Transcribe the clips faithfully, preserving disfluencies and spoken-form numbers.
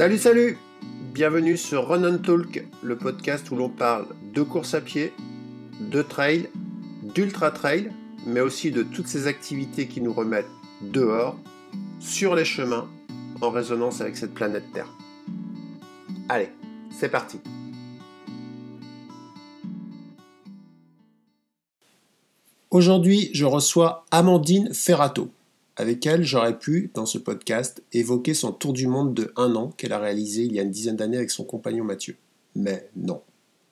Salut, salut! Bienvenue sur Run and Talk, le podcast où l'on parle de course à pied, de trail, d'ultra trail, mais aussi de toutes ces activités qui nous remettent dehors, sur les chemins, en résonance avec cette planète Terre. Allez, c'est parti! Aujourd'hui, je reçois Amandine Ferrato. Avec elle, j'aurais pu, dans ce podcast, évoquer son tour du monde de un an qu'elle a réalisé il y a une dizaine d'années avec son compagnon Mathieu. Mais non.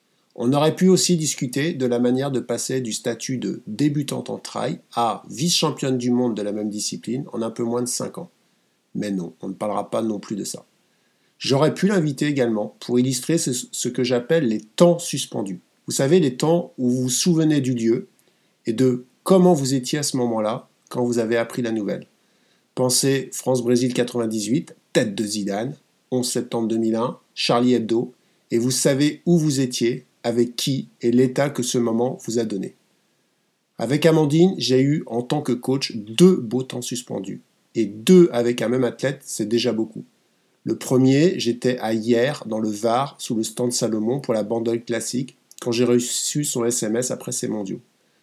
On aurait pu aussi discuter de la manière de passer du statut de débutante en trail à vice-championne du monde de la même discipline en un peu moins de cinq ans. Mais non, on ne parlera pas non plus de ça. J'aurais pu l'inviter également pour illustrer ce, ce que j'appelle les temps suspendus. Vous savez, les temps où vous vous souvenez du lieu et de comment vous étiez à ce moment-là quand vous avez appris la nouvelle. Pensez France-Brésil quatre-vingt-dix-huit, tête de Zidane, onze septembre deux mille un, Charlie Hebdo, et vous savez où vous étiez, avec qui et l'état que ce moment vous a donné. Avec Amandine, j'ai eu en tant que coach deux beaux temps suspendus. Et deux avec un même athlète, c'est déjà beaucoup. Le premier, j'étais à Hyères, dans le Var, sous le stand Salomon pour la Bandol Classique, quand j'ai reçu son S M S après ses mondiaux.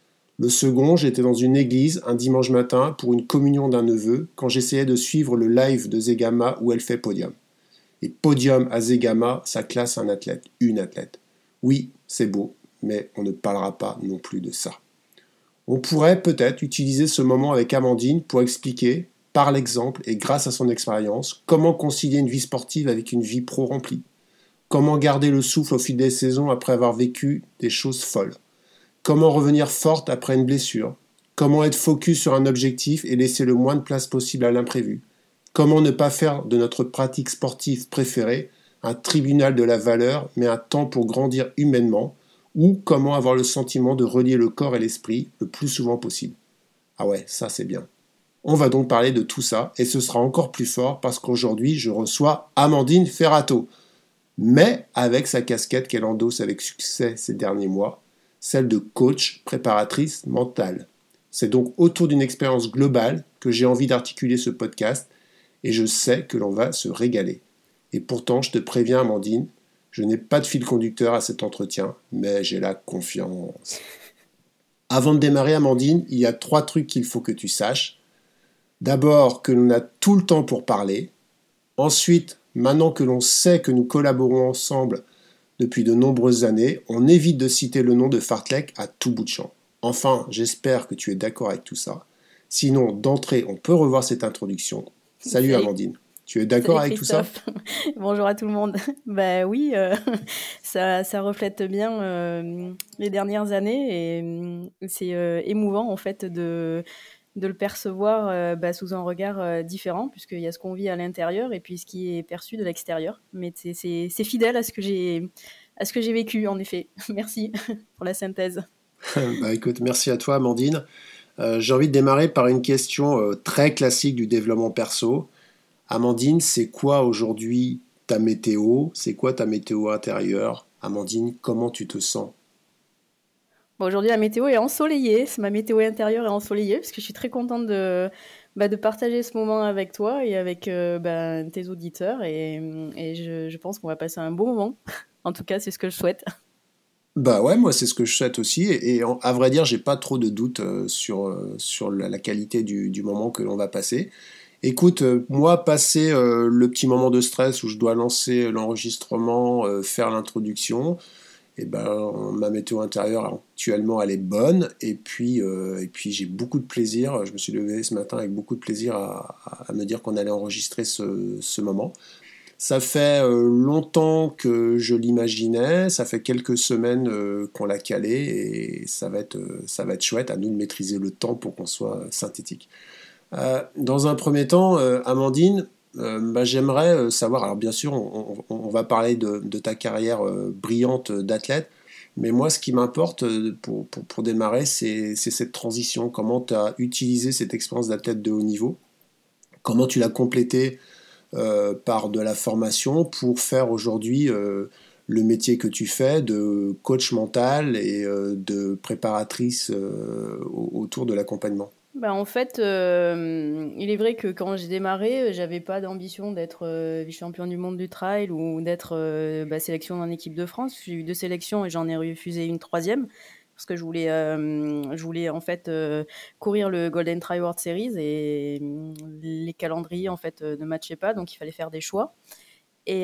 Le second, j'étais dans une église un dimanche matin pour une communion d'un neveu quand j'essayais de suivre le live de Zegama où elle fait podium. Et podium à Zegama, ça classe un athlète, une athlète. Oui, c'est beau, mais on ne parlera pas non plus de ça. On pourrait peut-être utiliser ce moment avec Amandine pour expliquer, par l'exemple et grâce à son expérience, comment concilier une vie sportive avec une vie pro remplie. Comment garder le souffle au fil des saisons après avoir vécu des choses folles. Comment revenir forte après une blessure? Comment être focus sur un objectif et laisser le moins de place possible à l'imprévu? Comment ne pas faire de notre pratique sportive préférée un tribunal de la valeur, mais un temps pour grandir humainement? Ou comment avoir le sentiment de relier le corps et l'esprit le plus souvent possible? Ah ouais, ça c'est bien. On va donc parler de tout ça, et ce sera encore plus fort parce qu'aujourd'hui je reçois Amandine Ferrato, mais avec sa casquette qu'elle endosse avec succès ces derniers mois, celle de coach préparatrice mentale. C'est donc autour d'une expérience globale que j'ai envie d'articuler ce podcast et je sais que l'on va se régaler. Et pourtant, je te préviens Amandine, je n'ai pas de fil conducteur à cet entretien, mais j'ai la confiance. Avant de démarrer Amandine, il y a trois trucs qu'il faut que tu saches. D'abord, que l'on a tout le temps pour parler. Ensuite, maintenant que l'on sait que nous collaborons ensemble depuis de nombreuses années, on évite de citer le nom de Fartlek à tout bout de champ. Enfin, j'espère que tu es d'accord avec tout ça. Sinon, d'entrée, on peut revoir cette introduction. Salut, Salut. Amandine. Tu es d'accord Salut avec tout ça? Bonjour à tout le monde. Bah oui, euh, ça, ça reflète bien euh, les dernières années et euh, c'est euh, émouvant en fait de, de le percevoir euh, bah, sous un regard euh, différent puisqu'il y a ce qu'on vit à l'intérieur et puis ce qui est perçu de l'extérieur. Mais c'est, c'est, c'est fidèle à ce que j'ai, à ce que j'ai vécu en effet. Merci pour la synthèse. Bah écoute, merci à toi Amandine. Euh, j'ai envie de démarrer par une question euh, très classique du développement perso. Amandine, c'est quoi aujourd'hui ta météo? C'est quoi ta météo intérieure? Amandine, comment tu te sens? Bon, aujourd'hui, la météo est ensoleillée. C'est ma météo intérieure est ensoleillée parce que je suis très contente de, bah, de partager ce moment avec toi et avec euh, bah, tes auditeurs. Et, et je, je pense qu'on va passer un bon moment. En tout cas, c'est ce que je souhaite. Bah ouais, moi c'est ce que je souhaite aussi. Et, et en- à vrai dire, j'ai pas trop de doutes euh, sur, euh, sur la, la qualité du, du moment que l'on va passer. Écoute, euh, moi, passer euh, le petit moment de stress où je dois lancer l'enregistrement, euh, faire l'introduction, et ben ma météo intérieure actuellement elle est bonne. Et puis, euh, et puis j'ai beaucoup de plaisir. Je me suis levé ce matin avec beaucoup de plaisir à, à- à me dire qu'on allait enregistrer ce, ce moment. Ça fait euh, longtemps que je l'imaginais, ça fait quelques semaines euh, qu'on l'a calé et ça va être, euh, ça va être chouette, à nous de maîtriser le temps pour qu'on soit synthétique. Euh, dans un premier temps, euh, Amandine, euh, bah, j'aimerais euh, savoir, alors bien sûr on, on- on va parler de, de ta carrière euh, brillante d'athlète, mais moi ce qui m'importe euh, pour, pour, pour démarrer, c'est, c'est cette transition, comment tu as utilisé cette expérience d'athlète de haut niveau, comment tu l'as complétée euh, par de la formation pour faire aujourd'hui euh, le métier que tu fais de coach mental et euh, de préparatrice euh, autour de l'accompagnement. Bah, en fait, hem, il est vrai que quand j'ai démarré, j'avais pas d'ambition d'être, heu, vice-champion du monde du trail ou d'être, heu, bah, sélectionnée en équipe de France. J'ai eu deux sélections et j'en ai refusé une troisième parce que je voulais, hem, je voulais en fait, heu, courir le Golden Trail World Series et mmh, les calendriers en fait, heu, ne matchaient pas, donc il fallait faire des choix et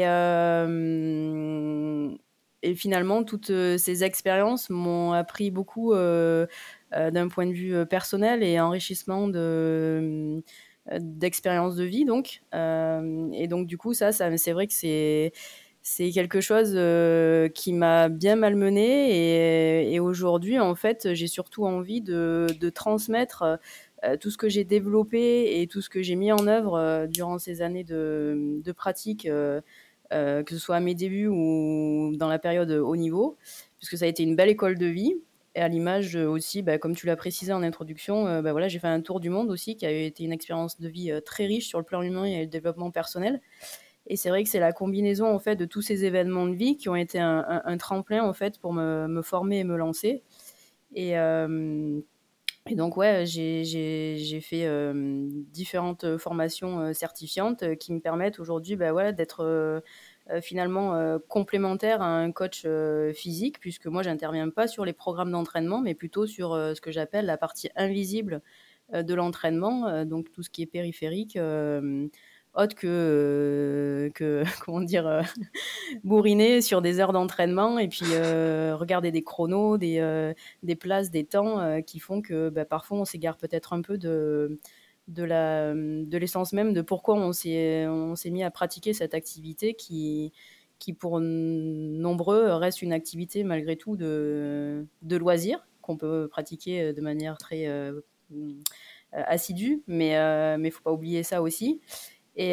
hem et finalement toutes, heu, ces expériences m'ont appris beaucoup, heu heu, d'un point de vue, heu, personnel et enrichissement de, mmh, heu, d'expériences de vie donc. Hem et donc du coup ça ça c'est vrai que c'est c'est quelque chose, heu, qui m'a bien malmenée et et aujourd'hui en fait, j'ai surtout envie de de transmettre, heu heu, tout ce que j'ai développé et tout ce que j'ai mis en œuvre, heu, durant ces années de, mmh, de pratique, heu heu, que ce soit à mes débuts ou dans la période, heu, haut niveau. Puisque ça a été une belle école de vie et à l'image, heu, aussi, bah, comme tu l'as précisé en introduction, heu, bah, voilà, j'ai fait un tour du monde aussi qui a été une expérience de vie, heu, très riche sur le plan humain et le développement personnel et c'est vrai que c'est la combinaison, en fait, de tous ces événements de vie qui ont été un un un tremplin, en fait, pour me me former et me lancer et hem et donc ouais, j'ai j'ai j'ai fait, hem, différentes, formations, heu, certifiantes, heu, qui me permettent aujourd'hui, bah, ouais, d'être, heu heu, finalement, heu, complémentaire à un coach, heu, physique puisque moi j'interviens pas sur les programmes d'entraînement, mais plutôt sur, heu, ce que j'appelle la partie invisible, heu, de l'entraînement, heu, donc tout ce qui est périphérique, hem, autre que, heu, que comment dire? Heu, bourriner sur des heures d'entraînement et puis, heu, regarder des chronos, des, heu, des places, des temps, heu, qui font que, bah, parfois on s'égare peut-être un peu de de la, mmh, de l'essence même de pourquoi on s'est on s'est mis à pratiquer cette activité qui qui pour n nombreux reste une activité malgré tout de de loisir qu'on peut pratiquer, heu, de manière très, heu, mmh, heu, assidue mais heu, mais il faut pas oublier ça aussi et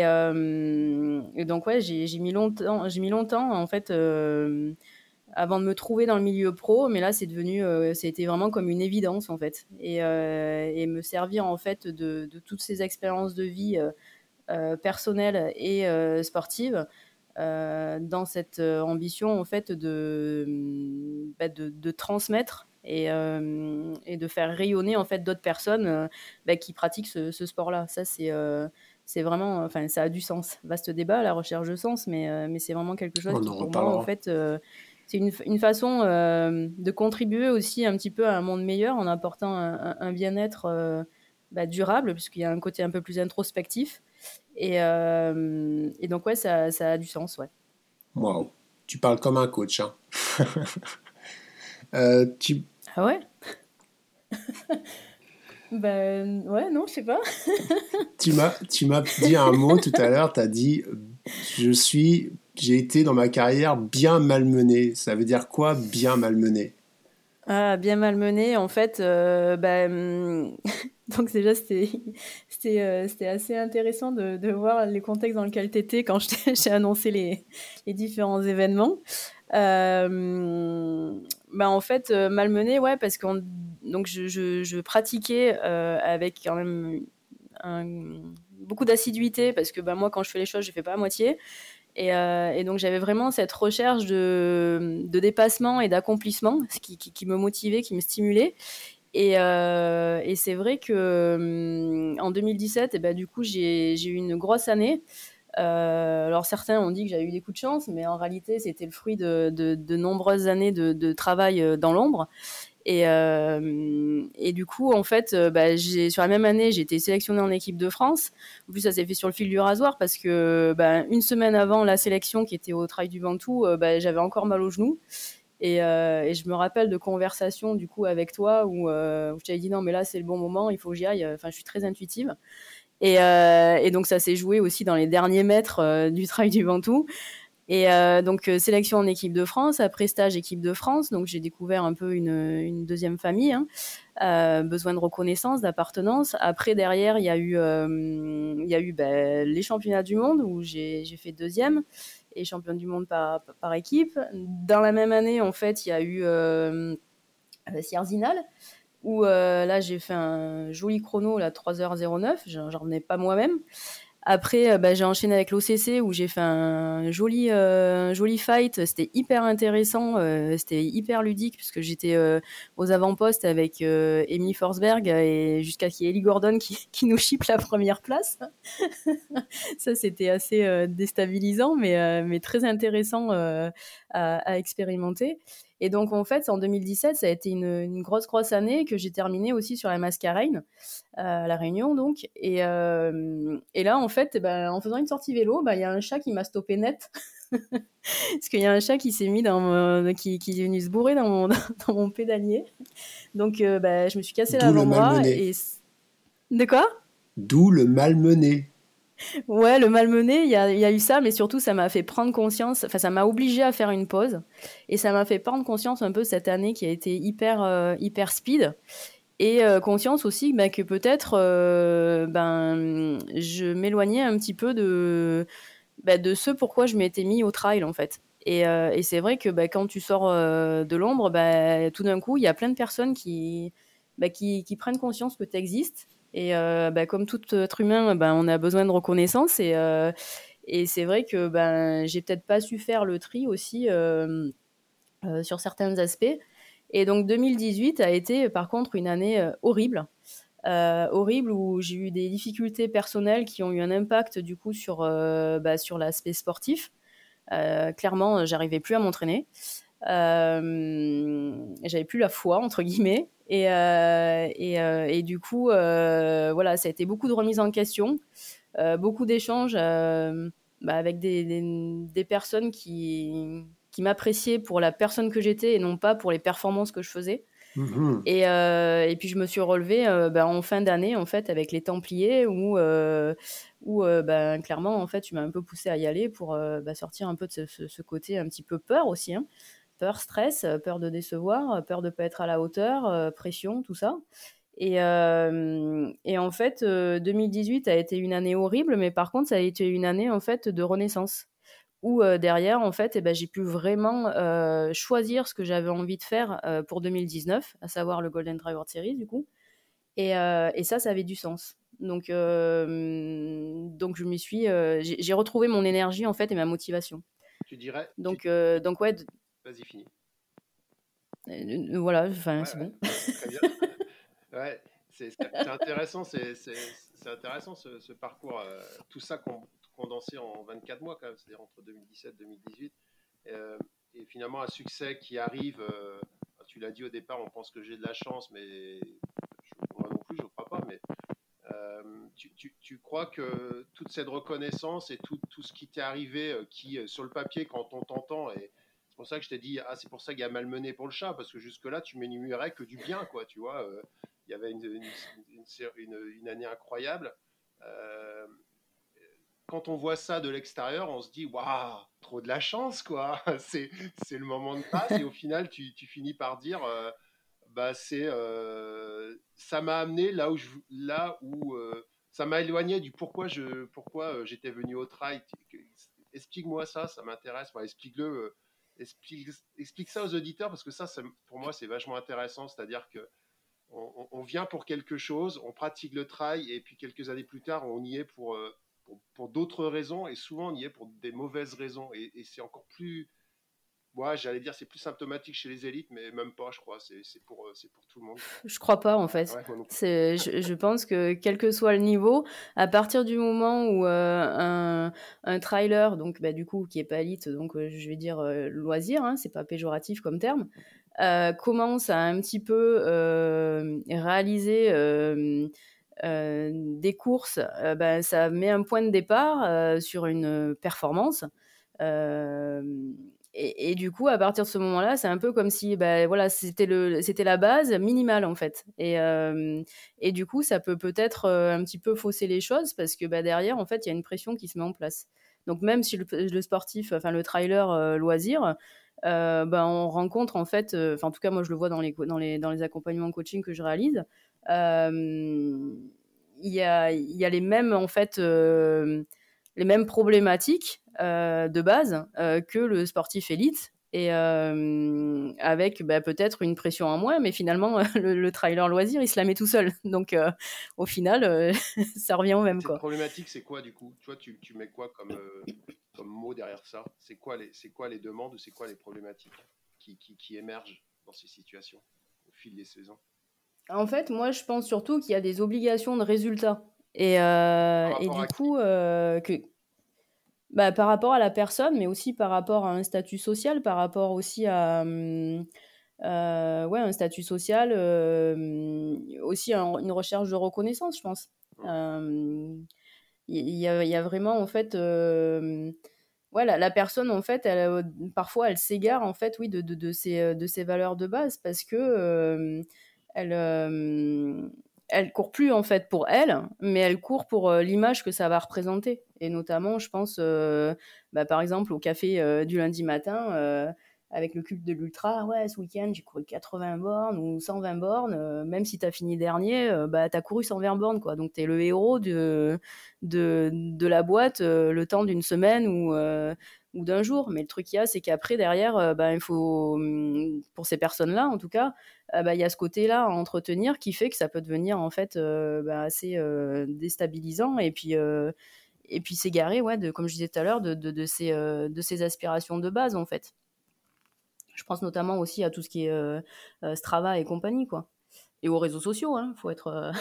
hem et donc ouais, j'ai j'ai mis longtemps j'ai mis longtemps en fait, hem, avant de me trouver dans le milieu pro, mais là c'est devenu, heu, c'était vraiment comme une évidence en fait et heu et me servir en fait de de toutes ces expériences de vie, heu heu, personnelles et heu, sportives, heu, dans cette, heu, ambition en fait de, mmh, bah, de de transmettre et hem et de faire rayonner en fait d'autres personnes, heu, bah, qui pratiquent ce ce sport-là. Ça c'est, heu, c'est vraiment, enfin ça a du sens. Vaste débat, la recherche de sens, mais heu, mais c'est vraiment quelque chose On qui en pour moi en reparlera. fait, heu, c'est une f une façon, hem, de contribuer aussi un petit peu à un monde meilleur en apportant un un un bien-être, heu, bah, durable puisqu'il y a un côté un peu plus introspectif et hem et donc ouais, ça ça a du sens, ouais. Waouh, tu parles comme un coach, hein. Euh, tu, Ah ouais? Ben, ouais, non, je sais pas. tu m'as, tu m'as dit un mot tout à l'heure, tu as dit je suis, j'ai été dans ma carrière bien malmené. Ça veut dire quoi, bien malmené? Ah, bien malmené, en fait, heu, bah, mmh, donc déjà c'était c'était, heu, c'était assez intéressant de de voir les contextes dans lesquels tu étais quand je t'ai j'ai annoncé les les différents événements. Hem, bah, en fait, heu, malmenée, ouais, parce qu'on donc je je je pratiquais, heu, avec quand même un beaucoup d'assiduité parce que, bah, moi, quand je fais les choses, je les fais pas à moitié et heu et donc j'avais vraiment cette recherche de de dépassement et d'accomplissement, ce qui qui qui me motivait, qui me stimulait et heu et c'est vrai que, mmh, en deux mille dix-sept et bah, du coup, j'ai j'ai eu une grosse année. Heu, alors certains ont dit que j'avais eu des coups de chance, mais en réalité, c'était le fruit de de de nombreuses années de de travail, heu, dans l'ombre et hem et du coup, en fait, heu, bah, j'ai sur la même année, j'ai été sélectionnée en équipe de France. En plus, ça s'est fait sur le fil du rasoir parce que, bah, une semaine avant la sélection qui était au Trail du Ventoux, heu, bah, j'avais encore mal au genou et heu et je me rappelle de conversations, du coup, avec toi où, heu, où je t'avais dit: «Non, mais là, c'est le bon moment, il faut que j'y aille». Enfin, je suis très intuitive et heu et donc ça s'est joué aussi dans les derniers mètres, heu, du Trail du Ventoux et heu, donc heu, sélection en équipe de France, après stage équipe de France, donc j'ai découvert un peu une, une deuxième famille, hein. Heu, besoin de reconnaissance, d'appartenance. Après derrière, il y a eu, hem, il y a eu, bah, les championnats du monde où j'ai j'ai fait deuxième et championne du monde par par équipe. Dans la même année, en fait, il y a eu, hem, heu, Sierzinal où, heu, là, j'ai fait un joli chrono, là, trois heures zéro neuf, j'en j'en revenais pas moi-même. Après, euh, bah, j'ai enchaîné avec l'O C C où j'ai fait un joli, euh, un joli fight. C'était hyper intéressant, euh, c'était hyper ludique puisque j'étais euh, aux avant-postes avec euh, Amy Forsberg et jusqu'à qu'il y ait Ellie Gordon qui, qui nous chipe la première place. Ça, c'était assez euh, déstabilisant, mais, euh, mais très intéressant euh, à, à expérimenter. Et donc, en fait, en deux mille dix-sept, ça a été une, une grosse, grosse année que j'ai terminée aussi sur la Mascarene, à La Réunion, donc. Et, euh, et là, en fait, ben, en faisant une sortie vélo, ben, il y a un chat qui m'a stoppé net. Parce qu'il y a un chat qui s'est mis dans mon, qui, qui est venu se bourrer dans mon, dans mon pédalier. Donc, euh, ben, je me suis cassé D'où le l'avant-bras. malmené. Et... De quoi? D'où le malmené. Ouais, le malmené, il y a, y a eu ça, mais surtout, ça m'a fait prendre conscience, enfin, ça m'a obligé à faire une pause. Et ça m'a fait prendre conscience un peu cette année qui a été hyper, euh, hyper speed. Et euh, conscience aussi bah, que peut-être euh, ben, je m'éloignais un petit peu de, bah, de ce pourquoi je m'étais mis au trail, en fait. Et, euh, et c'est vrai que bah, quand tu sors euh, de l'ombre, bah, tout d'un coup, il y a plein de personnes qui, bah, qui, qui prennent conscience que tu existes. Et euh, bah, comme tout être humain, bah, on a besoin de reconnaissance. Et, euh, et c'est vrai que ben, j'ai peut-être pas su faire le tri aussi euh, euh, sur certains aspects. Et donc deux mille dix-huit a été par contre une année euh, horrible. Euh, horrible où j'ai eu des difficultés personnelles qui ont eu un impact du coup sur, euh, bah, sur l'aspect sportif. Euh, clairement, j'arrivais plus à m'entraîner. Euh, j'avais plus la foi entre guillemets et, euh, et, euh, et du coup euh, voilà, ça a été beaucoup de remises en question, euh, beaucoup d'échanges euh, bah, avec des, des, des personnes qui, qui m'appréciaient pour la personne que j'étais et non pas pour les performances que je faisais. Mhm. Et, euh, et puis je me suis relevée euh, bah, en fin d'année en fait avec les Templiers où, euh, où euh, bah, clairement en fait tu m'as un peu poussé à y aller pour euh, bah, sortir un peu de ce, ce, ce côté un petit peu peur aussi, hein. Peur, stress, peur de décevoir, peur de pas être à la hauteur, euh, pression, tout ça. Et, euh, et en fait, euh, deux mille dix-huit a été une année horrible, mais par contre, ça a été une année en fait de renaissance. Où euh, derrière, en fait, eh ben, j'ai pu vraiment euh, choisir ce que j'avais envie de faire euh, pour deux mille dix-neuf, à savoir le Golden Driver Series, du coup. Et, euh, et ça, ça avait du sens. Donc, euh, donc je m'y suis, euh, j'ai, j'ai retrouvé mon énergie en fait et ma motivation. Tu dirais. Tu... Donc, euh, donc ouais, d- Vas-y, fini. euh, voilà, enfin, Ouais, c'est ouais. bon. Très bien. Ouais, c'est c'est- c'est intéressant, c'est c'est- c'est intéressant ce, ce parcours, euh, tout ça con- condensé en vingt-quatre mois quand même, c'est-à-dire entre deux mille dix-sept et deux mille dix-huit. Euh, et finalement, un succès qui arrive, euh, tu l'as dit au départ, on pense que j'ai de la chance, mais je, moi non plus, je ne crois pas. Mais euh, tu, tu, tu, crois que toute cette reconnaissance et tout, tout ce qui t'est arrivé, euh, qui euh, sur le papier, quand on t'entend, et c'est pour ça que je t'ai dit, ah, c'est pour ça qu'il y a malmené pour le chat, parce que jusque-là, tu m'énumérais que du bien, quoi, tu vois. Euh, il y avait une, une, une, une, une année incroyable. Euh, quand on voit ça de l'extérieur, on se dit waouh, trop de la chance, quoi. C'est, c'est le moment de passe, et au final, tu, tu finis par dire euh, bah, c'est, euh, ça m'a amené là où, je, là où euh, ça m'a éloigné du pourquoi, je, pourquoi euh, j'étais venu au trail. Explique-moi ça, ça m'intéresse. Enfin, explique-le. Euh, explique, explique ça aux auditeurs parce que ça, ça pour moi, c'est vachement intéressant. C'est-à-dire que on, on, vient pour quelque chose, on pratique le trail, et puis quelques années plus tard, on y est pour, euh, pour, pour d'autres raisons, et souvent on y est pour des mauvaises raisons. Et, et c'est encore plus, ouais, j'allais dire, c'est plus symptomatique chez les élites, mais même pas, je crois. C'est, c'est, pour, c'est pour tout le monde. Je crois pas en fait. Ouais, moi non plus. C'est, je, je pense que quel que soit le niveau, à partir du moment où euh, un, un trailer, donc bah, du coup qui est pas élite, donc euh, je vais dire euh, loisir, hein, c'est pas péjoratif comme terme, euh, commence à un petit peu euh, réaliser euh, euh, des courses, euh, bah, ça met un point de départ euh, sur une performance. Euh, et, et du coup, à partir de ce moment-là, c'est un peu comme si, bah, voilà, c'était le, c'était la base minimale en fait. Et, euh, et du coup, ça peut peut-être euh, un petit peu fausser les choses parce que bah, derrière, en fait, il y a une pression qui se met en place. Donc même si le, le sportif, enfin le trailer euh, loisir, euh, bah, on rencontre en fait, euh, enfin en tout cas moi je le vois dans les dans les dans les accompagnements coaching que je réalise, euh, il y a il y a les mêmes en fait euh, les mêmes problématiques euh, de base euh, que le sportif élite. Et euh, avec bah, peut-être une pression en moins, mais finalement, le, le trailer loisir, il se la met tout seul. Donc, euh, au final, euh, ça revient au Et même, cette quoi. problématique, c'est quoi du coup? Toi, tu, tu mets quoi comme, euh, comme mot derrière ça? C'est quoi les, c'est quoi les demandes ou c'est quoi les problématiques qui, qui, qui émergent dans ces situations au fil des saisons? En fait, moi, je pense surtout qu'il y a des obligations de résultat. Et, euh, Par et rapport du à qui? coup, euh, que, bah, par rapport à la personne, mais aussi par rapport à un statut social, par rapport aussi à hum, euh, ouais, un statut social, euh, hum, aussi un- une recherche de reconnaissance, je pense. Hum, Euh, Il y, a, il y a vraiment, en fait, euh, ouais, la, la personne, en fait, elle, euh, parfois, elle s'égare, en fait, oui, de, de, de ses, euh, de ses valeurs de base parce que euh, elle, euh, elle court plus, en fait, pour elle, mais elle court pour euh, l'image que ça va représenter. Et notamment, je pense, euh, bah, par exemple, au café euh, du lundi matin, euh, avec le culte de l'ultra, ouais, ce week-end, j'ai couru quatre-vingts bornes ou cent vingt bornes, euh, même si t'as fini dernier, euh, bah, t'as couru cent vingt bornes, quoi. Donc, t'es le héros de, de, de la boîte euh, le temps d'une semaine ou, euh, ou d'un jour. Mais le truc qu'il y a, c'est qu'après, derrière, euh, bah, il faut, hum, pour ces personnes-là, en tout cas, euh, bah, il y a ce côté-là à entretenir qui fait que ça peut devenir, en fait, euh, bah, assez euh, déstabilisant. Et puis, euh, et puis s'égarer, ouais, de, comme je disais tout à l'heure, de, de, de, ces, euh, de ces aspirations de base, en fait. Je pense notamment aussi à tout ce qui est euh, euh, Strava et compagnie, quoi. Et aux réseaux sociaux, hein, faut être. euh,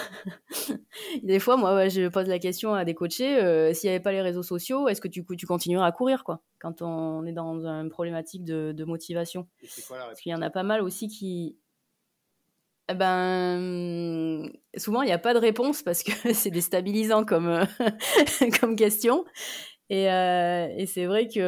Des fois, moi, ouais, je pose la question à des coachés, euh, s'il n'y avait pas les réseaux sociaux, est-ce que tu, tu continuerais à courir, quoi, quand on est dans une problématique de, de motivation? Et c'est quoi la Parce qu'il y en réponse? a pas mal aussi qui. Eh ben, souvent, il n'y a pas de réponse parce que c'est déstabilisant comme, euh, comme question. Et, euh, et c'est vrai que,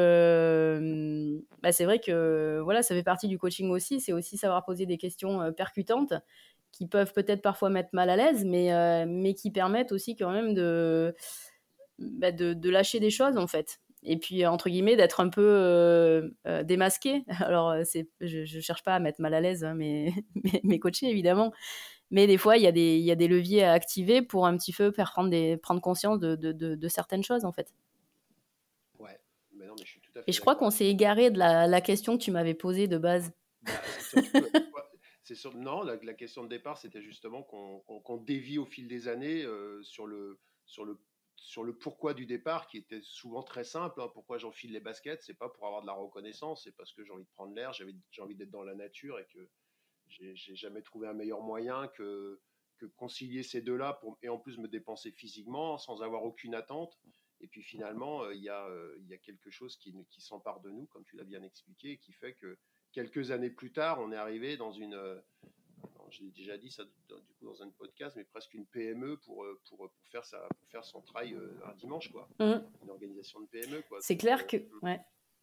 euh, bah, c'est vrai que voilà, ça fait partie du coaching aussi. C'est aussi savoir poser des questions euh, percutantes qui peuvent peut-être parfois mettre mal à l'aise, mais, euh, mais qui permettent aussi quand même de, bah, de, de lâcher des choses en fait. Et puis entre guillemets d'être un peu euh, euh, démasqué. Alors euh, c'est, je, je cherche pas à mettre mal à l'aise hein, mes, mes, mes coachés évidemment, mais des fois il y a des il y a des leviers à activer pour un petit peu faire prendre des prendre conscience de, de, de, de certaines choses en fait. Ouais, mais non, mais je suis tout à Et fait je crois d'accord qu'on avec s'est toi. égaré de la, la question que tu m'avais posée de base. Bah, c'est surtout que, ouais, c'est sur, non, la, la question de départ, c'était justement qu'on qu'on- qu'on dévie au fil des années euh, sur le, sur le, sur le pourquoi du départ, qui était souvent très simple. Hein. Pourquoi j'enfile les baskets? C'est pas pour avoir de la reconnaissance, c'est parce que j'ai envie de prendre l'air, j'avais- j'ai envie d'être dans la nature et que j'ai j'ai jamais trouvé un meilleur moyen que, que concilier ces deux-là pour, et en plus me dépenser physiquement sans avoir aucune attente. Et puis finalement, euh, il y, a, euh, il y a quelque chose qui, qui s'empare de nous, comme tu l'as bien expliqué, et qui fait que quelques années plus tard, on est arrivé dans une, euh, j'ai déjà dit ça dans- du coup dans un podcast, mais presque une P M E pour, euh, pour, pour, faire, sa, pour faire son trail euh, un dimanche, quoi. Mmh. Une organisation de P M E, quoi. C'est Donc, clair euh, que ouais.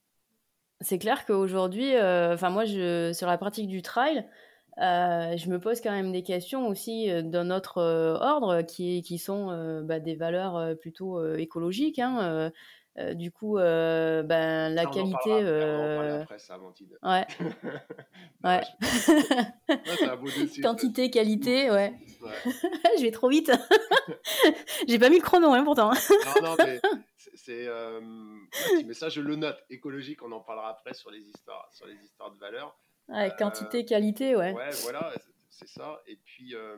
C'est clair qu'aujourd'hui, euh, enfin moi, je, sur la pratique du trail, euh, je me pose quand même des questions aussi euh, d'un autre euh, ordre, qui, qui sont euh, bah, des valeurs euh, plutôt euh, écologiques. Hein, euh, euh, du coup, euh, ben, la ça, on en parlera qualité, après, on va en parler euh, après, ça, Amandine. ouais, Non, ouais. je- ouais, c'est un beau dessus, ça. Quantité, qualité, ouais. Ouais. Je vais trop vite. J'ai pas mis le chrono, hein, pourtant. Non, non, mais c'est. c'est, euh, merci, mais ça, je le note. Écologique, on en parlera après sur les histoires, sur les histoires de valeur. Ouais, Euh, quantité, qualité, ouais. ouais, voilà, c'est c'est ça. Et puis, euh,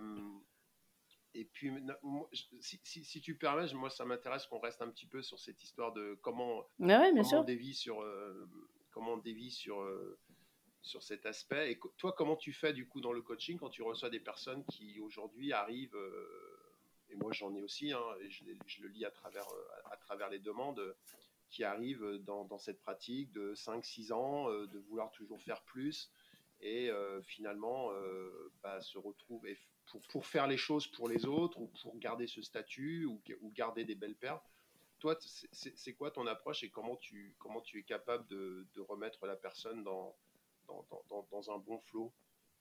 et puis no- moi, je- si, si, si tu permets, je- moi, ça m'intéresse qu'on reste un petit peu sur cette histoire de comment, Ouais, ouais, bien comment on sûr. dévie sur, euh, comment on dévie sur, euh, sur cet aspect. Et co- toi, comment tu fais du coup dans le coaching quand tu reçois des personnes qui aujourd'hui arrivent, euh, et moi j'en ai aussi, hein, et je, les- je le lis à travers, euh, à, à travers les demandes, euh, qui arrivent dans, dans cette pratique de cinq six ans, euh, de vouloir toujours faire plus, et euh, finalement euh, bah, se retrouvent et f- pour, pour faire les choses pour les autres, ou pour garder ce statut, ou, ou garder des belles perles. Toi, c'est c'est- c'est quoi ton approche et comment tu, comment tu es capable de, de remettre la personne dans, dans, dans, dans- dans un bon flow?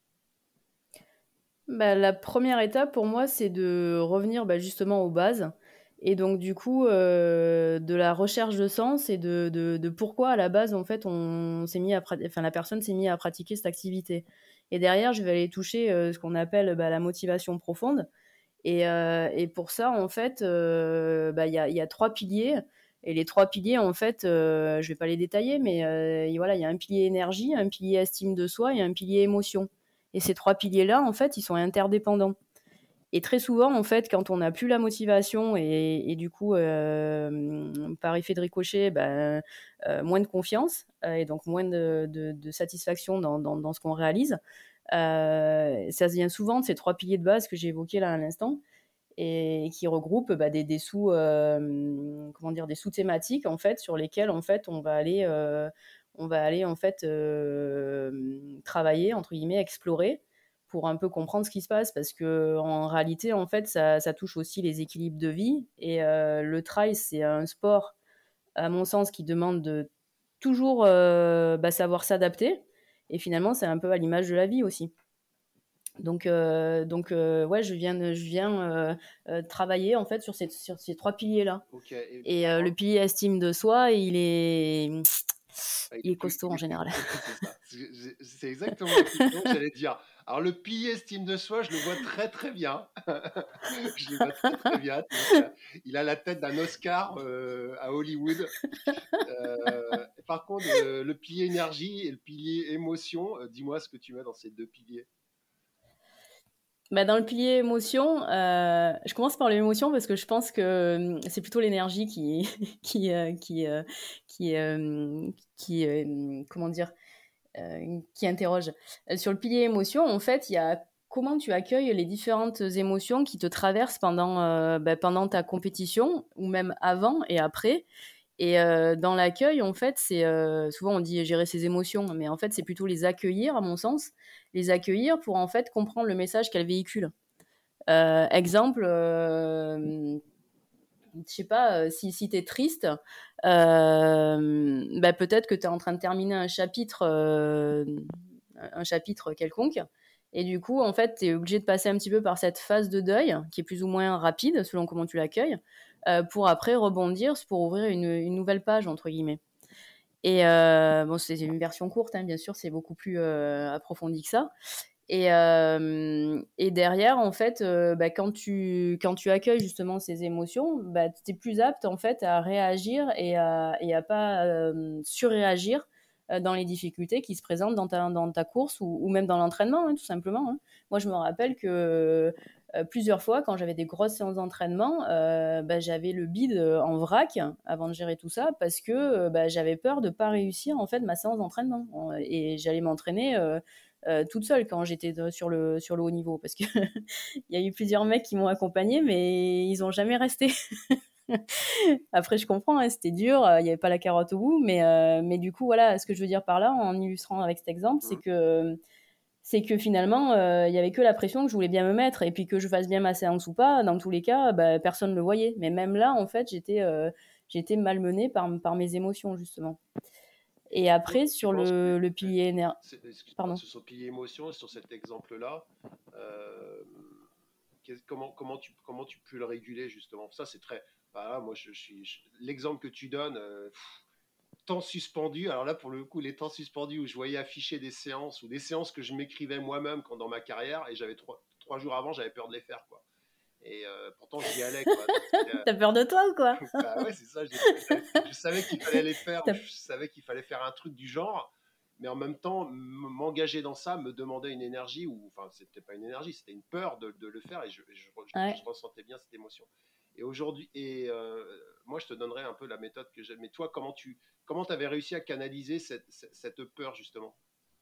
Bah, la première étape pour moi, c'est de revenir bah, justement aux bases. Et donc, du coup, euh, de la recherche de sens et de, de, de pourquoi à la base, en fait, on s'est mis à prat- enfin, la personne s'est mise à pratiquer cette activité. Et derrière, je vais aller toucher euh, ce qu'on appelle bah, la motivation profonde. Et, euh, et pour ça, en fait, euh, bah, il y a, il y a trois piliers. Et les trois piliers, en fait, euh, je vais pas les détailler, mais euh, et voilà, il y a un pilier énergie, un pilier estime de soi et un pilier émotion. Et ces trois piliers-là, en fait, ils sont interdépendants. Et très souvent, en fait, quand on n'a plus la motivation et, et du coup, euh, par effet de ricochet, ben, euh, moins de confiance euh, et donc moins de, de, de satisfaction dans, dans, dans ce qu'on réalise, euh, ça vient souvent de ces trois piliers de base que j'ai évoqués là à l'instant et qui regroupent bah, des, des sous, euh, comment dire, des sous-thématiques en fait sur lesquelles en fait on va aller, euh, on va aller en fait euh, travailler entre guillemets, explorer pour un peu comprendre ce qui se passe parce que en réalité en fait ça, ça touche aussi les équilibres de vie et euh, le trail c'est un sport à mon sens qui demande de toujours euh, bah, savoir s'adapter et finalement c'est un peu à l'image de la vie aussi. Donc, euh, donc euh, ouais, je viens, de- je viens euh, euh, travailler en fait sur ces, sur ces trois piliers-là. Ok. Et, Et euh, le pilier estime de soi, il est, ouais, il il est est plus, costaud il en est plus, général. c'est ça. C'est c'est exactement la question que j'allais dire. Alors le pilier estime de soi, je le vois très très bien. Je le vois très très bien. Tu vois, il a, il a la tête d'un Oscar euh, à Hollywood. Euh, par contre, le, le pilier énergie et le pilier émotion, euh, dis-moi ce que tu mets dans ces deux piliers. Bah, dans le pilier émotion, euh, je commence par l'émotion parce que je pense que euh, c'est plutôt l'énergie qui, qui, euh, qui, euh, qui, euh, qui euh, comment dire, euh, qui interroge. Euh, Sur le pilier émotion, en fait, il y a comment tu accueilles les différentes émotions qui te traversent pendant, euh, bah, pendant ta compétition ou même avant et après. Et euh, dans l'accueil, en fait, c'est euh, souvent on dit gérer ses émotions, mais en fait, c'est plutôt les accueillir, à mon sens, les accueillir pour en fait comprendre le message qu'elles véhiculent. Euh, exemple, euh, je sais pas, euh, si, si tu es triste, euh, bah, peut-être que tu es en train de terminer un chapitre, euh, un chapitre quelconque. Et du coup, en fait, tu es obligé de passer un petit peu par cette phase de deuil, qui est plus ou moins rapide, selon comment tu l'accueilles, euh, pour après rebondir, pour ouvrir une, une nouvelle page, entre guillemets. Et euh, bon, c'est une version courte, hein, bien sûr, c'est beaucoup plus euh, approfondi que ça. Et, euh, et derrière, en fait, euh, bah, quand, tu, quand tu accueilles justement ces émotions, bah, tu es plus apte en fait à réagir et à, et à pas euh, surréagir euh, dans les difficultés qui se présentent dans ta, dans ta course ou, ou même dans l'entraînement, hein, tout simplement. Hein. Moi, je me rappelle que euh, plusieurs fois, quand j'avais des grosses séances d'entraînement, euh, bah, j'avais le bide en vrac avant de gérer tout ça parce que euh, bah, j'avais peur de ne pas réussir en fait ma séance d'entraînement. Et j'allais m'entraîner euh, euh, toute seule quand j'étais sur le, sur le haut niveau parce que il y a eu plusieurs mecs qui m'ont accompagné mais ils ont jamais resté. Après je comprends, hein, c'était dur, il n'y avait pas la carotte au bout, mais, euh, mais du coup voilà, ce que je veux dire par là en illustrant avec cet exemple, c'est que c'est que finalement euh, il y avait que la pression que je voulais bien me mettre et puis que je fasse bien ma séance ou pas, dans tous les cas bah, personne ne le voyait, mais même là en fait j'étais euh, j'étais malmenée par, par mes émotions justement. Et Et tu, après tu sur penses le, que, le pilier énergie, c'est- excuse-moi, pardon. sur ce pilier émotion, sur cet exemple-là, euh, qu'est- comment, comment, tu, comment tu peux le réguler justement? Ça, c'est très. Bah, moi, je, je suis. je- l'exemple que tu donnes, euh, pff, temps suspendu. Alors là, pour le coup, les temps suspendus où je voyais afficher des séances ou des séances que je m'écrivais moi-même quand dans ma carrière et j'avais trois, trois jours avant, j'avais peur de les faire, quoi. Et euh, pourtant, j'y allais, quoi. Donc, c'était, T'as peur de toi ou quoi? bah ouais, c'est ça. j'ai- j'avais- Je savais qu'il fallait les faire, ou T'as- je savais qu'il fallait faire un truc du genre, mais en même temps, m- m'engager dans ça me demandait une énergie, ou enfin, c'était pas une énergie, c'était une peur de, de le faire, et je, je- je- je Ouais. ressentais bien cette émotion. Et aujourd'hui, et euh, moi, je te donnerai un peu la méthode que j'ai. Mais toi, comment tu, comment t'avais réussi à canaliser cette, cette, cette peur justement?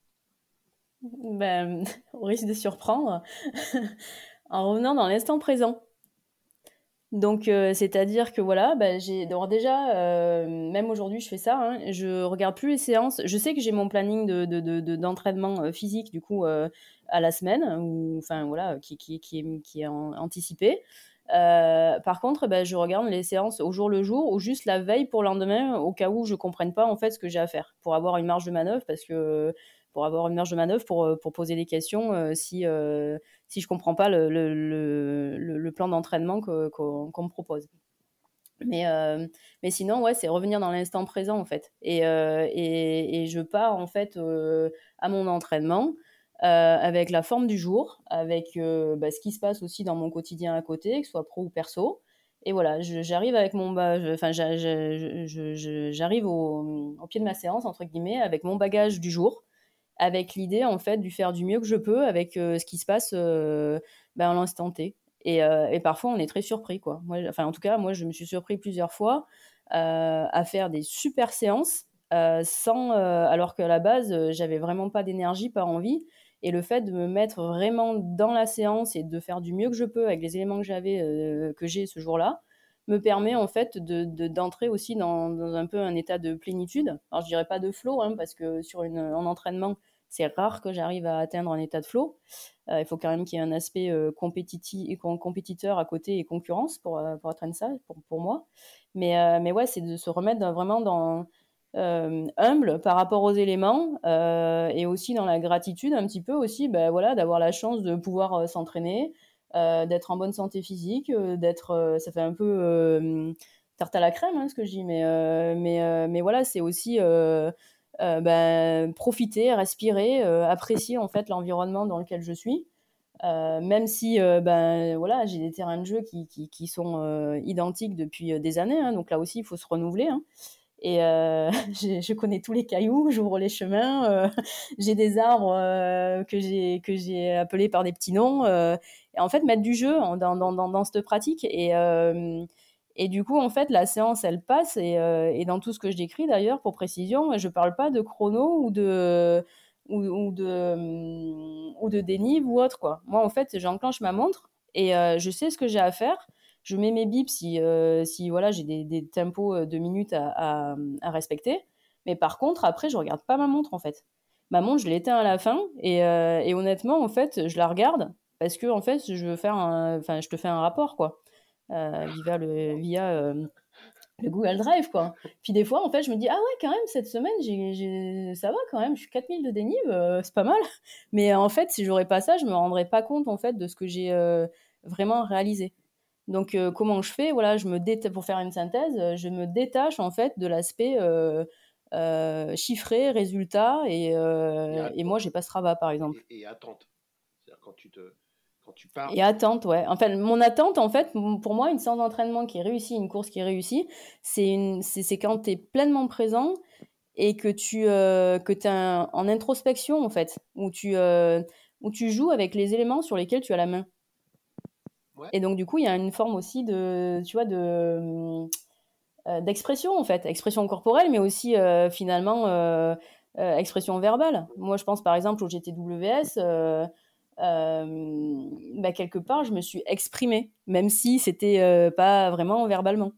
Ben, au risque de surprendre, en revenant dans l'instant présent. Donc, euh, c'est-à-dire que voilà, ben, j'ai alors déjà, euh, même aujourd'hui, je fais ça. Hein, je regarde plus les séances. Je sais que j'ai mon planning de, de, de, de- d'entraînement euh, physique du coup euh, à la semaine, ou enfin voilà, qui, qui, qui est, qui est en- anticipé. Euh, par contre, ben, je regarde les séances au jour le jour ou juste la veille pour le lendemain, au cas où je comprenne pas en fait ce que j'ai à faire, pour avoir une marge de manœuvre, parce que pour avoir une marge de manœuvre pour, euh, pour poser des questions euh, si euh, si je comprends pas le, le, le, le plan d'entraînement que, qu'on, qu'on me propose. Mais, euh, mais sinon, ouais, c'est revenir dans l'instant présent, en fait. Et, euh, et, et je pars, en fait, euh, à mon entraînement euh, avec la forme du jour, avec euh, bah, ce qui se passe aussi dans mon quotidien à côté, que ce soit pro ou perso. Et voilà, je- j'arrive avec mon ba- je- enfin, j'a- j'a- je- je- j'arrive au, au pied de ma séance entre guillemets avec mon bagage du jour, avec l'idée en fait du faire du mieux que je peux avec euh, ce qui se passe euh, ben, à l'instant T. Et, euh, et parfois on est très surpris quoi. Moi, enfin en tout cas moi je me suis surpris plusieurs fois euh, à faire des super séances euh, sans euh, alors qu'à la base euh, j'avais vraiment pas d'énergie, pas envie. Et le fait de me mettre vraiment dans la séance et de faire du mieux que je peux avec les éléments que j'avais euh, que j'ai ce jour-là me permet en fait de, de- d'entrer aussi dans, dans un peu un état de plénitude. Alors je dirais pas de flow hein, parce que sur une, en entraînement c'est rare que j'arrive à atteindre un état de flow. Euh, il faut quand même qu'il y ait un aspect euh, compétitif, compétiteur à côté et concurrence pour, euh, pour atteindre ça, pour, pour moi. Mais, euh, mais ouais, c'est de se remettre dans, vraiment dans euh, humble par rapport aux éléments euh, et aussi dans la gratitude un petit peu aussi, ben, voilà, d'avoir la chance de pouvoir euh, s'entraîner, euh, d'être en bonne santé physique, euh, d'être, euh, ça fait un peu euh, tarte à la crème hein, ce que je dis, mais, euh, mais, euh, mais voilà, c'est aussi euh, euh, ben, profiter, respirer, euh, apprécier en fait l'environnement dans lequel je suis. Euh, même si euh, ben voilà, j'ai des terrains de jeu qui, qui, qui sont euh, identiques depuis euh, des années, hein, donc là aussi il faut se renouveler. Hein. Et euh, je connais tous les cailloux, j'ouvre les chemins, euh, j'ai des arbres euh, que j'ai que j'ai appelés par des petits noms. Euh, et en fait, mettre du jeu dans dans dans, dans cette pratique. Et euh, et du coup, en fait, la séance, elle passe. Et, euh, et dans tout ce que je décris, d'ailleurs, pour précision, je parle pas de chrono ou de ou, ou de ou de dénive ou autre quoi. Moi, en fait, j'enclenche ma montre et euh, je sais ce que j'ai à faire. Je mets mes bips si, euh, si voilà, j'ai des, des tempos de minutes à, à, à respecter. Mais par contre, après, je regarde pas ma montre en fait. Ma montre, je l'éteins à la fin et, euh, et honnêtement, en fait, je la regarde parce que en fait, je veux faire un, enfin, je te fais un rapport quoi, euh, via le via euh, le Google Drive quoi. Puis des fois, en fait, je me dis ah ouais, quand même cette semaine, j'ai, j'ai... ça va quand même, je suis quatre mille de dénive, euh, c'est pas mal. Mais en fait, si j'aurais pas ça, je me rendrais pas compte en fait de ce que j'ai euh, vraiment réalisé. Donc, euh, comment je fais Voilà, je me déta- pour faire une synthèse, euh, je me détache en fait de l'aspect euh, euh, chiffré, résultat, et, Et, euh, at- et moi, j'ai pas ce rabat, par exemple. et, et attente. C'est-à-dire quand tu te, quand tu pars. Et attente, ouais. Enfin, mon attente, en fait, m- pour moi, une séance d'entraînement qui est réussie, une course qui est réussie, c'est une, c'est, c'est quand tu es pleinement présent et que tu euh, que t'es un- en introspection, en fait, où tu, euh, où tu joues avec les éléments sur lesquels tu as la main. Ouais. Et donc, du coup, il y a une forme aussi de, tu vois, de euh, d'expression en fait, expression corporelle, mais aussi euh, finalement euh, euh, expression verbale. Moi, je pense par exemple au G T W S. Euh, euh, bah, quelque part, je me suis exprimée, même si c'était euh, pas vraiment verbalement.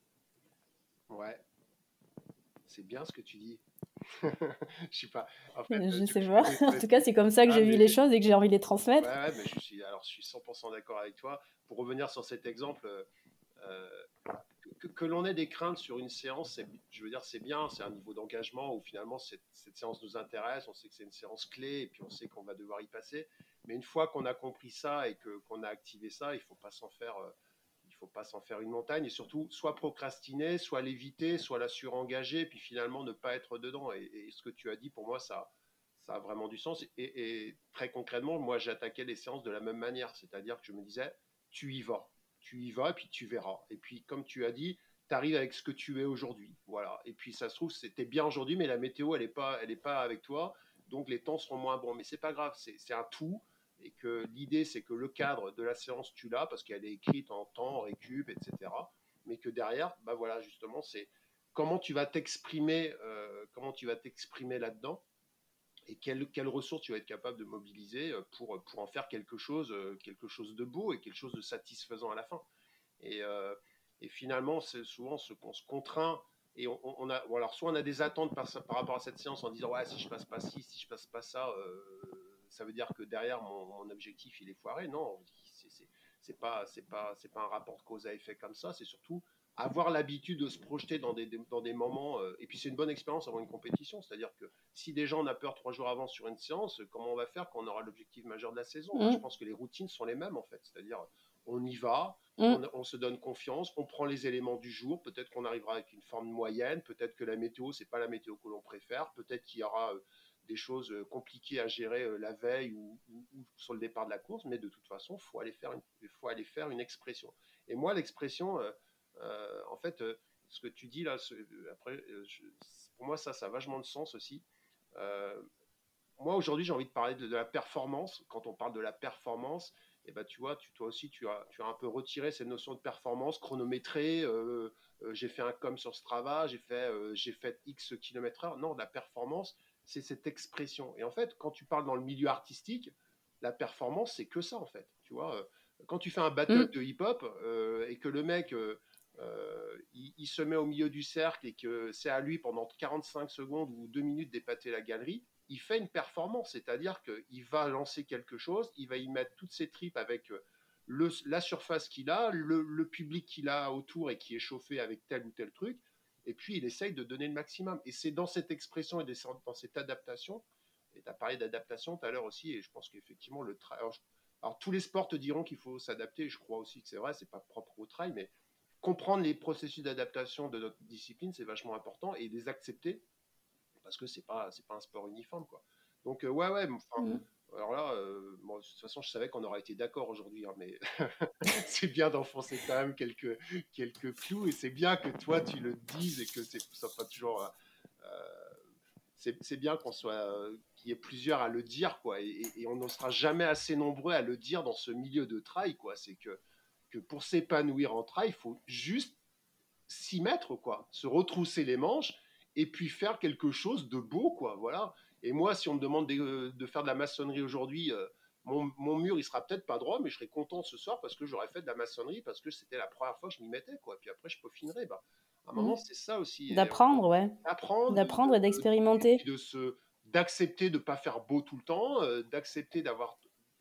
Ouais. C'est bien ce que tu dis. Je sais pas. En fait, euh, Je tu, sais pas. tu- En tout cas, c'est comme ça que ah, j'ai vu mais les choses et que j'ai envie de les ouais, transmettre. ouais, mais je suis, alors, je suis cent pour cent d'accord avec toi. Pour revenir sur cet exemple, euh, euh, que, que l'on ait des craintes sur une séance, c'est, je veux dire, c'est bien, c'est un niveau d'engagement où finalement cette, cette séance nous intéresse, on sait que c'est une séance clé et puis on sait qu'on va devoir y passer. Mais une fois qu'on a compris ça et que, qu'on a activé ça, il faut pas s'en faire, euh, il faut pas s'en faire une montagne et surtout soit procrastiner, soit l'éviter, soit la surengager, puis finalement ne pas être dedans. Et, et ce que tu as dit, pour moi, ça, ça a vraiment du sens. Et, et très concrètement, moi, j'attaquais les séances de la même manière, c'est-à-dire que je me disais, tu y vas, tu y vas, et puis tu verras. Et puis, comme tu as dit, tu arrives avec ce que tu es aujourd'hui. Voilà. Et puis, ça se trouve, c'était bien aujourd'hui, mais la météo, elle n'est pas, elle est pas avec toi. Donc, les temps seront moins bons. Mais c'est pas grave, c'est, c'est un tout. Et que l'idée, c'est que le cadre de la séance, tu l'as, parce qu'elle est écrite en temps, en récup, et cetera. Mais que derrière, bah voilà, justement, c'est comment tu vas t'exprimer, euh, comment tu vas t'exprimer là-dedans et quelles quelle ressources tu vas être capable de mobiliser pour, pour en faire quelque chose, quelque chose de beau et quelque chose de satisfaisant à la fin. Et, euh, et finalement, c'est souvent ce qu'on se contraint. Et on, on a, bon alors soit on a des attentes par, par, rapport à cette séance en disant ouais, si je passe pas ci, si je passe pas ça, euh, ça veut dire que derrière mon, mon objectif il est foiré. Non, c'est, c'est, c'est pas, c'est pas, c'est pas un rapport de cause à effet comme ça. C'est surtout avoir l'habitude de se projeter dans des, dans des moments. Euh, et puis c'est une bonne expérience avant une compétition. C'est-à-dire que si déjà on a peur trois jours avant sur une séance, comment on va faire quand on aura l'objectif majeur de la saison? Moi, je Mm, pense que les routines sont les mêmes en fait. C'est-à-dire on y va, mm. on, on, se donne confiance, on prend les éléments du jour, peut-être qu'on arrivera avec une forme moyenne, peut-être que la météo, c'est pas la météo que l'on préfère, peut-être qu'il y aura euh, des choses euh, compliquées à gérer euh, la veille ou, ou, ou, sur le départ de la course, mais de toute façon, il faut aller faire une, faut aller faire une expression. Et moi, l'expression, euh, euh, en fait, euh, ce que tu dis là, ce, après, euh, je, pour moi, ça, ça a vachement de sens aussi. Euh, Moi, aujourd'hui, j'ai envie de parler de, de la performance. Quand on parle de la performance, eh ben, tu vois, tu, toi aussi, tu as, tu as un peu retiré cette notion de performance chronométrée. Euh, euh, j'ai fait un com sur Strava, j'ai fait, euh, j'ai fait X kilomètres heure. Non, la performance, c'est cette expression. Et en fait, quand tu parles dans le milieu artistique, la performance, c'est que ça, en fait. Tu vois, euh, quand tu fais un battle Mm. de hip-hop euh, et que le mec, euh, euh, il, il se met au milieu du cercle et que c'est à lui pendant quarante-cinq secondes ou deux minutes d'épater la galerie, il fait une performance, c'est-à-dire qu'il va lancer quelque chose, il va y mettre toutes ses tripes avec le, la surface qu'il a, le, le public qu'il a autour et qui est chauffé avec tel ou tel truc, et puis il essaye de donner le maximum. Et c'est dans cette expression et dans cette adaptation, et tu as parlé d'adaptation tout à l'heure aussi, et je pense qu'effectivement, le trail. Alors, alors, tous les sports te diront qu'il faut s'adapter, je crois aussi que c'est vrai, c'est pas propre au trail, mais comprendre les processus d'adaptation de notre discipline, c'est vachement important, et les accepter parce que c'est pas c'est pas un sport uniforme quoi. Donc euh, ouais ouais enfin Mm. alors là euh, bon, de toute façon je savais qu'on aurait été d'accord aujourd'hui hein, mais c'est bien d'enfoncer quand même quelques quelques clous et c'est bien que toi tu le dises et que c'est ça pas toujours euh, c'est, c'est bien qu'on soit euh, qu'il y ait plusieurs à le dire quoi et, et on ne sera jamais assez nombreux à le dire dans ce milieu de trail quoi. C'est que que pour s'épanouir en trail il faut juste s'y mettre, quoi, se retrousser les manches et puis faire quelque chose de beau, quoi, voilà. Et moi, si on me demande de, de faire de la maçonnerie aujourd'hui, euh, mon, mon, mur, il sera peut-être pas droit, mais je serai content ce soir parce que j'aurais fait de la maçonnerie, parce que c'était la première fois que je m'y mettais, quoi. Puis après, je peaufinerai. Bah, à un Mm. moment, c'est ça aussi. Et, D'apprendre, ouais. d'apprendre, de, D'apprendre et de, d'expérimenter. de se, d'accepter de ne pas faire beau tout le temps, euh, d'accepter d'avoir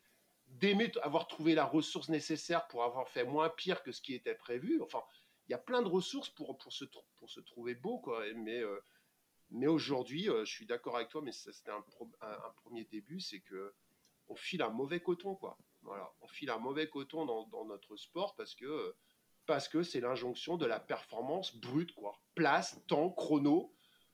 d'aimer avoir trouvé la ressource nécessaire pour avoir fait moins pire que ce qui était prévu. Enfin, il y a plein de ressources pour, pour, se, pour se trouver beau, quoi. Mais, euh, mais aujourd'hui, euh, je suis d'accord avec toi, mais ça, c'était un, pro, un, un, premier début, c'est que on file un mauvais coton, quoi. Voilà, on file un mauvais coton dans, dans notre sport parce que parce que c'est l'injonction de la performance brute, quoi. Place, temps, chrono.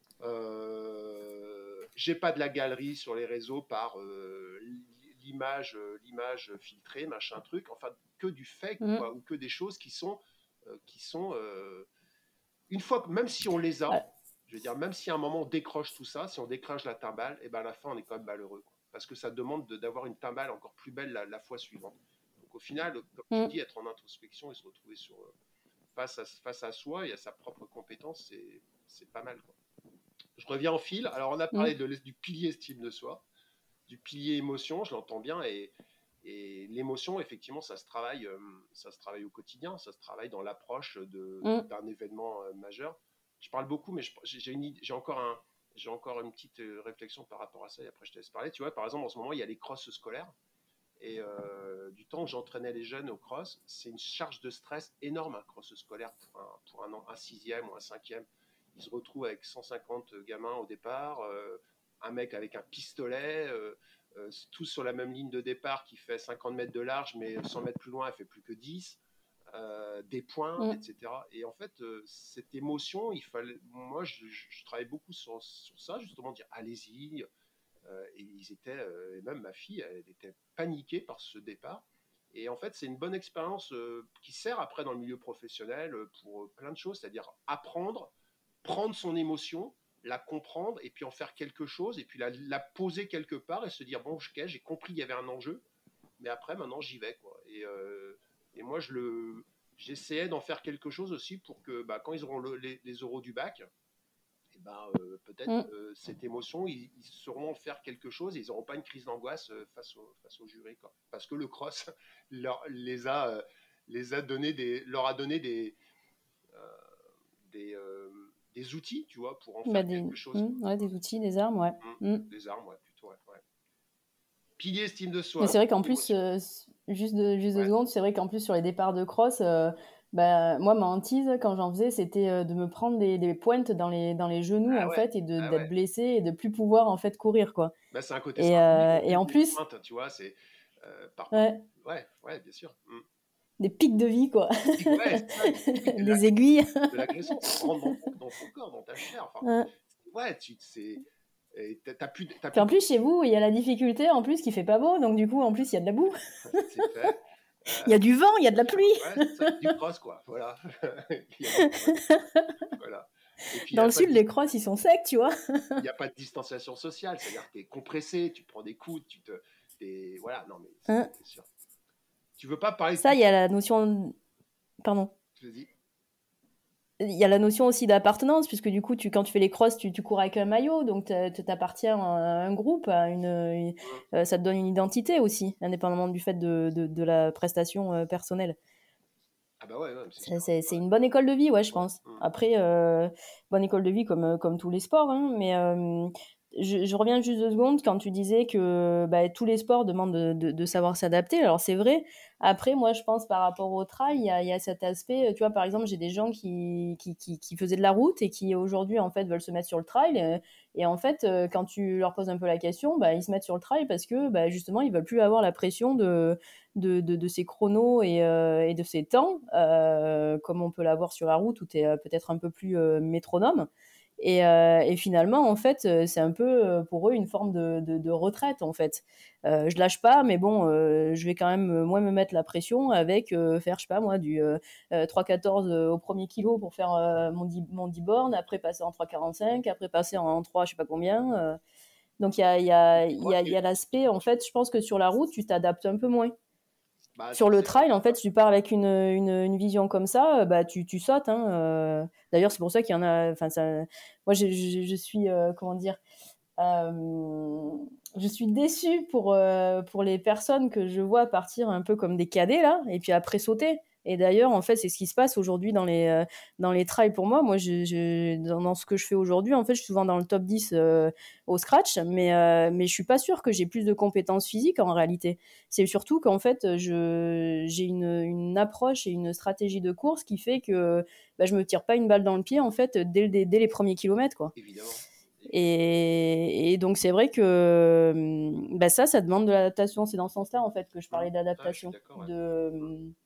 Euh, j'ai pas de la galerie sur les réseaux par euh, l'image, l'image filtrée, machin truc. Enfin, que du fake, Mm. quoi, ou que des choses qui sont, euh, qui sont euh, une fois que même si on les a, Ouais. je veux dire, même si à un moment on décroche tout ça, si on décroche la timbale, et ben à la fin on est quand même malheureux, quoi, parce que ça demande de, d'avoir une timbale encore plus belle la, la fois suivante. Donc au final, comme tu Mm. dis, être en introspection et se retrouver sur face à, face à soi et à sa propre compétence, c'est, c'est pas mal, quoi. Je reviens en fil. Alors, on a Mm. parlé de, du pilier estime de soi, du pilier émotion, je l'entends bien. Et, et l'émotion, effectivement, ça se travaille, euh, ça se travaille au quotidien, ça se travaille dans l'approche de, Mm. d'un événement euh, majeur. Je parle beaucoup, mais je, j'ai, une, j'ai, encore un, j'ai encore une petite euh, réflexion par rapport à ça, et après je te laisse parler. Tu vois, par exemple, en ce moment, il y a les crosses scolaires. Et euh, du temps que j'entraînais les jeunes au cross, c'est une charge de stress énorme, un cross scolaire pour un, pour un, un sixième ou un cinquième. Ils se retrouvent avec cent cinquante gamins au départ, euh, un mec avec un pistolet, euh, euh, tous sur la même ligne de départ qui fait cinquante mètres de large, mais cent mètres plus loin, elle fait plus que dix. Euh, des points, Mm. et cetera. Et en fait, euh, cette émotion, il fallait. Moi, je, je, je travaille beaucoup sur, sur ça, justement, dire allez-y, euh, et ils étaient, euh, et même ma fille, elle était paniquée par ce départ. Et en fait, c'est une bonne expérience euh, qui sert après dans le milieu professionnel euh, pour euh, plein de choses, c'est-à-dire apprendre, prendre son émotion, la comprendre et puis en faire quelque chose et puis la, la poser quelque part et se dire bon, okay, j'ai compris il y avait un enjeu, mais après maintenant j'y vais quoi. Et, euh, et moi je le, j'essayais d'en faire quelque chose aussi pour que bah, quand ils auront le, les, les euros du bac, eh ben, euh, peut-être Mm. euh, cette émotion, ils, ils sauront faire quelque chose et ils n'auront pas une crise d'angoisse euh, face, au, face au jury. Quoi. Parce que le cross leur, les a, euh, les a donné des, leur a donné des, euh, des, euh, des outils, tu vois, pour en Bah, faire des... quelque chose. Mm. Ouais, des outils, des armes, ouais. Mmh. Mm. Des armes, ouais, plutôt, ouais. ouais. Pilier estime de Mais soi. c'est vrai qu'en plus, Émotion. euh, juste, de, juste deux Ouais. secondes, c'est vrai qu'en plus sur les départs de cross, euh, bah, moi ma hantise quand j'en faisais, c'était euh, de me prendre des, des pointes dans les, dans les genoux Ah en ouais, fait et de, ah d'être ouais. blessée et de plus pouvoir en fait courir quoi. Bah, c'est un côté Et, symbolique euh, en et plus en des plus, pointes, tu vois, c'est euh, par, par... ouais, Ouais, ouais, bien sûr. Mmh. des pics de vie quoi, Des pics, ouais, c'est ça, des pics de des aiguilles. de l'agression, ça rentre dans ton, dans ton corps, dans ta chair. Enfin, Ouais. ouais, tu c'est, t'as, t'as plus, t'as Puis plus en de... plus chez vous, il y a la difficulté en plus qui fait pas beau, donc du coup en plus il y a de la boue. C'est fait. Il y a du vent, il y a de la pluie. Ouais, c'est ça, du cross, quoi. Voilà. Il y a du cross. Voilà. Et puis, il y Dans a le pas de sud, les crosses, ils sont secs, tu vois. il n'y a pas de distanciation sociale, c'est-à-dire que tu es compressé, tu prends des coudes, tu te. T'es- voilà, non, mais c'est Hein. c'est sûr. Tu veux pas parler de Ça, il y a la notion... Pardon. Vas-y. Il y a la notion aussi d'appartenance, puisque du coup, tu, quand tu fais les crosses, tu, tu cours avec un maillot, donc tu appartiens à un groupe, à une, une- Hum. euh, ça te donne une identité aussi, indépendamment du fait de, de, de la prestation euh, personnelle. Ah bah ouais, ouais, c'est C'est sûr. c'est- c'est Ouais. une bonne école de vie, ouais, je Ouais. pense. Hum. Après, euh, bonne école de vie comme, euh, comme tous les sports, hein, mais euh, je, je reviens juste deux secondes quand tu disais que bah, tous les sports demandent de, de, de savoir s'adapter. Alors c'est vrai. Après, moi, je pense par rapport au trail, il y a, il y a cet aspect. Tu vois, par exemple, j'ai des gens qui, qui, qui, qui faisaient de la route et qui aujourd'hui, en fait, veulent se mettre sur le trail. euh, Et, en fait, euh, quand tu leur poses un peu la question, bah, ils se mettent sur le trail parce que bah, justement, ils veulent plus avoir la pression de de, de, de ces chronos et, euh, et de ces temps, euh, comme on peut l'avoir sur la route où tu es euh, peut-être un peu plus euh, métronome. Et, euh, et finalement, en fait, euh, c'est un peu euh, pour eux une forme de, de, de retraite, en fait. Euh, je lâche pas, mais bon, euh, je vais quand même euh, moins me mettre la pression avec euh, faire, je sais pas moi, du euh, euh, trois quatorze euh, au premier kilo pour faire euh, mon dix mon dix bornes, après passer en trois quarante-cinq, après passer en trois je sais pas combien. euh. Donc il y a, y a, Tu y crois a, que. y a l'aspect, en fait, je pense que sur la route, tu t'adaptes un peu moins. Bah, Sur le c'est vrai. trail, en fait, si tu pars avec une, une, une vision comme ça, euh, bah, tu, tu sautes. Hein, euh. D'ailleurs, c'est pour ça qu'il y en a. Enfin, ça, moi, je, je, je suis, euh, comment dire, euh, je suis déçue pour, euh, pour les personnes que je vois partir un peu comme des cadets, là, et puis après sauter. Et d'ailleurs, en fait, c'est ce qui se passe aujourd'hui dans les, euh, dans les trails pour moi. Moi, je, je, dans, dans ce que je fais aujourd'hui, en fait, je suis souvent dans le top dix euh, au scratch, mais, euh, mais je suis pas sûre que j'ai plus de compétences physiques en réalité. C'est surtout qu'en fait, je, j'ai une, une approche et une stratégie de course qui fait que bah, je me tire pas une balle dans le pied, en fait, dès, dès, dès les premiers kilomètres, quoi. Évidemment. Évidemment. Et, et donc c'est vrai que bah ça, ça demande de l'adaptation. C'est dans ce sens-là en fait que je parlais Hum. Ah, je suis d'adaptation. d'accord. Ouais. Hum. De...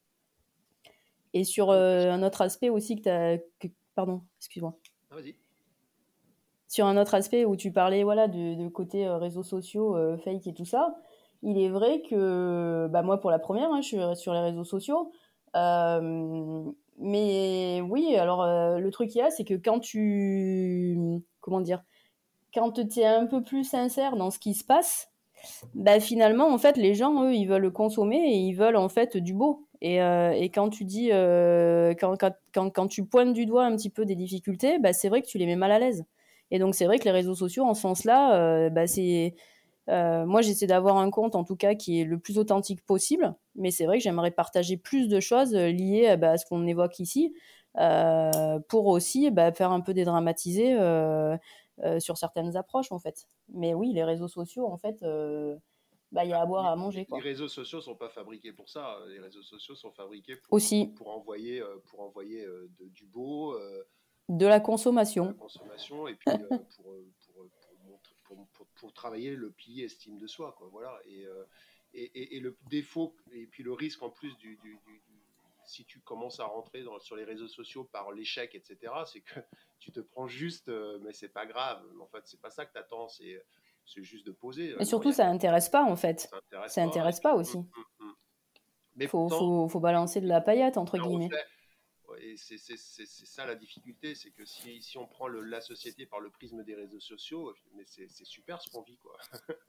Et sur Non, mais bien sûr. euh, un autre aspect aussi que tu as... Que... Pardon, excuse-moi. Ah, vas-y. Sur un autre aspect où tu parlais voilà, de, de côté euh, réseaux sociaux, euh, fake et tout ça, il est vrai que bah, moi pour la première, hein, je suis sur les réseaux sociaux. Euh, mais oui, alors euh, le truc qu'il y a, c'est que quand tu... Comment dire quand tu es un peu plus sincère dans ce qui se passe, bah finalement, en fait, les gens, eux, ils veulent consommer et ils veulent en fait du beau. Et, euh, et quand tu dis, euh, quand, quand, quand, quand tu pointes du doigt un petit peu des difficultés, bah, c'est vrai que tu les mets mal à l'aise. Et donc, c'est vrai que les réseaux sociaux, en ce sens-là, euh, bah, c'est, euh, moi, j'essaie d'avoir un compte, en tout cas, qui est le plus authentique possible. Mais c'est vrai que j'aimerais partager plus de choses liées bah, à ce qu'on évoque ici, euh, pour aussi bah, faire un peu dédramatiser euh, euh, sur certaines approches, en fait. Mais oui, les réseaux sociaux, en fait, euh, bah, il y a Ah, à boire, les, à manger, les quoi. réseaux sociaux sont pas fabriqués pour ça. Les réseaux sociaux sont fabriqués pour, euh, Aussi, pour envoyer, euh, pour envoyer euh, de- du beau, euh, de la de la consommation consommation, et puis euh, pour, euh, pour, euh, pour, montrer- pour, pour- pour travailler le pilier estime de soi, quoi. Voilà. Et, euh, et, et- et le défaut, et puis le risque en plus du, du- du- du- si tu commences à rentrer dans- sur les réseaux sociaux par l'échec, et cetera, c'est que tu te prends juste, euh, mais c'est pas grave. En fait, c'est pas ça que tu attends, c'est c'est juste de poser. et Euh, non, il y surtout, a, ça y a- intéresse pas, en fait. ça intéresse Ça pas. Et intéresse puis, pas hum, aussi. hum, hum. Mais Faut, pourtant, faut, faut balancer de la paillette, entre un guillemets. reflet. Ouais, et c'est c'est- c'est- c'est ça la difficulté, c'est que si, si on prend le- la société par le prisme des réseaux sociaux, mais c'est c'est super ce qu'on vit, quoi.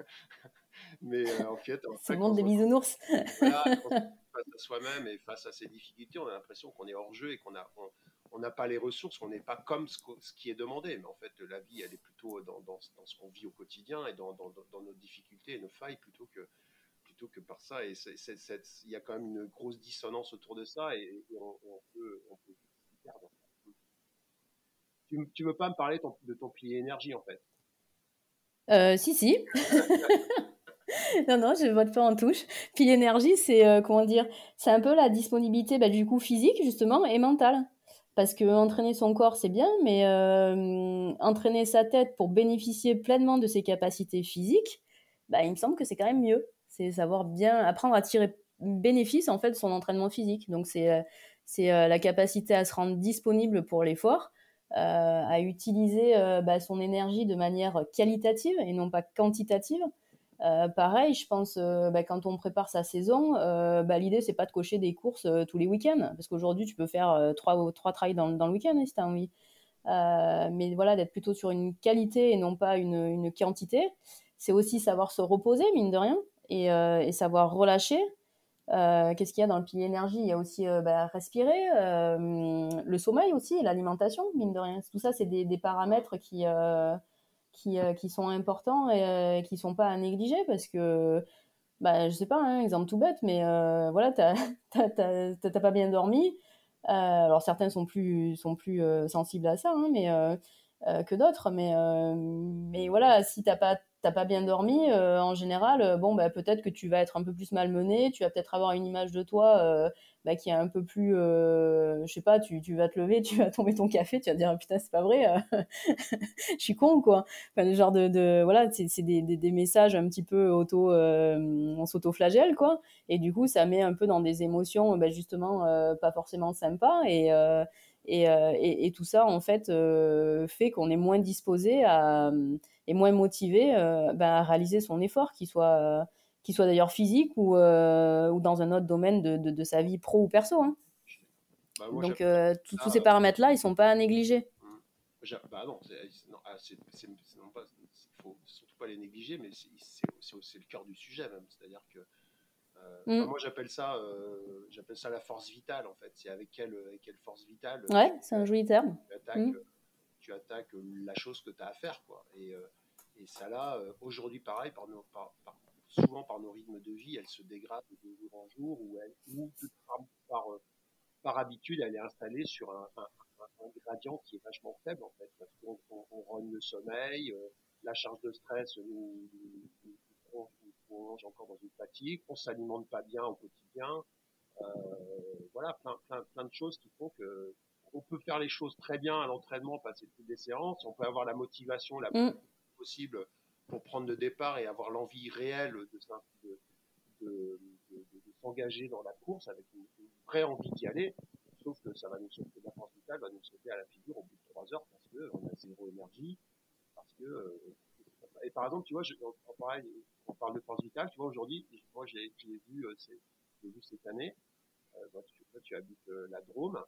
Mais euh, en fait, en C'est fait, le quand monde des on, bisounours. voilà, quand on est face à soi-même et face à ces difficultés, on a l'impression qu'on est hors jeu et qu'on a, on, on n'a pas les ressources, qu'on n'est pas comme ce, qu'o- ce qui est demandé. Mais en fait, la vie, elle est plutôt dans, dans, dans ce qu'on vit au quotidien et dans, dans, dans nos difficultés et nos failles plutôt que, plutôt que par ça. Et c'est- c'est- c'est- il y a quand même une grosse dissonance autour de ça et, et on, on peut, on peut s'y perdre. Tu, tu veux pas me parler ton- de ton pilier énergie en fait. Euh, si, si. Non, non, je vote pas en touche. Puis l'énergie, c'est, euh, comment dire, c'est un peu la disponibilité, bah, du coup, physique, justement, et mentale. Parce que entraîner son corps, c'est bien, mais euh, entraîner sa tête pour bénéficier pleinement de ses capacités physiques, bah, il me semble que c'est quand même mieux. C'est savoir bien apprendre à tirer bénéfice, en fait, de son entraînement physique. Donc, c'est, euh, c'est euh, la capacité à se rendre disponible pour l'effort, euh, à utiliser euh, bah, son énergie de manière qualitative et non pas quantitative. Euh, pareil, je pense, euh, bah, quand on prépare sa saison, euh, bah, l'idée, c'est pas de cocher des courses euh, tous les week-ends, parce qu'aujourd'hui, tu peux faire euh, trois, trois trails dans, dans le week-end, hein, si tu as envie. Euh, mais voilà, d'être plutôt sur une qualité et non pas une, une quantité. C'est aussi savoir se reposer, mine de rien, et, euh, et savoir relâcher. Euh, qu'est-ce qu'il y a dans le pilier énergie? Il y a aussi euh, bah, respirer, euh, le sommeil aussi, et l'alimentation, mine de rien. Tout ça, c'est des, des paramètres qui, euh, qui, euh, qui sont importants et euh, qui sont pas à négliger parce que, bah, je sais pas, hein, exemple tout bête, mais euh, voilà, t'as, t'as, t'as, t'as pas bien dormi. Euh, alors certains sont plus, sont plus euh, sensibles à ça, hein, mais euh, euh, que d'autres. Mais, euh, mais voilà, si t'as pas, t'as pas bien dormi, euh, en général, euh, bon, bah, peut-être que tu vas être un peu plus malmené, tu vas peut-être avoir une image de toi euh, bah, qui est un peu plus, euh, je sais pas, tu, tu vas te lever, tu vas tomber ton café, tu vas te dire, ah, putain, c'est pas vrai, euh, je suis con, quoi. Enfin, le genre de, de voilà, c'est, c'est des, des, des messages un petit peu auto, euh, on s'auto-flagelle, quoi. Et du coup, ça met un peu dans des émotions, bah, justement, euh, pas forcément sympas. Et, euh, et, euh, et, et tout ça, en fait, euh, fait qu'on est moins disposé à, et moins motivé euh, bah, à réaliser son effort, qu'il soit, euh, qu'il soit d'ailleurs physique ou, euh, ou dans un autre domaine de, de, de sa vie pro ou perso. Hein. Bah, moi, Donc, j'appelle euh, tous tous ça. ces euh, paramètres-là, ils sont pas à négliger. hmm. J'a- bah non, c'est c'est- non, ah, c'est- c'est- c'est non pas, c'est- faut surtout pas les négliger, mais c'est c'est- c'est- c'est le cœur du sujet même. C'est-à-dire que, euh, enfin, Mm. moi, j'appelle ça, euh, j'appelle ça la force vitale en fait. C'est avec quelle, avec quelle force vitale Ouais, tu, c'est un joli terme. tu attaques, Mm. euh, tu attaques la chose que tu as à faire, quoi. Et, euh, et ça là, euh, aujourd'hui, pareil, par nos, par, par- souvent par nos rythmes de vie, elle se dégrade de jour en jour, ou, elle, ou de- par, par, euh, par habitude, elle est installée sur un, un, un, un gradient qui est vachement faible, en fait, parce qu'on on, on rogne le sommeil, euh, la charge de stress nous, nous, nous, nous, nous plonge encore dans une fatigue, on s'alimente pas bien au quotidien, euh, voilà, plein, plein, plein de choses qui font que on peut faire les choses très bien à l'entraînement, passer toutes les séances, on peut avoir la motivation la plus Mm. possible pour prendre le départ et avoir l'envie réelle de, de, de, de, de, de s'engager dans la course avec une, une vraie envie d'y aller. Sauf que ça va nous sauter, la force vitale va nous sauter à la figure au bout de trois heures parce qu'on a zéro énergie. Parce que, euh, et par exemple, tu vois, je, on, on, pareil, on parle de force vitale, tu vois, aujourd'hui, moi j'ai vu, euh, j'ai vu cette année, euh, bah, tu, toi, tu habites euh, la Drôme,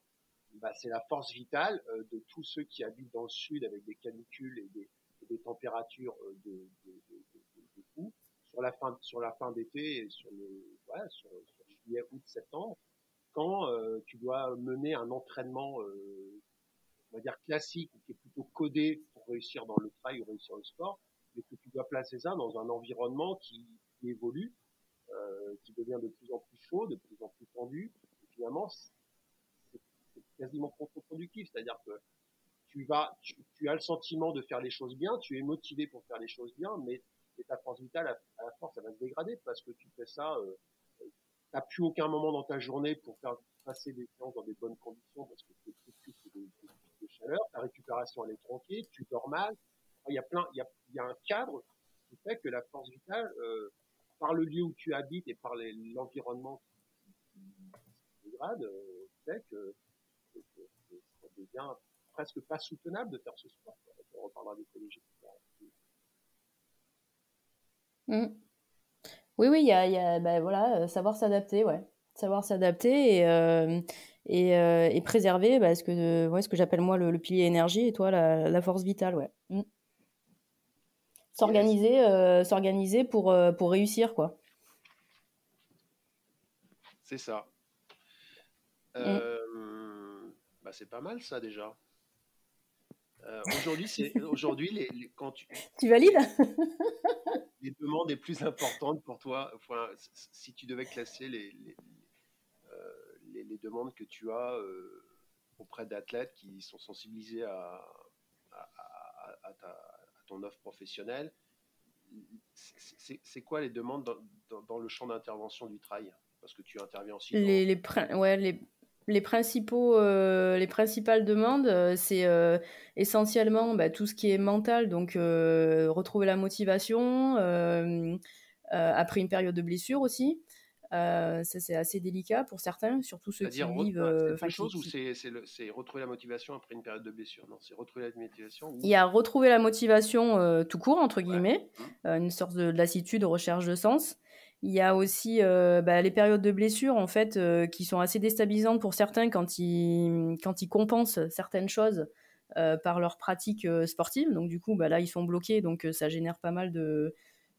bah, c'est la force vitale euh, de tous ceux qui habitent dans le sud avec des canicules et des, et des températures euh, de, de, de, de, de, de fou sur la fin sur la fin d'été et sur le voilà, sur, sur juillet, août, septembre, quand euh, tu dois mener un entraînement euh, on va dire classique ou qui est plutôt codé pour réussir dans le trail ou réussir le sport, mais que tu dois placer ça dans un environnement qui, qui évolue, euh, qui devient de plus en plus chaud, de plus en plus tendu. Et finalement, c'est quasiment contre-productif, c'est-à-dire que tu vas, tu, tu, as le sentiment de faire les choses bien, tu es motivé pour faire les choses bien, mais ta force vitale, à, à la force, ça va se dégrader parce que tu fais ça, euh, t'as plus aucun moment dans ta journée pour faire passer des séances dans des bonnes conditions parce que tu es de, de, de chaleur, ta récupération elle est tronquée, tu dors mal. Il y a plein, il y a, il y a un cadre qui fait que la force vitale, euh, par le lieu où tu habites et par l'environnement qui, qui se dégrade, euh, fait que, que, que, que ça devient presque pas soutenable de faire ce sport. Quoi. On reparlera d'écologie plus tard. Mm. Oui, oui, il y a, il y a bah, voilà, euh, savoir s'adapter, ouais. Savoir s'adapter et, euh, et, euh, et préserver bah, ce que, ouais, ce que j'appelle moi le, le pilier énergie et toi la, la force vitale, ouais. Mm. Yes, S'organiser, euh, s'organiser pour, euh, pour réussir, quoi. c'est ça. Mm. Euh, bah c'est pas mal ça déjà. Euh, aujourd'hui, c'est aujourd'hui les, les, quand tu Tu valides? les, les demandes les plus importantes pour toi. Enfin, si tu devais classer les les, euh, les, les demandes que tu as euh, auprès d'athlètes qui sont sensibilisés à à, à, à, ta, à ton offre professionnelle, c'est quoi les demandes dans, dans, dans le champ d'intervention du trail? Parce que tu interviens aussi dans. Les, les, ouais, les, les, principaux, euh, les principales demandes, euh, c'est euh, essentiellement bah, tout ce qui est mental, donc euh, retrouver la motivation euh, euh, après une période de blessure aussi. Euh, ça, c'est assez délicat pour certains, surtout ceux qui C'est-à-dire, re- vivent, bah, euh, c'est enfin deux qui, choses ou qui c'est c'est le- c'est retrouver la motivation après une période de blessure? Non, c'est retrouver la motivation Il ou... y a retrouver la motivation euh, tout court, entre Ouais. guillemets, Hum. euh, une sorte de, de lassitude, recherche de sens. Il y a aussi euh, bah, les périodes de blessure, en fait, euh, qui sont assez déstabilisantes pour certains quand ils, quand ils compensent certaines choses euh, par leur pratique euh, sportive. Donc, du coup, bah, là, ils sont bloqués, donc euh, ça génère pas mal de,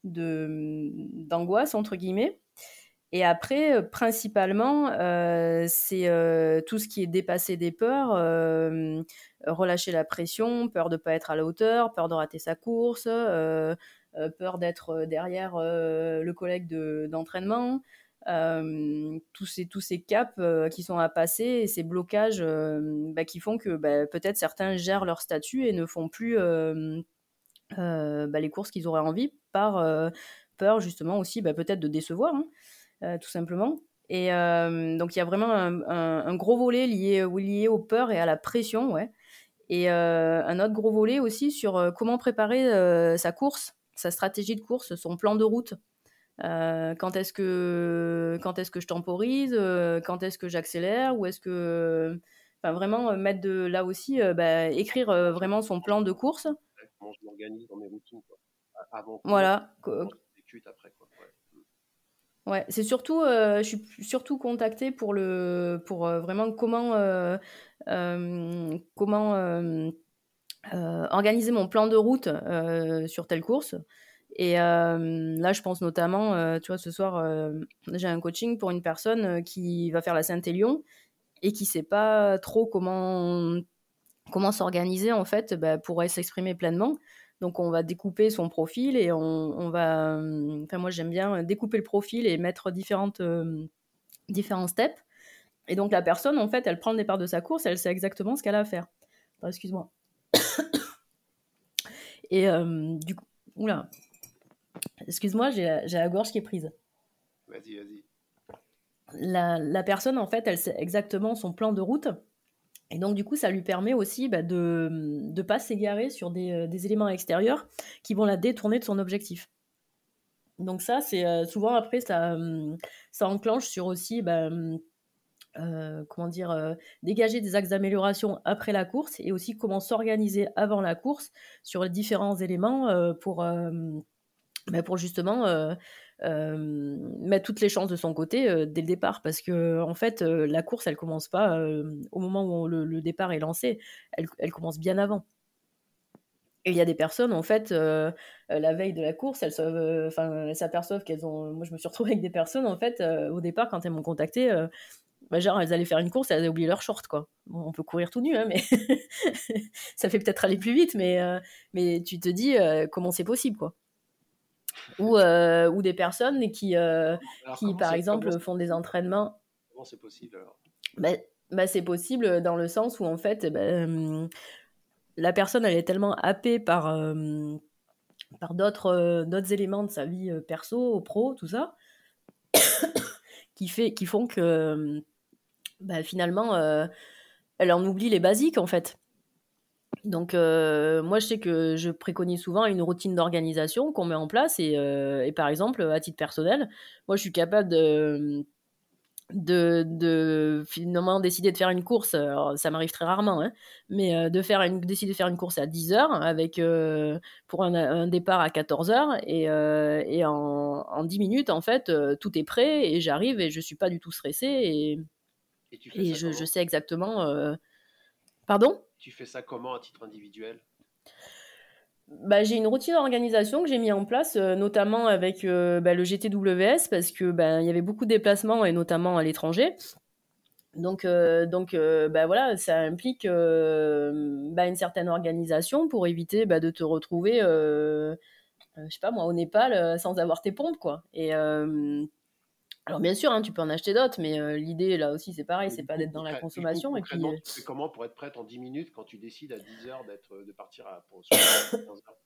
de, d'angoisse, entre guillemets. Et après, euh, principalement, euh, c'est euh, tout ce qui est dépassé des peurs, euh, relâcher la pression, peur de ne pas être à la hauteur, peur de rater sa course, euh, euh, peur d'être derrière euh, le collègue de, d'entraînement. Euh, tous ces, tous ces caps euh, qui sont à passer et ces blocages euh, bah, qui font que bah, peut-être certains gèrent leur statut et ne font plus euh, euh, bah, les courses qu'ils auraient envie par euh, peur justement aussi bah, peut-être de décevoir. Hein euh, tout simplement. Et euh, donc il y a vraiment un, un, un, gros volet lié, lié aux peurs et à la pression, ouais. Et euh, un autre gros volet aussi sur euh, comment préparer euh, sa course, sa stratégie de course, son plan de route. Euh, quand est-ce que quand est-ce que je temporise, euh, quand est-ce que j'accélère, ou est-ce que, enfin vraiment euh, mettre de là aussi, euh, bah, écrire euh, vraiment son plan de course. Comment je m'organise dans mes routines, quoi. Avant course, Voilà. comment je l'exécute après, quoi. Ouais. Ouais, c'est surtout, euh, je suis surtout contactée pour le, pour euh, vraiment comment, euh, euh, comment euh, euh, organiser mon plan de route euh, sur telle course. Et euh, là, je pense notamment, euh, tu vois, ce soir, euh, j'ai un coaching pour une personne euh, qui va faire la Saint-Élion et qui sait pas trop comment comment s'organiser en fait bah, pour s'exprimer pleinement. Donc on va découper son profil et on, on va, euh, enfin moi j'aime bien découper le profil et mettre différentes, euh, différents steps. Et donc la personne en fait elle prend le départ de sa course, elle sait exactement ce qu'elle a à faire. Attends, excuse-moi. Et euh, du coup, oula, excuse-moi, j'ai, j'ai la gorge qui est prise. Vas-y, vas-y. La, la personne en fait elle sait exactement son plan de route. Et donc, du coup, ça lui permet aussi bah, de ne pas s'égarer sur des, euh, des éléments extérieurs qui vont la détourner de son objectif. Donc ça, c'est euh, souvent après, ça, euh, ça enclenche sur aussi, bah, euh, comment dire, euh, dégager des axes d'amélioration après la course et aussi comment s'organiser avant la course sur les différents éléments euh, pour, euh, bah, pour justement euh, euh, mettre toutes les chances de son côté euh, dès le départ. Parce que en fait, euh, la course, elle commence pas euh, au moment où on- le, le départ est lancé, elle, elle commence bien avant. Et il y a des personnes, en fait, euh, euh, la veille de la course, elles, euh, elles s'aperçoivent qu'elles ont. Moi, je me suis retrouvée avec des personnes, en fait, euh, au départ, quand elles m'ont contacté, euh, bah, genre, elles allaient faire une course, elles avaient oublié leur short, quoi. Bon, on peut courir tout nu, hein, mais ça fait peut-être aller plus vite, mais, euh, mais tu te dis euh, comment c'est possible, quoi. Ou, euh, ou des personnes qui, euh, Alors, qui comment par c'est comment exemple, c'est font des possible? entraînements. Comment c'est possible, alors? Bah, bah, c'est possible dans le sens où, en fait, bah, euh, la personne, elle est tellement happée par. Euh, par d'autres euh, d'autres éléments de sa vie euh, perso, pro, tout ça, qui, fait, qui font que euh, bah, finalement, euh, elle en oublie les basiques en fait. Donc euh, moi je sais que je préconise souvent une routine d'organisation qu'on met en place et, euh, et par exemple à titre personnel, moi je suis capable de de, de finalement décider de faire une course, alors ça m'arrive très rarement, hein, mais euh, de faire une, décider de faire une course à dix heures avec, euh, pour un, un départ à quatorze heures et, euh, et en, en dix minutes, en fait, euh, tout est prêt et j'arrive et je suis pas du tout stressée et, Et tu fais et ça je, je comment? sais exactement... euh, Pardon. Tu fais ça comment à titre individuel? Bah, j'ai une routine d'organisation que j'ai mis en place, euh, notamment avec euh, bah, le G T W S, parce que bah, il y avait beaucoup de déplacements, et notamment à l'étranger. Donc, euh, donc euh, bah, voilà, ça implique euh, bah, une certaine organisation pour éviter bah, de te retrouver, euh, euh, je sais pas moi, au Népal euh, sans avoir tes pompes, quoi. Et euh, alors bien sûr, hein, tu peux en acheter d'autres, mais euh, l'idée là aussi c'est pareil, Mais c'est du pas coup, d'être dans la concrète, du coup, consommation. Et puis concrètement, euh, tu fais comment pour être prête en dix minutes quand tu décides à dix heures d'être, de partir à, pour, sur la course à quinze heures?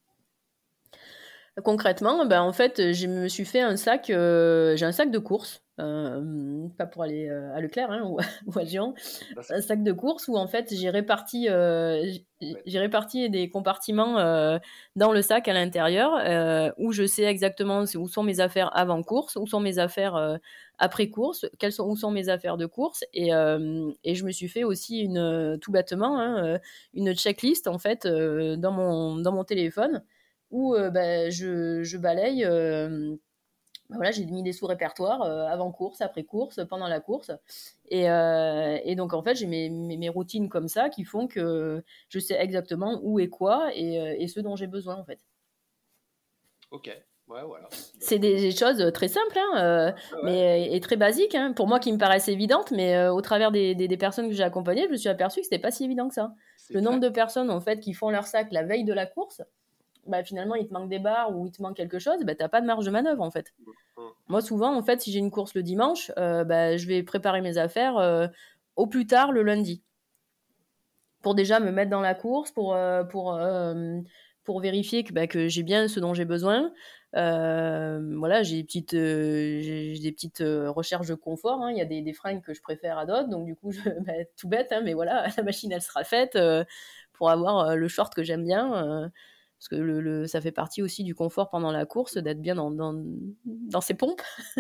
concrètement, bah, en fait, je me suis fait un sac, euh, j'ai un sac de course. euh, pas pour aller euh, à Leclerc hein, ou, ou à Géant, Là, c'est un sac de course où en fait j'ai réparti, euh, j'ai- ouais. j'ai réparti des compartiments euh, dans le sac à l'intérieur euh, où je sais exactement où sont mes affaires avant course, où sont mes affaires euh, après course, quelles sont, où sont mes affaires de course et, euh, et je me suis fait aussi une, tout bêtement hein, euh, une checklist en fait euh, dans, mon, dans mon téléphone où euh, bah, je, je balaye. Euh, bah voilà, j'ai mis des sous-répertoires euh, avant course, après course, pendant la course. Et, euh, et donc, en fait, j'ai mes, mes, mes routines comme ça qui font que je sais exactement où et quoi et, euh, et ce dont j'ai besoin, en fait. Ok, ouais, voilà. Bah, C'est des, des choses très simples, hein, euh, ouais, ouais, mais et très basiques, hein, pour moi qui me paraissent évidentes, mais euh, au travers des, des, des personnes que j'ai accompagnées, je me suis aperçue que c'était pas si évident que ça. c'est Le clair. nombre de personnes, en fait, qui font leur sac la veille de la course, bah, finalement, il te manque des barres ou il te manque quelque chose, bah, t'as pas de marge de manœuvre, en fait. Hum, Moi, souvent, en fait, si j'ai une course le dimanche, euh, bah, je vais préparer mes affaires euh, au plus tard le lundi. Pour déjà me mettre dans la course, pour, euh, pour, euh, pour vérifier que, bah, que j'ai bien ce dont j'ai besoin. Euh, voilà, j'ai des petites, euh, j'ai des petites euh, recherches de confort. Hein. Il y a des, des fringues que je préfère à d'autres. Donc, du coup, je, bah, tout bête, hein, mais voilà, la machine, elle sera faite euh, pour avoir euh, le short que j'aime bien. Euh, parce que le, le, ça fait partie aussi du confort pendant la course, d'être bien dans, dans, dans ses pompes.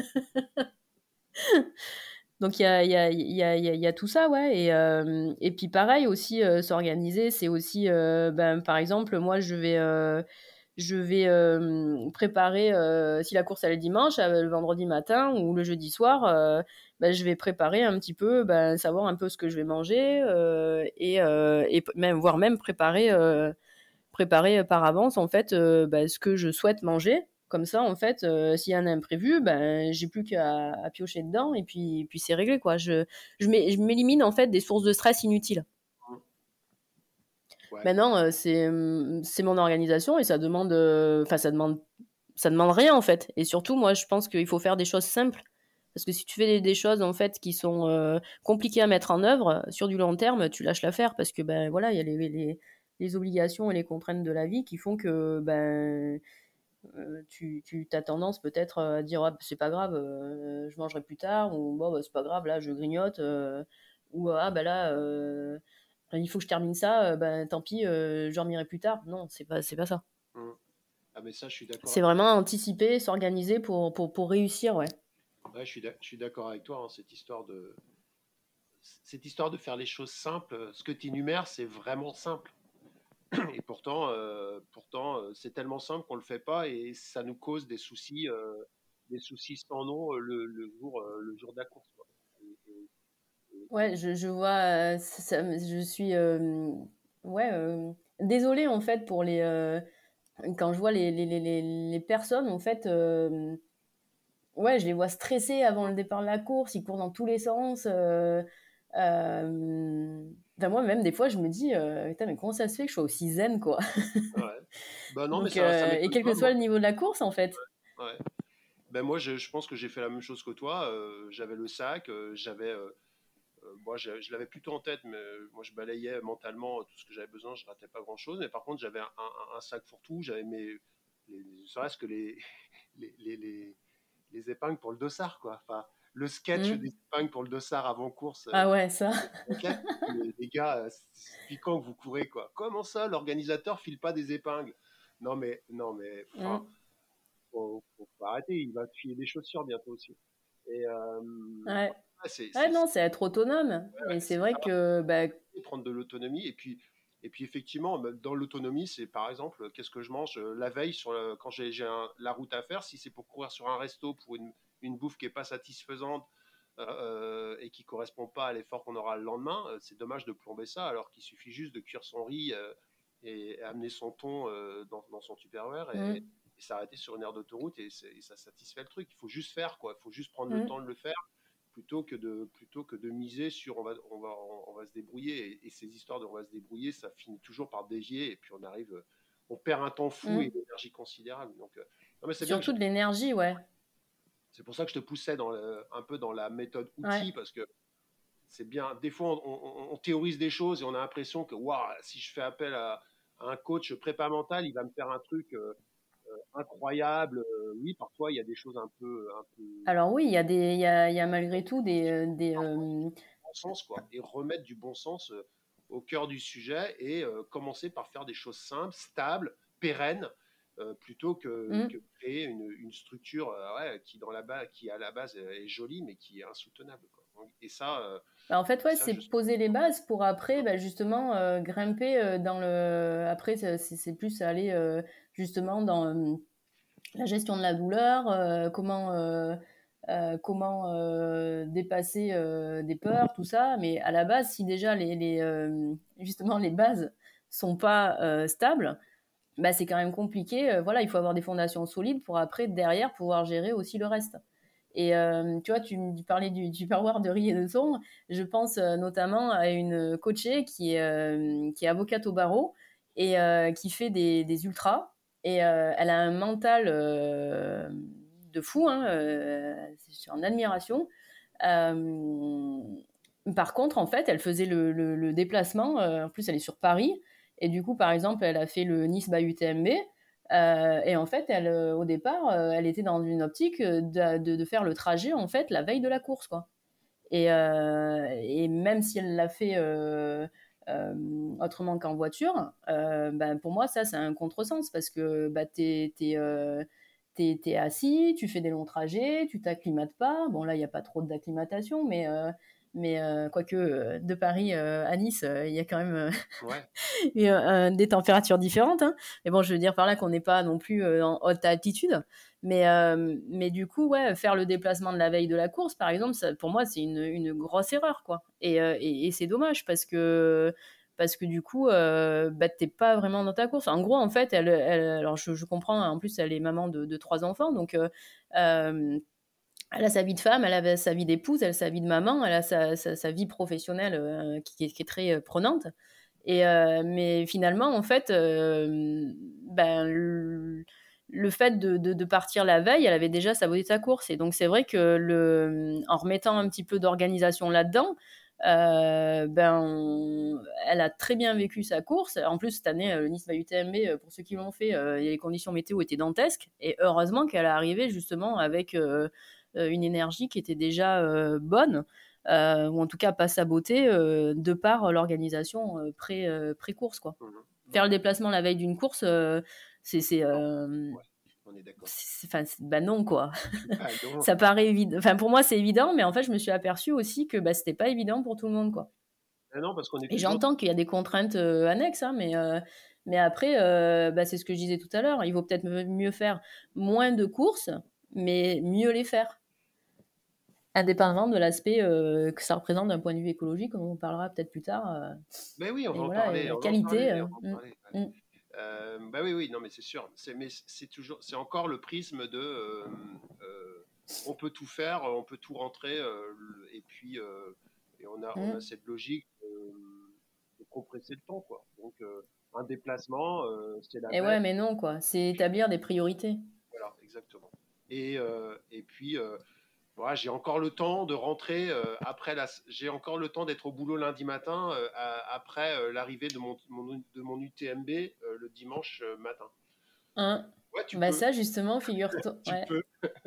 Donc il y a, y, a, y, a, y a tout ça, ouais. Et, euh, et puis pareil aussi, euh, s'organiser, c'est aussi, euh, ben, par exemple, moi je vais, euh, je vais euh, préparer, euh, si la course elle est dimanche, euh, le vendredi matin ou le jeudi soir, euh, ben, je vais préparer un petit peu, ben, savoir un peu ce que je vais manger euh, et, euh, et même, voire même préparer, euh, préparer par avance en fait euh, ben, ce que je souhaite manger. Comme ça, en fait, euh, s'il y a un imprévu, ben j'ai plus qu'à à piocher dedans et puis, puis c'est réglé quoi. Je, je, je m'élimine en fait des sources de stress inutiles. hum. Ouais, Maintenant, euh, c'est c'est mon organisation et ça demande, enfin euh, ça demande ça demande rien en fait. Et surtout, moi, je pense qu'il faut faire des choses simples parce que si tu fais des, des choses en fait qui sont euh, compliquées à mettre en œuvre sur du long terme, tu lâches l'affaire parce que ben voilà, il y a les, les les obligations et les contraintes de la vie qui font que ben euh, tu, tu as tendance peut-être à dire ah, c'est pas grave, euh, je mangerai plus tard, ou bon, bah, c'est pas grave, là je grignote, euh, ou ah bah là euh, il faut que je termine ça, euh, bah, tant pis, euh, je dormirai plus tard. Non, c'est pas, c'est pas ça. hum. Ah, mais ça, je suis d'accord. C'est vraiment anticiper, s'organiser pour, pour, pour réussir, ouais. Ouais, je suis d'ac- je suis d'accord avec toi, hein, cette histoire de, cette histoire de faire les choses simples. Ce que tu énumères, c'est vraiment simple. Et pourtant, euh, pourtant euh, c'est tellement simple qu'on le fait pas et ça nous cause des soucis, euh, des soucis sans nom euh, le, le jour, euh, le jour de la course, quoi. Et- et- et- Ouais, je, je vois, euh, ça, je suis euh, ouais, euh, désolée en fait pour les. Euh, quand je vois les, les, les, les les personnes, en fait. Euh, ouais, je les vois stressés avant le départ de la course, ils courent dans tous les sens. Euh, euh, enfin, moi, même des fois, je me dis, euh, putain, mais comment ça se fait que je sois aussi zen, quoi. ouais. Ben non, mais Donc, ça, ça euh, et m'étonne quel que pas, soit moi. le niveau de la course, en fait. Ouais. Ben moi, je, je pense que j'ai fait la même chose que toi. Euh, j'avais le sac, euh, j'avais, euh, euh, moi, je, je l'avais plutôt en tête, mais euh, moi, je balayais mentalement tout ce que j'avais besoin. Je ratais pas grand-chose. Mais par contre, j'avais un, un- un sac fourre-tout. J'avais mes, les, ne serait-ce que les, les, les, les, les épingles pour le dossard, quoi. Enfin, le sketch Hmm. des épingles pour le dossard avant course. Euh, Ah ouais, ça. ok, les, les gars, euh, c'est depuis quand que vous courez, quoi? Comment ça, l'organisateur file pas des épingles? Non mais, non mais, enfin, Hmm. faut, faut, faut arrêter. Il va te filer des chaussures bientôt aussi. Et euh, Ouais. ouais, c'est, Ouais, c'est, non, c'est être autonome. ouais, ouais, Et c'est c'est vrai savoir que, bah, prendre de l'autonomie. Et puis, et puis effectivement, même dans l'autonomie, c'est par exemple, qu'est-ce que je mange euh, la veille sur le- quand j'ai, j'ai un- la route à faire. Si c'est pour courir sur un resto pour une, une bouffe qui est pas satisfaisante euh, et qui correspond pas à l'effort qu'on aura le lendemain, euh, c'est dommage de plomber ça alors qu'il suffit juste de cuire son riz euh, et amener son thon euh, dans, dans son Tupperware et, hmm, et s'arrêter sur une aire d'autoroute et, c'est- et ça satisfait le truc. Il faut juste faire quoi. Il faut juste prendre le hmm, temps de le faire plutôt que de plutôt que de miser sur on va on va on va se débrouiller et, et ces histoires de on va se débrouiller ça finit toujours par dévier et puis on arrive on perd un temps fou et hmm. une énergie considérable donc euh, non mais c'est bien que je- Surtout de l'énergie, ouais. c'est pour ça que je te poussais dans le- un peu dans la méthode Ouais. outil parce que c'est bien des fois on, on- on théorise des choses et on a l'impression que waouh si je fais appel à, à un coach prépa mental il va me faire un truc euh, incroyable. Euh, oui, parfois il y a des choses un peu, un peu Alors oui, il y a des, il y a, il y a malgré tout des, euh, des, parfois euh, bon sens, quoi, et remettre du bon sens euh, au cœur du sujet et euh, commencer par faire des choses simples, stables, pérennes, euh, plutôt que, hmm. que créer une, une structure euh, ouais, qui, dans la base, qui à la base est jolie mais qui est insoutenable, quoi. Donc, et ça, euh, Bah, en fait, et ouais, ça, c'est je poser les bases pour après, bah, justement, euh, grimper euh, dans le. Après, c'est c'est- c'est plus aller euh, justement dans euh, la gestion de la douleur, euh, comment, euh, euh, comment euh, dépasser euh, des peurs, tout ça. Mais à la base, si déjà les, les, euh, justement les bases sont pas euh, stables, bah, c'est quand même compliqué. Euh, voilà, il faut avoir des fondations solides pour après, derrière, pouvoir gérer aussi le reste. Et euh, tu vois, tu me parlais du, du Tupperware de riz et de thon. Je pense euh, notamment à une coachée qui est, euh, qui est avocate au barreau et euh, qui fait des, des ultras. Et euh, elle a un mental euh, de fou, hein, euh, je suis en admiration. Euh, Par contre, en fait, elle faisait le, le, le déplacement. Euh, en plus, elle est sur Paris. Et du coup, par exemple, elle a fait le Nice by U T M B. Euh, et en fait, elle, euh, au départ, euh, elle était dans une optique de, de, de faire le trajet en fait la veille de la course, quoi. Et, euh, et même si elle l'a fait euh, euh, autrement qu'en voiture, euh, ben, pour moi, ça, c'est un contresens parce que bah, t'es, t'es, euh, t'es, t'es assis, tu fais des longs trajets, tu t'acclimates pas. Bon, là, il n'y a pas trop d'acclimatation, mais, euh, mais euh, quoique euh, de Paris euh, à Nice, euh, il y a quand même ouais. et, euh, des températures différentes. Hein. Mais bon, je veux dire par là qu'on n'est pas non plus euh, en haute altitude. Mais, euh, mais du coup, ouais, faire le déplacement de la veille de la course, par exemple, ça, pour moi, c'est une, une grosse erreur, quoi. Et, euh, et, et c'est dommage parce que parce que du coup, euh, bah, t'es pas vraiment dans ta course. En gros, en fait, elle, elle alors je, je comprends. En plus, elle est maman de, de trois enfants, donc euh, euh, elle a sa vie de femme, elle a sa vie d'épouse, elle a sa vie de maman, elle a sa, sa, sa vie professionnelle euh, qui, qui est très euh, prenante. Et euh, mais finalement, en fait, euh, ben, le, le fait de, de, de partir la veille, elle avait déjà saboté sa course. Et donc, c'est vrai que le, en remettant un petit peu d'organisation là-dedans, euh, ben, elle a très bien vécu sa course. En plus, cette année, le Nice by U T M B, pour ceux qui l'ont fait, euh, les conditions météo étaient dantesques. Et heureusement qu'elle est arrivée justement avec euh, une énergie qui était déjà euh, bonne euh, ou en tout cas pas saboter euh, de par l'organisation euh, pré, euh, pré-course. Quoi. Mhm. Faire Non, le mais déplacement la veille d'une course, euh, c'est. c'est, non, euh, ouais, on est d'accord. c'est, enfin, c'est- bah non, quoi. Ah non, Ça paraît évident. Enfin, pour moi, c'est évident, mais en fait, je me suis aperçue aussi que bah, c'était pas évident pour tout le monde. Quoi. ah non, parce qu'on est Et toujours. j'entends qu'il y a des contraintes euh, annexes, hein, mais, euh, mais après, euh, bah, c'est ce que je disais tout à l'heure. Il vaut peut-être mieux faire moins de courses, mais mieux les faire. Indépendamment de l'aspect euh, que ça représente d'un point de vue écologique, comme on parlera peut-être plus tard. Euh, Mais oui, on va et en voilà, et parler, la on va en qualité. parler, Euh, on va en mm, parler. Ouais. mm. Euh, bah oui, oui, non, mais c'est sûr. C'est, mais c'est toujours, c'est encore le prisme de, euh, euh, on peut tout faire, on peut tout rentrer, euh, et puis, euh, et on a, on a Mm. cette logique euh, de compresser le temps, quoi. Donc, euh, un déplacement, euh, c'est la Et veille, ouais, mais non, quoi. C'est établir des priorités. voilà, exactement. Et, euh, et puis, euh, voilà, j'ai encore le temps de rentrer euh, après la, j'ai encore le temps d'être au boulot lundi matin euh, à- après euh, l'arrivée de mon, mon- de mon U T M B euh, le dimanche euh, matin. Hein. Ouais, tu Bah peux, ça, justement, figure-toi. tu Ouais. peux.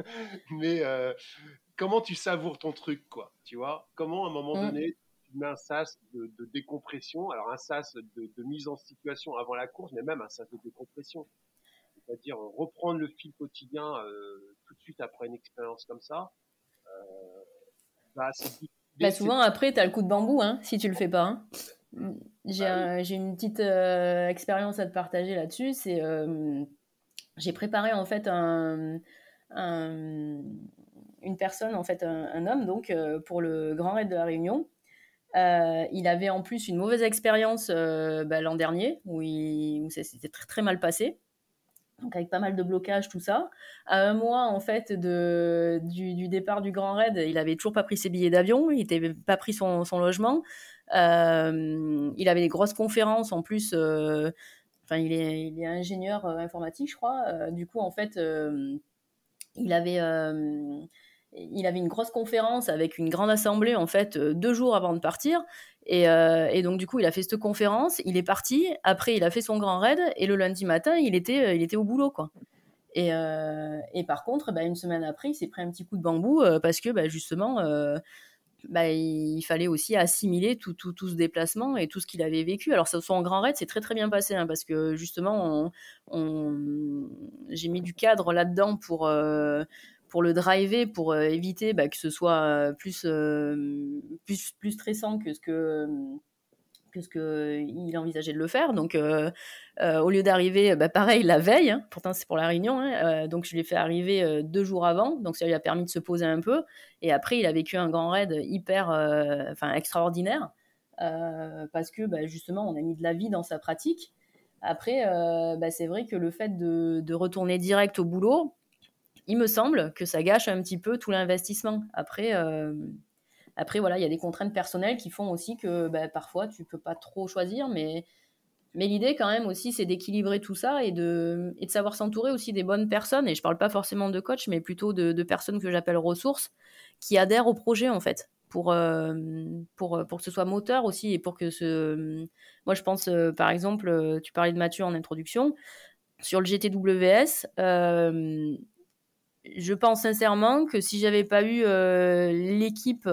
Mais euh, comment tu savoures ton truc, quoi, tu vois? Comment à un moment Mm. donné tu mets un sas de, de décompression, alors un sas de, de mise en situation avant la course, mais même un sas de décompression, c'est-à-dire euh, reprendre le fil quotidien euh, tout de suite après une expérience comme ça. Bah, c'est Bah l'idée, c'est souvent, après, t'as le coup de bambou, hein, si tu le fais pas. Hein. hmm, J'ai bah oui, un- j'ai une petite euh, expérience à te partager là-dessus. C'est euh, j'ai préparé en fait un, un- une personne, en fait un, un homme, donc euh, pour le Grand Raid de la Réunion. Euh, il avait en plus une mauvaise expérience euh, bah, l'an dernier où, il, où ça s'était très, très mal passé. Donc avec pas mal de blocages, tout ça. À un mois en fait de, du, du départ du Grand Raid, il avait toujours pas pris ses billets d'avion, il n'était pas pris son, son logement. Euh, il avait des grosses conférences en plus. Euh, enfin, il est, il est ingénieur euh, informatique, je crois. Euh, du coup, en fait, euh, il avait, euh, il avait une grosse conférence avec une grande assemblée en fait euh, deux jours avant de partir. Et, euh, et donc du coup, il a fait cette conférence, il est parti. Après, il a fait son grand raid et le lundi matin, il était, euh, il était au boulot quoi. Et, euh, et par contre, bah, une semaine après, il s'est pris un petit coup de bambou euh, parce que bah, justement, euh, bah, il fallait aussi assimiler tout, tout, tout ce déplacement et tout ce qu'il avait vécu. Alors, ça, son grand raid, c'est très très bien passé hein, parce que justement, on, on, j'ai mis du cadre là-dedans pour, euh, pour le driver, pour euh, éviter bah, que ce soit plus, euh, plus, plus stressant que ce que que ce qu'il envisageait de le faire. Donc, euh, euh, au lieu d'arriver, bah, pareil, la veille, hein, pourtant c'est pour la Réunion, hein, euh, donc je l'ai fait arriver euh, deux jours avant, donc ça lui a permis de se poser un peu. Et après, il a vécu un grand raid hyper, euh, enfin, extraordinaire, euh, parce que bah, justement, on a mis de la vie dans sa pratique. Après, euh, bah, c'est vrai que le fait de, de retourner direct au boulot, il me semble que ça gâche un petit peu tout l'investissement. Après, euh, après, voilà, il y a des contraintes personnelles qui font aussi que bah, parfois tu peux pas trop choisir, mais, mais l'idée quand même aussi, c'est d'équilibrer tout ça et de, et de savoir s'entourer aussi des bonnes personnes. Et je parle pas forcément de coach, mais plutôt de, de personnes que j'appelle ressources, qui adhèrent au projet en fait, pour, euh, pour, pour que ce soit moteur aussi et pour que ce... Moi, je pense, euh, par exemple, euh, tu parlais de Mathieu en introduction, sur le G T W S, euh, je pense sincèrement que si j'avais pas eu euh, l'équipe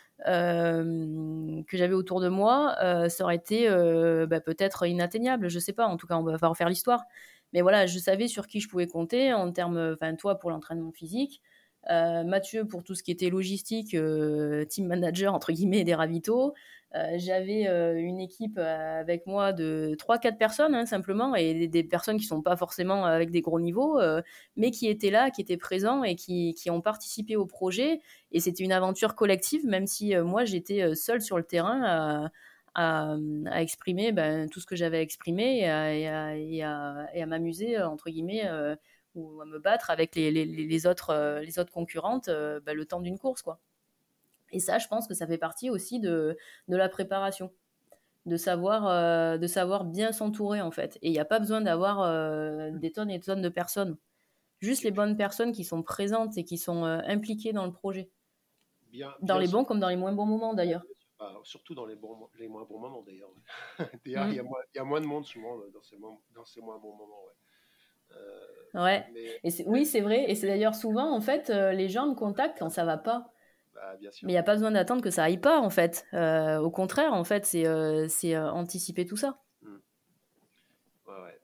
euh, que j'avais autour de moi, euh, ça aurait été euh, bah, peut-être inatteignable. Je sais pas. En tout cas, on va refaire l'histoire. Mais voilà, je savais sur qui je pouvais compter en termes, enfin toi pour l'entraînement physique, euh, Mathieu pour tout ce qui était logistique, euh, team manager entre guillemets des ravitaux. Euh, j'avais euh, une équipe euh, avec moi de trois quatre personnes hein, simplement et des, des, personnes qui sont pas forcément avec des gros niveaux, euh, mais qui étaient là, qui étaient présents et qui, qui ont participé au projet. Et c'était une aventure collective, même si euh, moi j'étais euh, seule sur le terrain à, à, à exprimer ben, tout ce que j'avais exprimé et à, et à, et à, et à m'amuser euh, entre guillemets euh, ou à me battre avec les, les, les autres, euh, les autres concurrentes euh, ben, le temps d'une course quoi. Et ça, je pense que ça fait partie aussi de, de la préparation, de savoir, euh, de savoir bien s'entourer en fait. Et il n'y a pas besoin d'avoir euh, des tonnes et des tonnes de personnes. Juste Et les puis, bonnes personnes qui sont présentes et qui sont euh, impliquées dans le projet. bien, Dans bien les sûr, bons comme dans les moins bons moments d'ailleurs. bah, surtout dans les, bons, les moins bons moments d'ailleurs. D'ailleurs, il y, a Mm. moins- il y a moins de monde souvent dans ces, mo- dans ces moins bons moments. Ouais. Euh, Ouais. mais Et c'est- oui, c'est vrai. Et c'est d'ailleurs souvent, en fait, euh, les gens me contactent quand ça va pas. bah, bien sûr. Mais il n'y a pas besoin d'attendre que ça aille pas, en fait. Euh, au contraire, en fait, c'est euh, c'est euh, anticiper tout ça. Hmm. Ouais, ouais.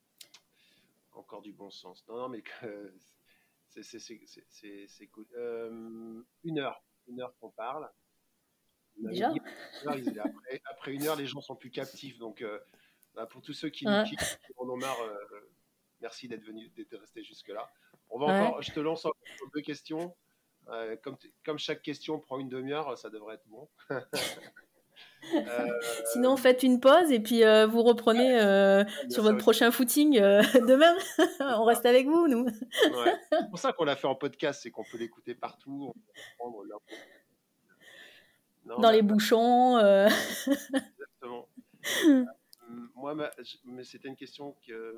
Encore du bon sens. Non, non, mais que- c'est c'est- c'est- c'est- c'est- c'est cool. Euh, une heure, une heure qu'on parle. Vous m'avez Déjà? dit, une heure, ils- après, après une heure, les gens sont plus captifs. Donc, euh, bah, pour tous ceux qui nous Hein. quittent, qui en ont marre, euh, merci d'être venu, d'être resté jusque-là. On va Ouais. encore, je te lance encore deux questions. Euh, comme, t- comme chaque question prend une demi-heure, ça devrait être bon. Euh, Sinon, faites une pause et puis euh, vous reprenez euh, bien sur sûr votre aussi. prochain footing euh, demain. C'est On ça. reste avec vous, nous. Ouais. C'est pour ça qu'on l'a fait en podcast, c'est qu'on peut l'écouter partout, on peut prendre l'info. Non, Dans mais les bouchons. euh. exactement. Hum, Moi, ma- je- mais c'était une question que,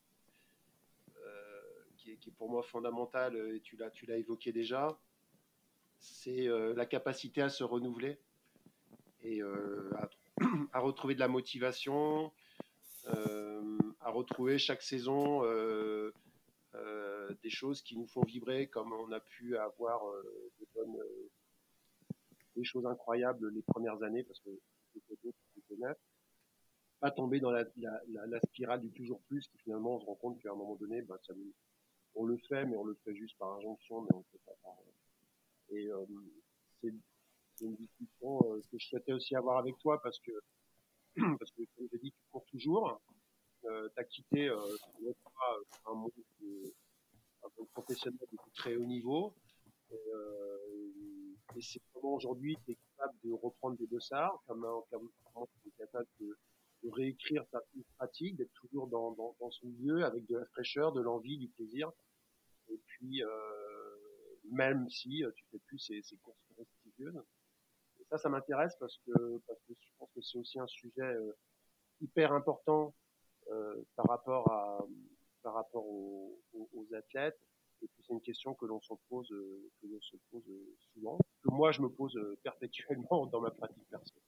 euh, qui est, qui est pour moi fondamentale, et tu l'as, tu l'as évoqué déjà, c'est euh, la capacité à se renouveler et euh, à, à retrouver de la motivation, euh, à retrouver chaque saison euh, euh, des choses qui nous font vibrer, comme on a pu avoir euh, des, bonnes, euh, des choses incroyables les premières années, parce que c'était d'autres qui connaissent. Pas tomber dans la, la, la, la spirale du toujours plus, qui finalement on se rend compte qu'à un moment donné, bah, ça nous, on le fait, mais on le fait juste par injonction, mais on ne le fait pas par. Et euh, c'est c'est une discussion euh, que je souhaitais aussi avoir avec toi parce que, parce que comme j'ai dit, tu cours toujours. Euh, tu as quitté euh, pas, un monde de, un monde professionnel de très haut niveau. Et, euh, et c'est comment aujourd'hui tu es capable de reprendre des dossards, comment, comment tu es capable de, de réécrire ta pratique, d'être toujours dans, dans, dans ce milieu avec de la fraîcheur, de l'envie, du plaisir. Et puis, euh, même si euh, tu fais plus ces, ces courses prestigieuses. Et ça, ça m'intéresse parce que, parce que je pense que c'est aussi un sujet euh, hyper important euh, par rapport à par rapport aux, aux, aux athlètes. Et puis c'est une question que l'on se pose, euh, que l'on se pose euh, souvent, que moi je me pose euh, perpétuellement dans ma pratique personnelle.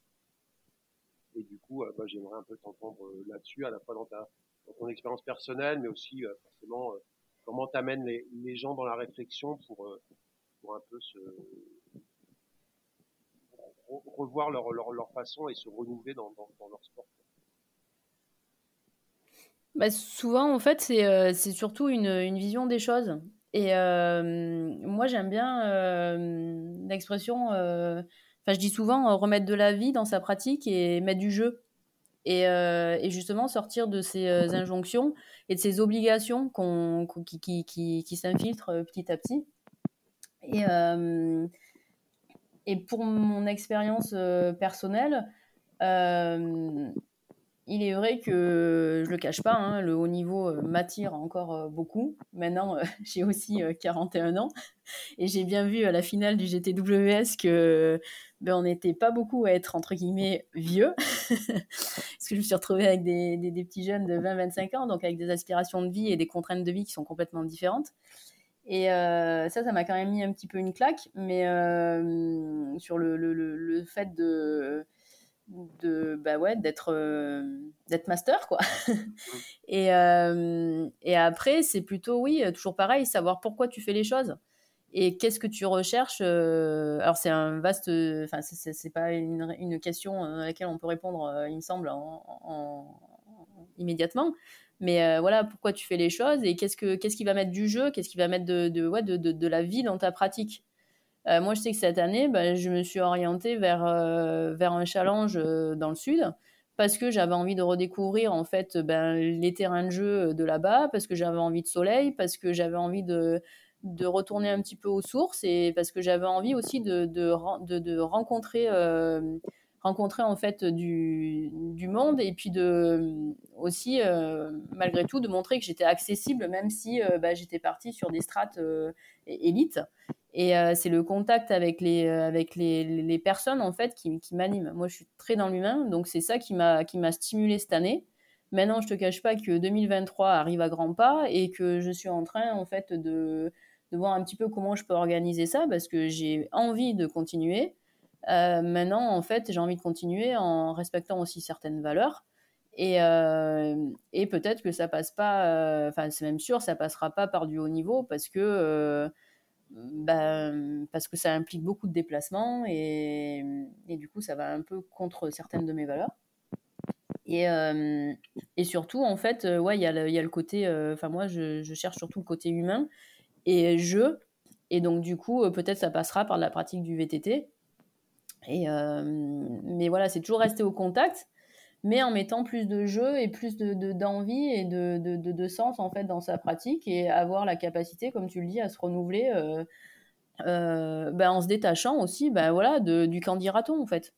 Et du coup, euh, bah, j'aimerais un peu t'entendre euh, là-dessus, à la fois dans ta dans ton expérience personnelle, mais aussi euh, forcément euh, comment tu amènes les, les gens dans la réflexion pour, euh, pour un peu se re- revoir leur, leur, leur façon et se renouveler dans, dans, dans leur sport. Bah, souvent, en fait, c'est euh, c'est surtout une, une vision des choses. Et euh, moi, j'aime bien euh, l'expression, euh, enfin, je dis souvent euh, remettre de la vie dans sa pratique et mettre du jeu. Et, euh, et justement, sortir de ces euh, injonctions et de ces obligations qu'on, qu'on- qui, qui, qui, qui s'infiltrent euh, petit à petit. Et, euh, et pour mon expérience euh, personnelle, euh, il est vrai que je le cache pas, hein, le haut niveau euh, m'attire encore euh, beaucoup. Maintenant, euh, j'ai aussi euh, quarante et un ans et j'ai bien vu à la finale du G T W S que ben, on n'était pas beaucoup à être entre guillemets vieux. Parce que je me suis retrouvée avec des, des, des petits jeunes de vingt à vingt-cinq ans, donc avec des aspirations de vie et des contraintes de vie qui sont complètement différentes. Et euh, ça, ça m'a quand même mis un petit peu une claque, mais euh, sur le, le, le, le fait de de bah ouais d'être euh, d'être master quoi. et euh, et après c'est plutôt oui toujours pareil, savoir pourquoi tu fais les choses et qu'est-ce que tu recherches. euh, alors c'est un vaste, enfin c'est, c'est, c'est pas une, une question à laquelle on peut répondre euh, il me semble en, en- immédiatement, mais euh, voilà pourquoi tu fais les choses et qu'est-ce que qu'est-ce qui va mettre du jeu, qu'est-ce qui va mettre de de, ouais, de, de, de la vie dans ta pratique. Euh, moi, je sais que cette année, bah, je me suis orientée vers, euh, vers un challenge euh, dans le sud parce que j'avais envie de redécouvrir en fait ben, les terrains de jeu de là-bas, parce que j'avais envie de soleil, parce que j'avais envie de, de retourner un petit peu aux sources et parce que j'avais envie aussi de, de, de, de rencontrer, euh, rencontrer en fait du, du monde et puis de aussi euh, malgré tout de montrer que j'étais accessible même si euh, bah, j'étais partie sur des strates euh, élites. Et euh, c'est le contact avec les, euh, avec les, les personnes en fait qui, qui m'anime. Moi, je suis très dans l'humain, donc c'est ça qui m'a, qui m'a stimulée cette année. Maintenant, je te cache pas que deux mille vingt-trois arrive à grands pas et que je suis en train en fait de, de voir un petit peu comment je peux organiser ça parce que j'ai envie de continuer. Euh, maintenant, en fait, j'ai envie de continuer en respectant aussi certaines valeurs. Et, euh, et peut-être que ça passe pas, enfin, euh, c'est même sûr, ça passera pas par du haut niveau parce que euh, bah, parce que ça implique beaucoup de déplacements et, et du coup ça va un peu contre certaines de mes valeurs. Et, euh, et surtout en fait, euh, ouais, il y, a le, y a le côté, enfin euh, moi je, je cherche surtout le côté humain et jeu. Et donc du coup euh, peut-être ça passera par la pratique du V T T. Et, euh, mais voilà, c'est toujours rester au contact, mais en mettant plus de jeu et plus de, de, d'envie et de, de, de, de sens en fait dans sa pratique et avoir la capacité, comme tu le dis, à se renouveler euh, euh, ben, en se détachant aussi ben, voilà, de, du candidaton en fait.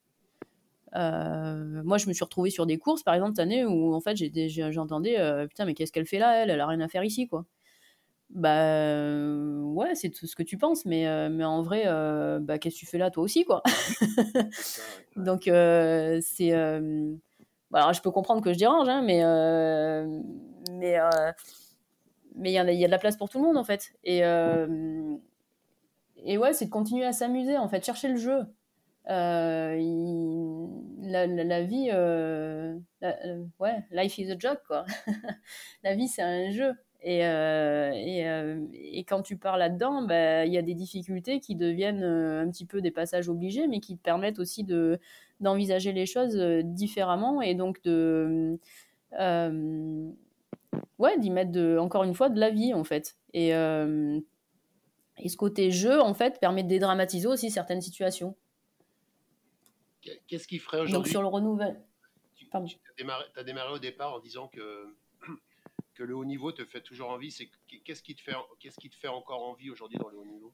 Euh, moi je me suis retrouvée sur des courses par exemple cette année où en fait j'étais, j'entendais euh, putain mais qu'est-ce qu'elle fait là, elle elle a rien à faire ici quoi. Bah euh, ouais c'est tout ce que tu penses mais, euh, mais en vrai euh, bah, qu'est-ce que tu fais là toi aussi quoi. Ça, ouais. Donc euh, c'est euh... bon, alors je peux comprendre que je dérange hein, mais euh... mais euh... mais il y, a, y a de la place pour tout le monde en fait et euh... et ouais c'est de continuer à s'amuser en fait, chercher le jeu. Euh, il... la, la, la vie euh... la... euh, ouais life is a joke quoi. La vie c'est un jeu et, euh, et, euh, et quand tu pars là-dedans bah, y a des difficultés qui deviennent euh, un petit peu des passages obligés mais qui te permettent aussi de, d'envisager les choses euh, différemment et donc de euh, ouais d'y mettre de, encore une fois de la vie en fait et, euh, et ce côté jeu en fait permet de dédramatiser aussi certaines situations. Qu'est-ce qui ferait Donc aujourd'hui? sur le renouvellement, Tu, pardon. tu as démarré, t'as démarré au départ en disant que, que le haut niveau te fait toujours envie. C'est, qu'est-ce, qui te fait, qu'est-ce qui te fait encore envie aujourd'hui dans le haut niveau?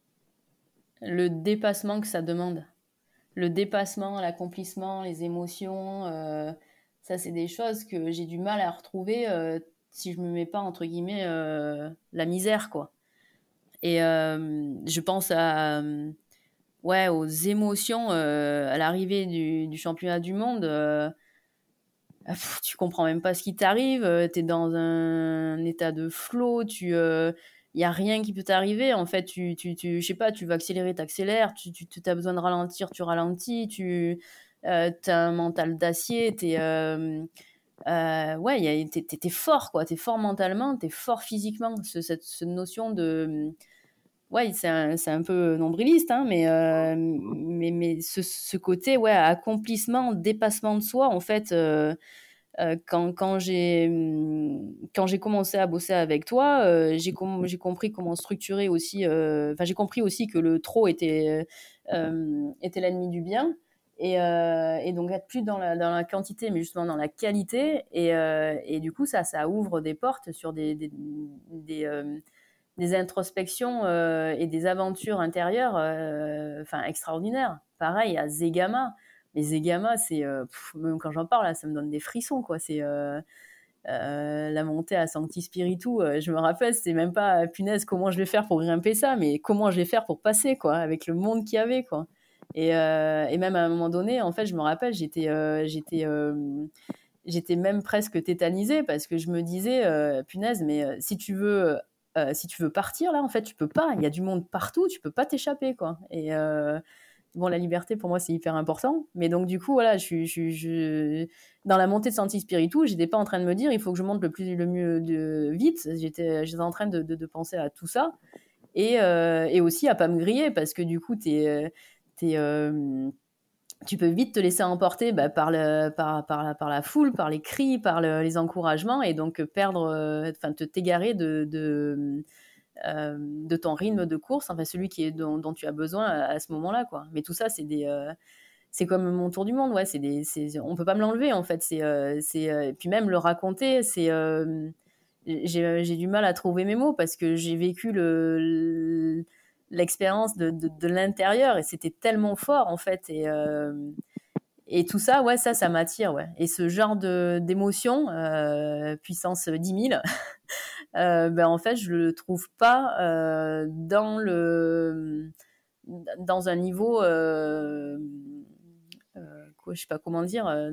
Le dépassement que ça demande. Le dépassement, l'accomplissement, les émotions, euh, ça c'est des choses que j'ai du mal à retrouver euh, si je me mets pas entre guillemets euh, la misère quoi. Et euh, je pense à euh, ouais aux émotions euh, à l'arrivée du, du championnat du monde. Euh, pff, tu comprends même pas ce qui t'arrive, euh, t'es dans un état de flow, tu euh, y a rien qui peut t'arriver en fait, tu tu tu je sais pas, tu vas accélérer, t'accélères, tu tu as besoin de ralentir, tu ralentis, tu euh, t'as un mental d'acier, t'es euh, euh, ouais, y a, t'es, t'es fort, quoi. T'es fort mentalement, t'es fort physiquement. Ce, cette, cette notion de... Ouais, c'est un, c'est un peu nombriliste, hein, mais, euh, mais, mais ce, ce côté, ouais, accomplissement, dépassement de soi, en fait... Euh, Euh, quand, quand, j'ai, quand j'ai commencé à bosser avec toi, euh, j'ai, com- j'ai compris comment structurer aussi. euh, Enfin, j'ai compris aussi que le trop était, euh, était l'ennemi du bien. Et, euh, et donc être plus dans la, dans la quantité, mais justement dans la qualité. Et, euh, et du coup, ça, ça ouvre des portes sur des, des, des, euh, des introspections euh, et des aventures intérieures euh, enfin, extraordinaires. Pareil à Zegama. Mais Zegama, c'est euh, pff, même quand j'en parle, là, ça me donne des frissons, quoi. C'est euh, euh, la montée à Sancti Spiritu. Euh, je me rappelle, c'est même pas punaise comment je vais faire pour grimper ça, mais comment je vais faire pour passer, quoi, avec le monde qu'il y avait, quoi. Et, euh, et même à un moment donné, en fait, je me rappelle, j'étais, euh, j'étais, euh, j'étais même presque tétanisée parce que je me disais, euh, punaise, mais euh, si tu veux, euh, si tu veux partir là, en fait, tu peux pas. Il y a du monde partout, tu peux pas t'échapper, quoi. Et euh, bon, la liberté pour moi c'est hyper important, mais donc du coup voilà, je suis je, dans la montée de Santi Spiritu, j'étais pas en train de me dire il faut que je monte le plus le mieux de vite, j'étais j'étais en train de, de, de penser à tout ça et euh, et aussi à pas me griller parce que du coup t'es t'es euh, tu peux vite te laisser emporter bah, par, le, par, par, la, par la foule, par les cris, par le, les encouragements, et donc perdre, enfin te t'égarer de, de, euh, de ton rythme de course, enfin celui qui est dont, dont tu as besoin à, à ce moment-là, quoi. Mais tout ça, c'est des, euh, c'est comme mon tour du monde, ouais. C'est des, c'est, on peut pas me l'enlever en fait. C'est, euh, c'est, euh, et puis même le raconter, c'est, euh, j'ai, j'ai du mal à trouver mes mots parce que j'ai vécu le, l'expérience de, de, de l'intérieur et c'était tellement fort en fait. Et euh, et tout ça, ouais, ça, ça m'attire, ouais. Et ce genre de d'émotion, euh, puissance dix mille, euh, ben en fait, je le trouve pas euh, dans le dans un niveau, euh, euh, quoi, je sais pas comment dire, euh,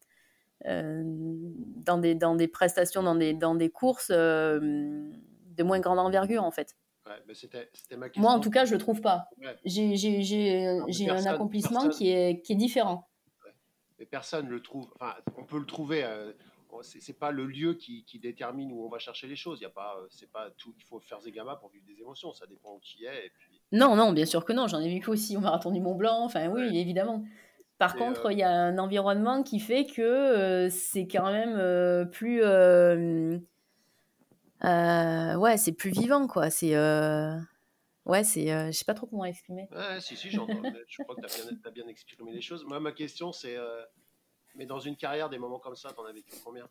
euh, dans des dans des prestations, dans des dans des courses euh, de moins grande envergure, en fait. Ouais, mais c'était, c'était ma Moi, en question. tout cas, je le trouve pas. Ouais. J'ai j'ai j'ai Non, mais j'ai un personne, accomplissement personne, qui est qui est différent. ouais. Mais personne le trouve. Enfin, on peut le trouver. Euh, c'est, c'est pas le lieu qui, qui détermine où on va chercher les choses. Il y a pas, euh, c'est pas tout. Il faut faire des gammas pour vivre des émotions. Ça dépend où tu y es. Et puis, Non, non, bien sûr que non. J'en ai vécu aussi au marathon du Mont Blanc. Enfin, ouais, oui, évidemment. Par c'est, euh, contre, il y a un environnement qui fait que euh, c'est quand même euh, plus. Euh, euh, ouais, c'est plus vivant, quoi. C'est. Euh, ouais, c'est. Euh, je sais pas trop comment exprimer. ouais, si, si, j'entends. Je crois que tu as bien, t'as bien exprimé les choses. Moi, ma question, c'est, euh, mais dans une carrière, des moments comme ça, t'en as vécu combien?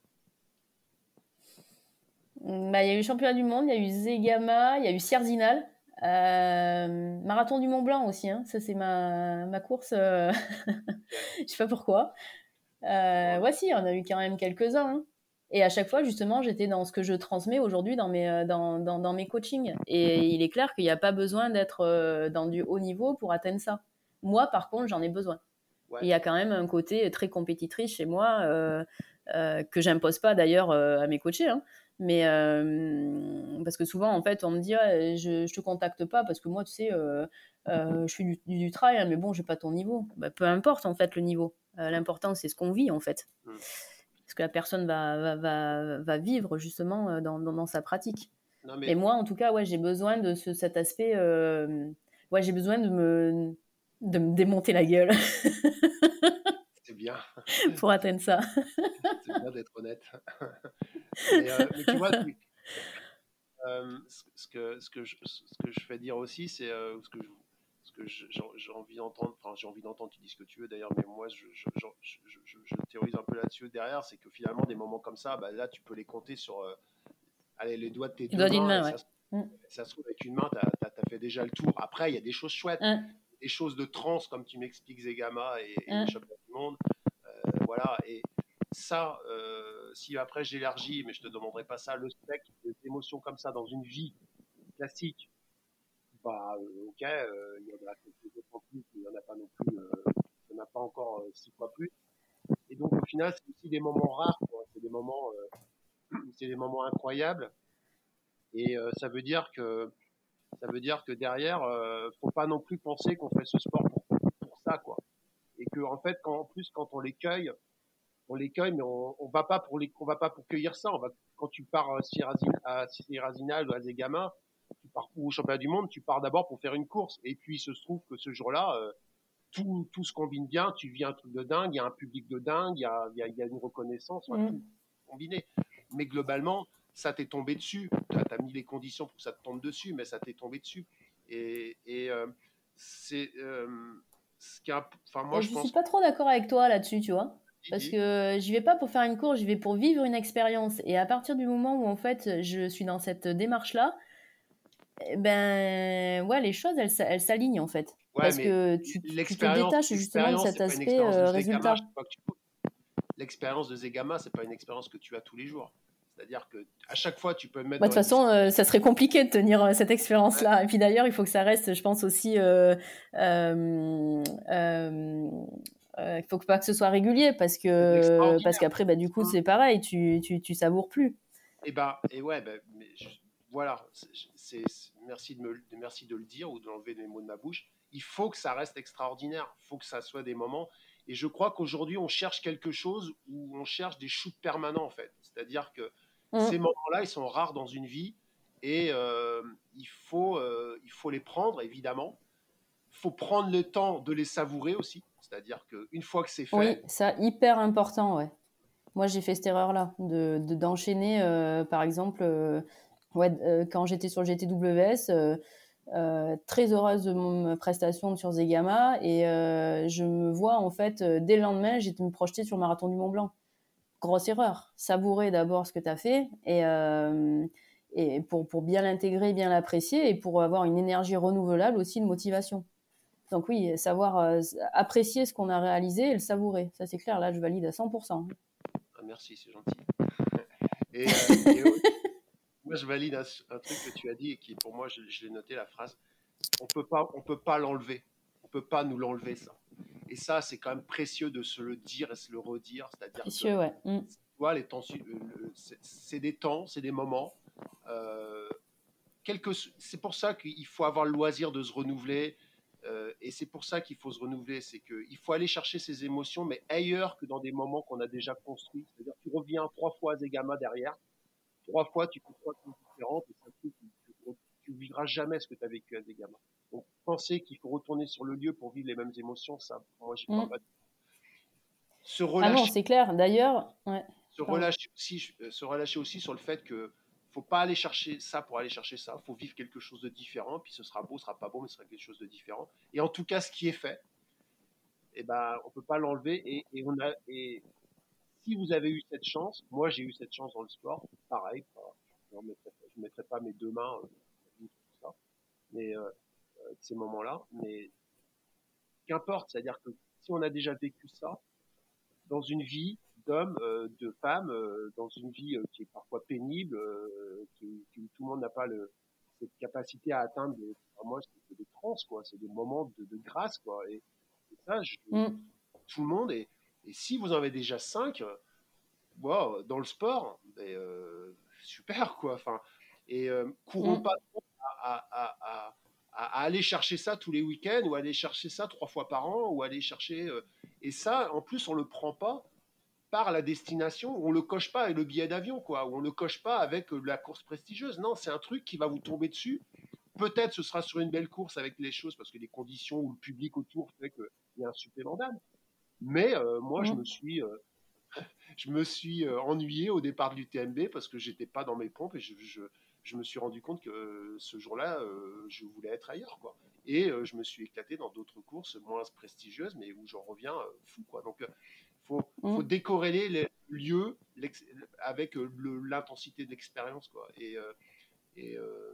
Bah, il y a eu le championnat du monde, il y a eu Zegama, il y a eu Sierzinal. Euh, marathon du Mont Blanc aussi, hein. Ça c'est ma, ma course. Euh... Ouais. Je sais pas pourquoi. Euh, Bon, ouais, si, on a eu quand même quelques-uns, hein. Et à chaque fois, justement, j'étais dans ce que je transmets aujourd'hui dans mes, euh, dans, dans, dans mes coachings. Et il est clair qu'il n'y a pas besoin d'être euh, dans du haut niveau pour atteindre ça. Moi, par contre, j'en ai besoin. ouais, Il y a quand même un côté très compétitrice chez moi, euh, euh, que j'impose pas d'ailleurs euh, à mes coachés, hein. Mais euh, parce que souvent, en fait, on me dit ouais, je, je te contacte pas parce que moi, tu sais, euh, euh, je fais du, du, du travail, hein, mais bon, j'ai pas ton niveau. Bah, peu importe en fait le niveau. Euh, l'important, c'est ce qu'on vit en fait. hmm. Parce que la personne va, va, va, va vivre justement euh, dans, dans, dans sa pratique. Non, Mais mais moi, en tout cas, ouais, j'ai besoin de ce, cet aspect. Euh, ouais, j'ai besoin de me, de me démonter la gueule c'est bien. pour atteindre ça. C'est bien d'être honnête. Mais, euh, mais tu vois, tu- euh, ce, ce que, ce, que je, ce que je fais dire aussi, c'est euh, ce que je- ce que je- j'ai j'ai envie d'entendre, enfin j'ai envie d'entendre, tu dis ce que tu veux d'ailleurs, mais moi je, je, je, je, je- je théorise un peu là-dessus derrière, c'est que finalement des moments comme ça, bah, là tu peux les compter sur euh, allez, les doigts de tes Il deux doit d'une mains, et main, ça, ouais. se- Mm. ça se trouve avec une main, tu as, fait déjà le tour. Après, il y a des choses chouettes, Mm. des choses de trans, comme tu m'expliques Zegama et, et les Mm. championnats du monde. Euh, voilà, et ça, euh, si après j'élargis, mais je te demanderai pas ça, le spectre d'émotions comme ça dans une vie classique, bah euh, ok, euh, il y en a quelques autres en plus, mais il n'y en a pas non plus, euh, il n'y en a pas encore euh, six fois plus. Et donc au final, c'est aussi des moments rares, quoi. C'est des moments, euh, c'est des moments incroyables. Et euh, ça veut dire que ça veut dire que derrière, euh, faut pas non plus penser qu'on fait ce sport pour, pour ça, quoi. Et que en fait, quand, en plus, quand on les cueille, on les cueille, mais on, on va pas pour les, on va pas pour cueillir ça. On va, quand tu pars à Sierrazina- à Sierrazinal ou à Zegama, tu pars ou au championnat du monde, tu pars d'abord pour faire une course. Et puis, il se trouve que ce jour-là, euh, tout, tout se combine bien. Tu vis un truc de dingue, il y a un public de dingue, il y a, il y a, il y a une reconnaissance, enfin, Mm. tout combiné. Mais globalement, ça t'est tombé dessus. Tu as mis les conditions pour que ça te tombe dessus, mais ça t'est tombé dessus. Et, et euh, c'est euh, ce qui a, enfin, moi, Et je je suis pense. pas trop d'accord avec toi là-dessus, tu vois. Parce Dit, que j'y vais pas pour faire une course, j'y vais pour vivre une expérience. Et à partir du moment où en fait je suis dans cette démarche-là, eh ben ouais, les choses elles, elles s'alignent en fait. ouais, Parce mais que tu, tu te l'expérience, détaches justement de l'expérience, cet c'est pas une aspect expérience de euh, Zegama. résultat. Je sais pas que tu... L'expérience de Zegama, c'est pas une expérience que tu as tous les jours. C'est-à-dire que à chaque fois, tu peux me mettre Bah, de dans toute les façon, euh, ça serait compliqué de tenir euh, cette ouais. expérience-là. Et puis d'ailleurs, il faut que ça reste, je pense aussi, euh, euh, euh, euh, il faut que pas que ce soit régulier parce C'est que parce extraordinaire. qu'après, bah, du coup, c'est pareil, tu, tu, tu savoures plus. Et ben, et ouais, ben, mais je- voilà. C'est, c'est- c'est- merci de me, merci de le dire ou de l'enlever les mots de ma bouche. Il faut que ça reste extraordinaire. Il faut que ça soit des moments. Et je crois qu'aujourd'hui, on cherche quelque chose où on cherche des shoots permanents en fait. C'est-à-dire que ces Mm. moments-là, ils sont rares dans une vie et euh, il faut, euh, il faut les prendre évidemment. Il faut prendre le temps de les savourer aussi. C'est-à-dire qu'une fois que c'est Oui, fait, ça, hyper important, ouais. Moi, j'ai fait cette erreur-là, de, de- d'enchaîner, euh, par exemple, euh, ouais, euh, quand j'étais sur le G T W S, euh, euh, très heureuse de mon prestation sur Zegama, et euh, je me vois, en fait, euh, dès le lendemain, j'étais me projeter sur le marathon du Mont Blanc. Grosse erreur. Savourer d'abord ce que tu as fait, et, euh, et pour, pour bien l'intégrer, bien l'apprécier, et pour avoir une énergie renouvelable aussi, de motivation. Donc oui, savoir euh, apprécier ce qu'on a réalisé et le savourer. Ça, c'est clair, là, je valide à cent pour cent. ah, merci, c'est gentil. Et, euh, et moi, je valide un, un, truc que tu as dit et qui, pour moi, je, je l'ai noté la phrase. On peut pas, on peut pas l'enlever. On peut pas nous l'enlever ça. Et ça, c'est quand même précieux de se le dire et se le redire. C'est-à-dire que, Précieux, ouais. Mm. tu vois, les temps, c'est, c'est des temps, c'est des moments. Euh, quelque, c'est pour ça qu'il faut avoir le loisir de se renouveler. Euh, et c'est pour ça qu'il faut se renouveler. C'est qu'il faut aller chercher ses émotions, mais ailleurs que dans des moments qu'on a déjà construits. C'est-à-dire que tu reviens trois fois à Zegama derrière. Trois fois, tu fais trois choses différentes et ça fait que tu, tu vivras jamais ce que tu as vécu à des gamins. Donc, penser qu'il faut retourner sur le lieu pour vivre les mêmes émotions, ça, moi, j'y crois Mm. pas. Se Ah non, relâcher, c'est clair. D'ailleurs, ouais. se Pardon. relâcher aussi, euh, se relâcher aussi sur le fait que faut pas aller chercher ça pour aller chercher ça. Faut vivre quelque chose de différent. Puis ce sera beau, ce sera pas beau, mais ce sera quelque chose de différent. Et en tout cas, ce qui est fait, eh ben, on peut pas l'enlever. Et, et on a, et si vous avez eu cette chance, moi j'ai eu cette chance dans le sport, pareil, je ne mettrai, mettrai, pas mes deux mains euh, tout ça, mais euh, ces moments-là, mais qu'importe, c'est-à-dire que si on a déjà vécu ça dans une vie d'homme, euh, de femme, euh, dans une vie euh, qui est parfois pénible, euh, qui, qui, tout le monde n'a pas le, cette capacité à atteindre, des, enfin, moi c'est des trans, quoi, c'est des moments de, de grâce, quoi, et, et ça, je, Mm. tout le monde, et, et si vous en avez déjà cinq, wow, dans le sport, et, euh, super, quoi, enfin, et euh, courons Mm. pas à, à, à, à, aller chercher ça tous les week-ends ou aller chercher ça trois fois par an ou aller chercher euh, et ça en plus on le prend pas par la destination, on le coche pas avec le billet d'avion quoi, ou on le coche pas avec euh, la course prestigieuse. Non, c'est un truc qui va vous tomber dessus. Peut-être ce sera sur une belle course avec les choses parce que les conditions ou le public autour fait qu'il y a un supplément d'âme. Mais euh, moi je Mm. me suis euh, je me suis euh, ennuyé au départ de l'U T M B parce que j'étais pas dans mes pompes et je, je, je me suis rendu compte que euh, ce jour-là, euh, je voulais être ailleurs, quoi. Et euh, je me suis éclaté dans d'autres courses moins prestigieuses, mais où j'en reviens euh, fou, quoi. Donc, il euh, faut, faut Mm. décorréler les lieux avec euh, le, l'intensité de l'expérience, quoi. Et, euh, et, euh,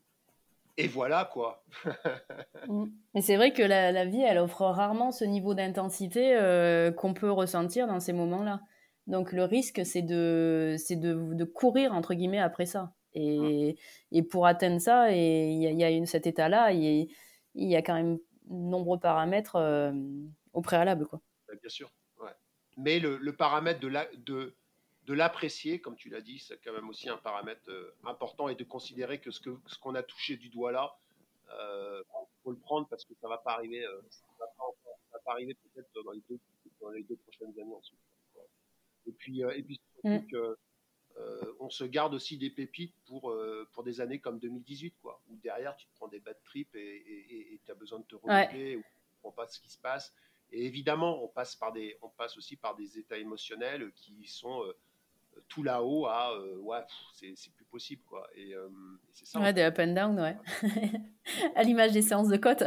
et voilà, quoi. Mm. Mais c'est vrai que la, la vie, elle offre rarement ce niveau d'intensité euh, qu'on peut ressentir dans ces moments-là. Donc le risque, c'est de, c'est de, de courir entre guillemets après ça. Et, et pour atteindre ça, et il y a, y a une, cet état-là, il y, y a quand même de nombreux paramètres euh, au préalable, quoi. Bien sûr, ouais. Mais le, le paramètre de la, de, de l'apprécier, comme tu l'as dit, c'est quand même aussi un paramètre euh, important et de considérer que ce, que, ce qu'on a touché du doigt là, il euh, faut le prendre parce que ça va pas arriver, euh, ça va pas, encore, ça va pas arriver peut-être dans les deux, dans les deux prochaines années ensuite. Ouais. Et puis, euh, et puis Mm. surtout que euh, on se garde aussi des pépites pour, euh, pour des années comme deux mille dix-huit, quoi, où derrière tu te prends des bad trips et tu as besoin de te Ouais. renouveler, ou tu ne comprends pas ce qui se passe. Et évidemment, on passe, par des, on passe aussi par des états émotionnels qui sont euh, tout là-haut à euh, ouais, pff, c'est plus possible, quoi. Et, euh, et c'est ça. Ouais, des up and down, ouais. À l'image des séances de côte.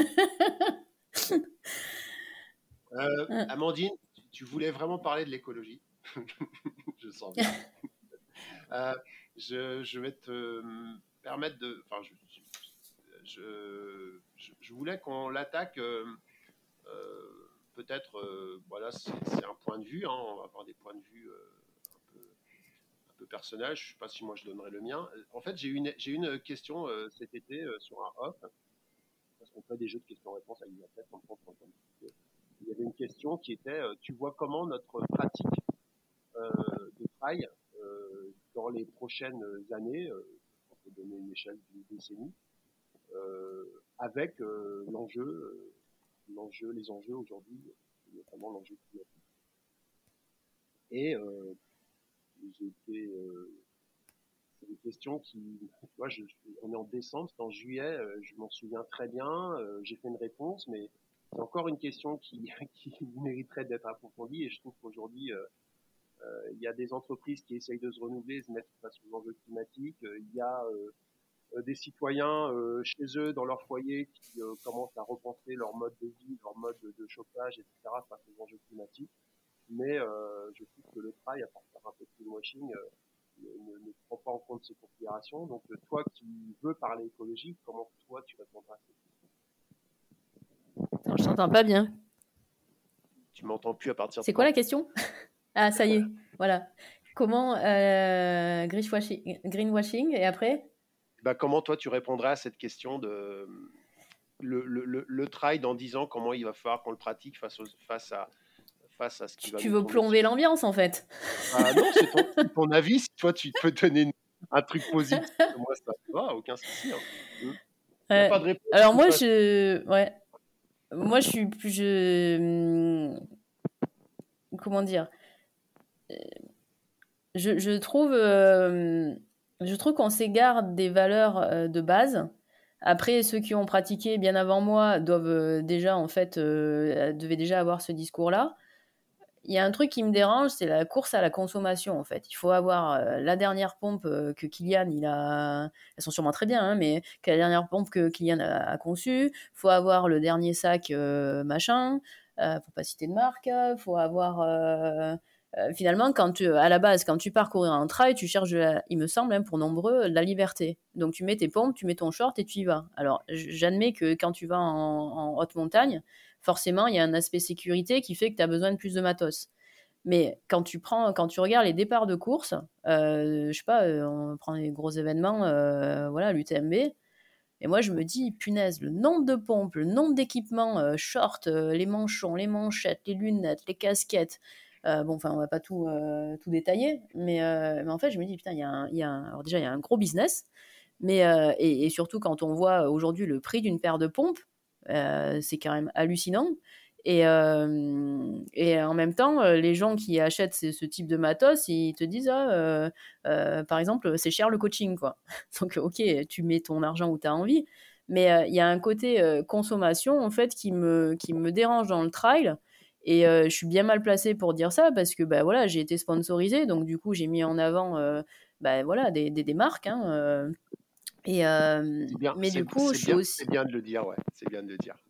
euh, Amandine, tu voulais vraiment parler de l'écologie. Je sens bien. euh, je, je vais te permettre de. Enfin, je, je, je, je voulais qu'on l'attaque. Euh, euh, Peut-être, euh, voilà, c'est un point de vue. Hein, on va avoir des points de vue euh, un peu, un peu personnels. Je ne sais pas si moi je donnerai le mien. En fait, j'ai eu une, j'ai une question euh, cet été euh, sur un off, parce qu'on fait des jeux de questions-réponses avec des athlètes. Il y avait une question qui était euh, tu vois comment notre pratique euh, de trail euh, dans les prochaines années, euh, on peut donner une échelle d'une décennie, euh, avec euh, l'enjeu, euh, l'enjeu, les enjeux aujourd'hui, notamment l'enjeu climatique. Et euh, j'ai été, euh, c'est une question qui, tu vois, je, on est en décembre, c'est en juillet, euh, je m'en souviens très bien, euh, j'ai fait une réponse, mais c'est encore une question qui, qui mériterait d'être approfondie, et je trouve qu'aujourd'hui, euh, euh, il y a des entreprises qui essayent de se renouveler, se mettre face aux enjeux climatiques, euh, il y a euh, des citoyens euh, chez eux, dans leur foyer, qui euh, commencent à repenser leur mode de vie, leur mode de, de chauffage, et cetera, face aux enjeux climatiques. Mais euh, je trouve que le trail, à part faire un peu de greenwashing, euh, ne, ne, ne prend pas en compte ces considérations. Donc euh, toi qui veux parler écologie, comment toi tu répondras à cette question? Non, je t'entends pas bien. Tu m'entends plus à partir de C'est quoi la question? Ah, ça y est, voilà. Comment euh, greenwashing, greenwashing et après? Bah, comment toi tu répondras à cette question de le, le, le, le trail dans dix ans, comment il va falloir qu'on le pratique face, aux, face, à, face à ce qui Tu, va tu nous veux tomber plomber dessus? l'ambiance en fait. Ah non, c'est ton, ton avis. Si toi tu peux donner une, un truc positif, moi ça va, aucun souci. Hein. Il n'y a Ouais. pas de réponse. Alors moi je, ouais, moi je suis plus, je, comment dire, je, je trouve, euh, je trouve qu'on s'égare des valeurs euh, de base. Après, ceux qui ont pratiqué bien avant moi doivent euh, déjà, en fait, euh, devaient déjà avoir ce discours-là. Il y a un truc qui me dérange, c'est la course à la consommation, en fait. Il faut avoir euh, la dernière pompe euh, que Kylian, il a... Elles sont sûrement très bien, hein, mais que la dernière pompe que Kylian a, a conçue. Il faut avoir le dernier sac euh, machin. Euh, faut pas citer de marque. Il faut avoir... Euh, euh, finalement, quand tu, à la base, quand tu pars courir un trail, tu cherches, de la- il me semble, hein, pour nombreux, de la liberté. Donc tu mets tes pompes, tu mets ton short et tu y vas. Alors, j'admets que quand tu vas en, en haute montagne, forcément, il y a un aspect sécurité qui fait que tu as besoin de plus de matos. Mais quand tu prends, quand tu regardes les départs de course, euh, je sais pas, euh, on prend les gros événements, euh, voilà, l'U T M B, et moi je me dis, punaise, le nombre de pompes, le nombre d'équipements, euh, shorts, euh, les manchons, les manchettes, les lunettes, les casquettes, euh, bon, enfin, on va pas tout, euh, tout détailler, mais, euh, mais en fait, je me dis, putain, il y a un, il y a un, alors déjà, il y a un gros business, mais, euh, et, et surtout quand on voit aujourd'hui le prix d'une paire de pompes, euh, c'est quand même hallucinant. Et, euh, et en même temps, euh, les gens qui achètent ce, ce type de matos, ils te disent, ah, euh, euh, par exemple, c'est cher le coaching, quoi. Donc, ok, tu mets ton argent où tu as envie, mais euh, il y a un côté euh, consommation, en fait, qui me, qui me dérange dans le trail. Et euh, je suis bien mal placée pour dire ça parce que bah, voilà, j'ai été sponsorisée, donc du coup, j'ai mis en avant euh, bah, voilà, des, des, des marques. Hein, euh, et euh, C'est bien, mais c'est du coup, je suis bien, aussi. c'est bien de le dire, ouais. C'est bien de le dire.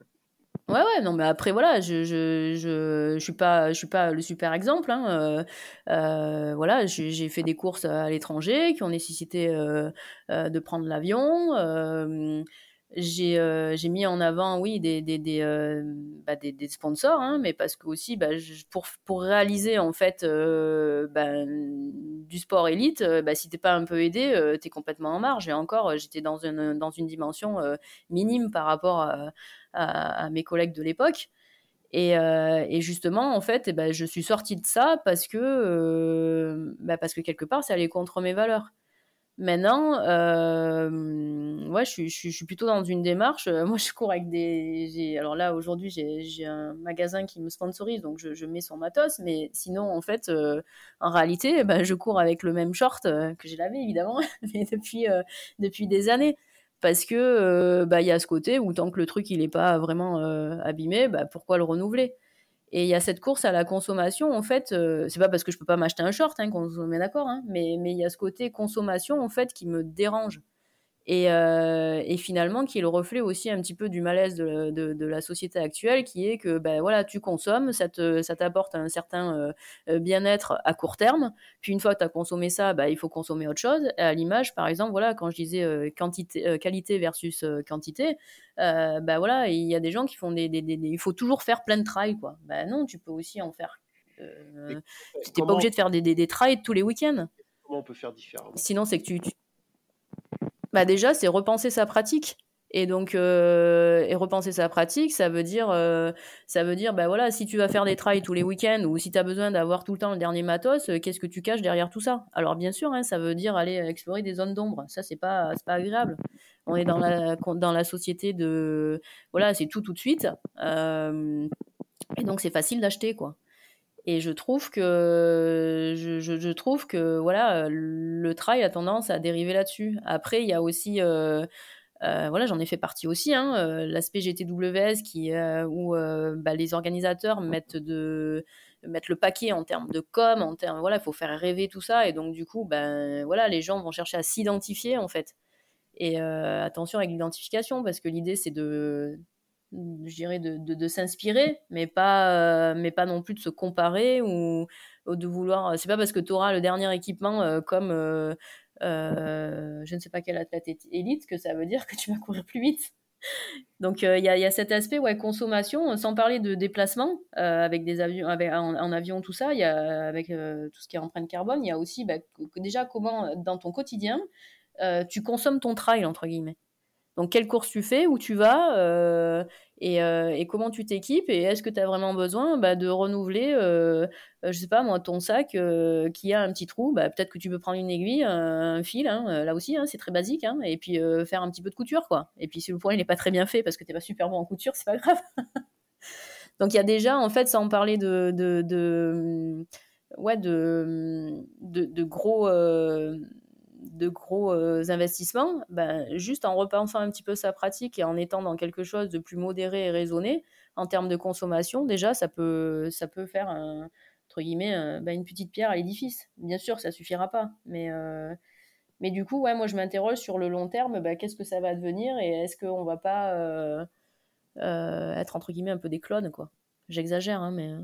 Ouais, ouais, non, mais après, voilà, je, je, je, je suis pas, je suis pas le super exemple, hein, euh, euh, voilà, j'ai j'ai fait des courses à l'étranger qui ont nécessité euh, euh, de prendre l'avion. Euh, j'ai euh, j'ai mis en avant, oui, des, des, des, euh, bah, des, des sponsors, hein, mais parce que aussi, bah, je- pour, pour réaliser, en fait, euh, bah, du sport élite, euh, bah, si t'es pas un peu aidé, euh, t'es complètement en marge. Et encore, j'étais dans une, dans une dimension euh, minime par rapport à à, à mes collègues de l'époque. Et, euh, et, justement, en fait, eh ben, je suis sortie de ça parce que, euh, bah parce que quelque part, ça allait contre mes valeurs. Maintenant, euh, ouais, je suis, je, suis, je suis plutôt dans une démarche. Euh, moi, je cours avec des. J'ai, alors là, aujourd'hui, j'ai, j'ai un magasin qui me sponsorise, donc je, je mets son matos. Mais sinon, en fait, euh, en réalité, ben, je cours avec le même short euh, que j'ai lavé, évidemment, mais depuis, euh, depuis des années. Parce que euh, bah, y a ce côté où tant que le truc il est pas vraiment euh, abîmé, bah, pourquoi le renouveler? Et il y a cette course à la consommation, en fait, euh, c'est pas parce que je peux pas m'acheter un short, hein, qu'on est d'accord, hein, mais mais il y a ce côté consommation, en fait, qui me dérange. Et, euh, et finalement, qui est le reflet aussi un petit peu du malaise de, de, de la société actuelle, qui est que ben, voilà, tu consommes, ça, te, ça t'apporte un certain euh, bien-être à court terme, puis une fois que tu as consommé ça, ben, il faut consommer autre chose. Et à l'image, par exemple, voilà, quand je disais euh, quantité, euh, qualité versus euh, quantité, euh, ben, voilà, il y a des gens qui font des, des, des, des... Il faut toujours faire plein de trails, quoi. Ben, non, tu peux aussi en faire... Euh, Et tu n'es pas comment, obligé de faire des, des, des trails tous les week-ends. comment on peut faire différemment? Sinon, c'est que tu, tu bah déjà, c'est repenser sa pratique. Et donc, euh, et repenser sa pratique, ça veut dire, euh, ça veut dire, bah voilà, si tu vas faire des trails tous les week-ends ou si tu as besoin d'avoir tout le temps le dernier matos, euh, qu'est-ce que tu caches derrière tout ça? Alors bien sûr, hein, ça veut dire aller explorer des zones d'ombre. Ça, c'est pas, c'est pas agréable. On est dans la, dans la société de, voilà, c'est tout tout de suite. Euh, et donc, c'est facile d'acheter, quoi. Et je trouve que je, je, je trouve que voilà, le trail a tendance à dériver là-dessus. Après, il y a aussi euh, euh, voilà, j'en ai fait partie aussi, hein, euh, l'aspect G T W S qui euh, où euh, bah, les organisateurs mettent de mettent le paquet en termes de com, en termes voilà, il faut faire rêver tout ça et donc du coup ben voilà, les gens vont chercher à s'identifier en fait. Et euh, attention avec l'identification parce que l'idée c'est de je dirais de, de, de s'inspirer, mais pas, euh, mais pas non plus de se comparer ou, ou de vouloir. C'est pas parce que tu auras le dernier équipement euh, comme euh, euh, je ne sais pas quel athlète élite que ça veut dire que tu vas courir plus vite. Donc il euh, y, a, y a cet aspect ouais consommation, sans parler de déplacement euh, avec des avions, avec, en, en avion tout ça. Il y a avec euh, tout ce qui est empreinte carbone, il y a aussi bah, que, déjà comment dans ton quotidien euh, tu consommes ton trail entre guillemets. Donc, quelle course tu fais, où tu vas, euh, et, euh, et comment tu t'équipes, et est-ce que tu as vraiment besoin bah, de renouveler, euh, euh, je sais pas moi, ton sac euh, qui a un petit trou, bah, peut-être que tu peux prendre une aiguille, un, un fil, hein, euh, là aussi, hein, c'est très basique, hein, et puis euh, faire un petit peu de couture, quoi. Et puis si le point il est pas très bien fait parce que t'es pas super bon en couture, c'est pas grave. Donc il y a déjà, en fait, sans parler de, de, de ouais, de, de, de gros, euh, de gros euh, investissements, ben, juste en repensant un petit peu sa pratique et en étant dans quelque chose de plus modéré et raisonné en termes de consommation, déjà, ça peut, ça peut faire un, entre guillemets, un, ben, une petite pierre à l'édifice. Bien sûr, ça suffira pas, mais euh, mais du coup, ouais, moi, je m'interroge sur le long terme, ben, qu'est-ce que ça va devenir et est-ce qu'on va pas euh, euh, être entre guillemets un peu des clones, quoi. J'exagère, hein, mais.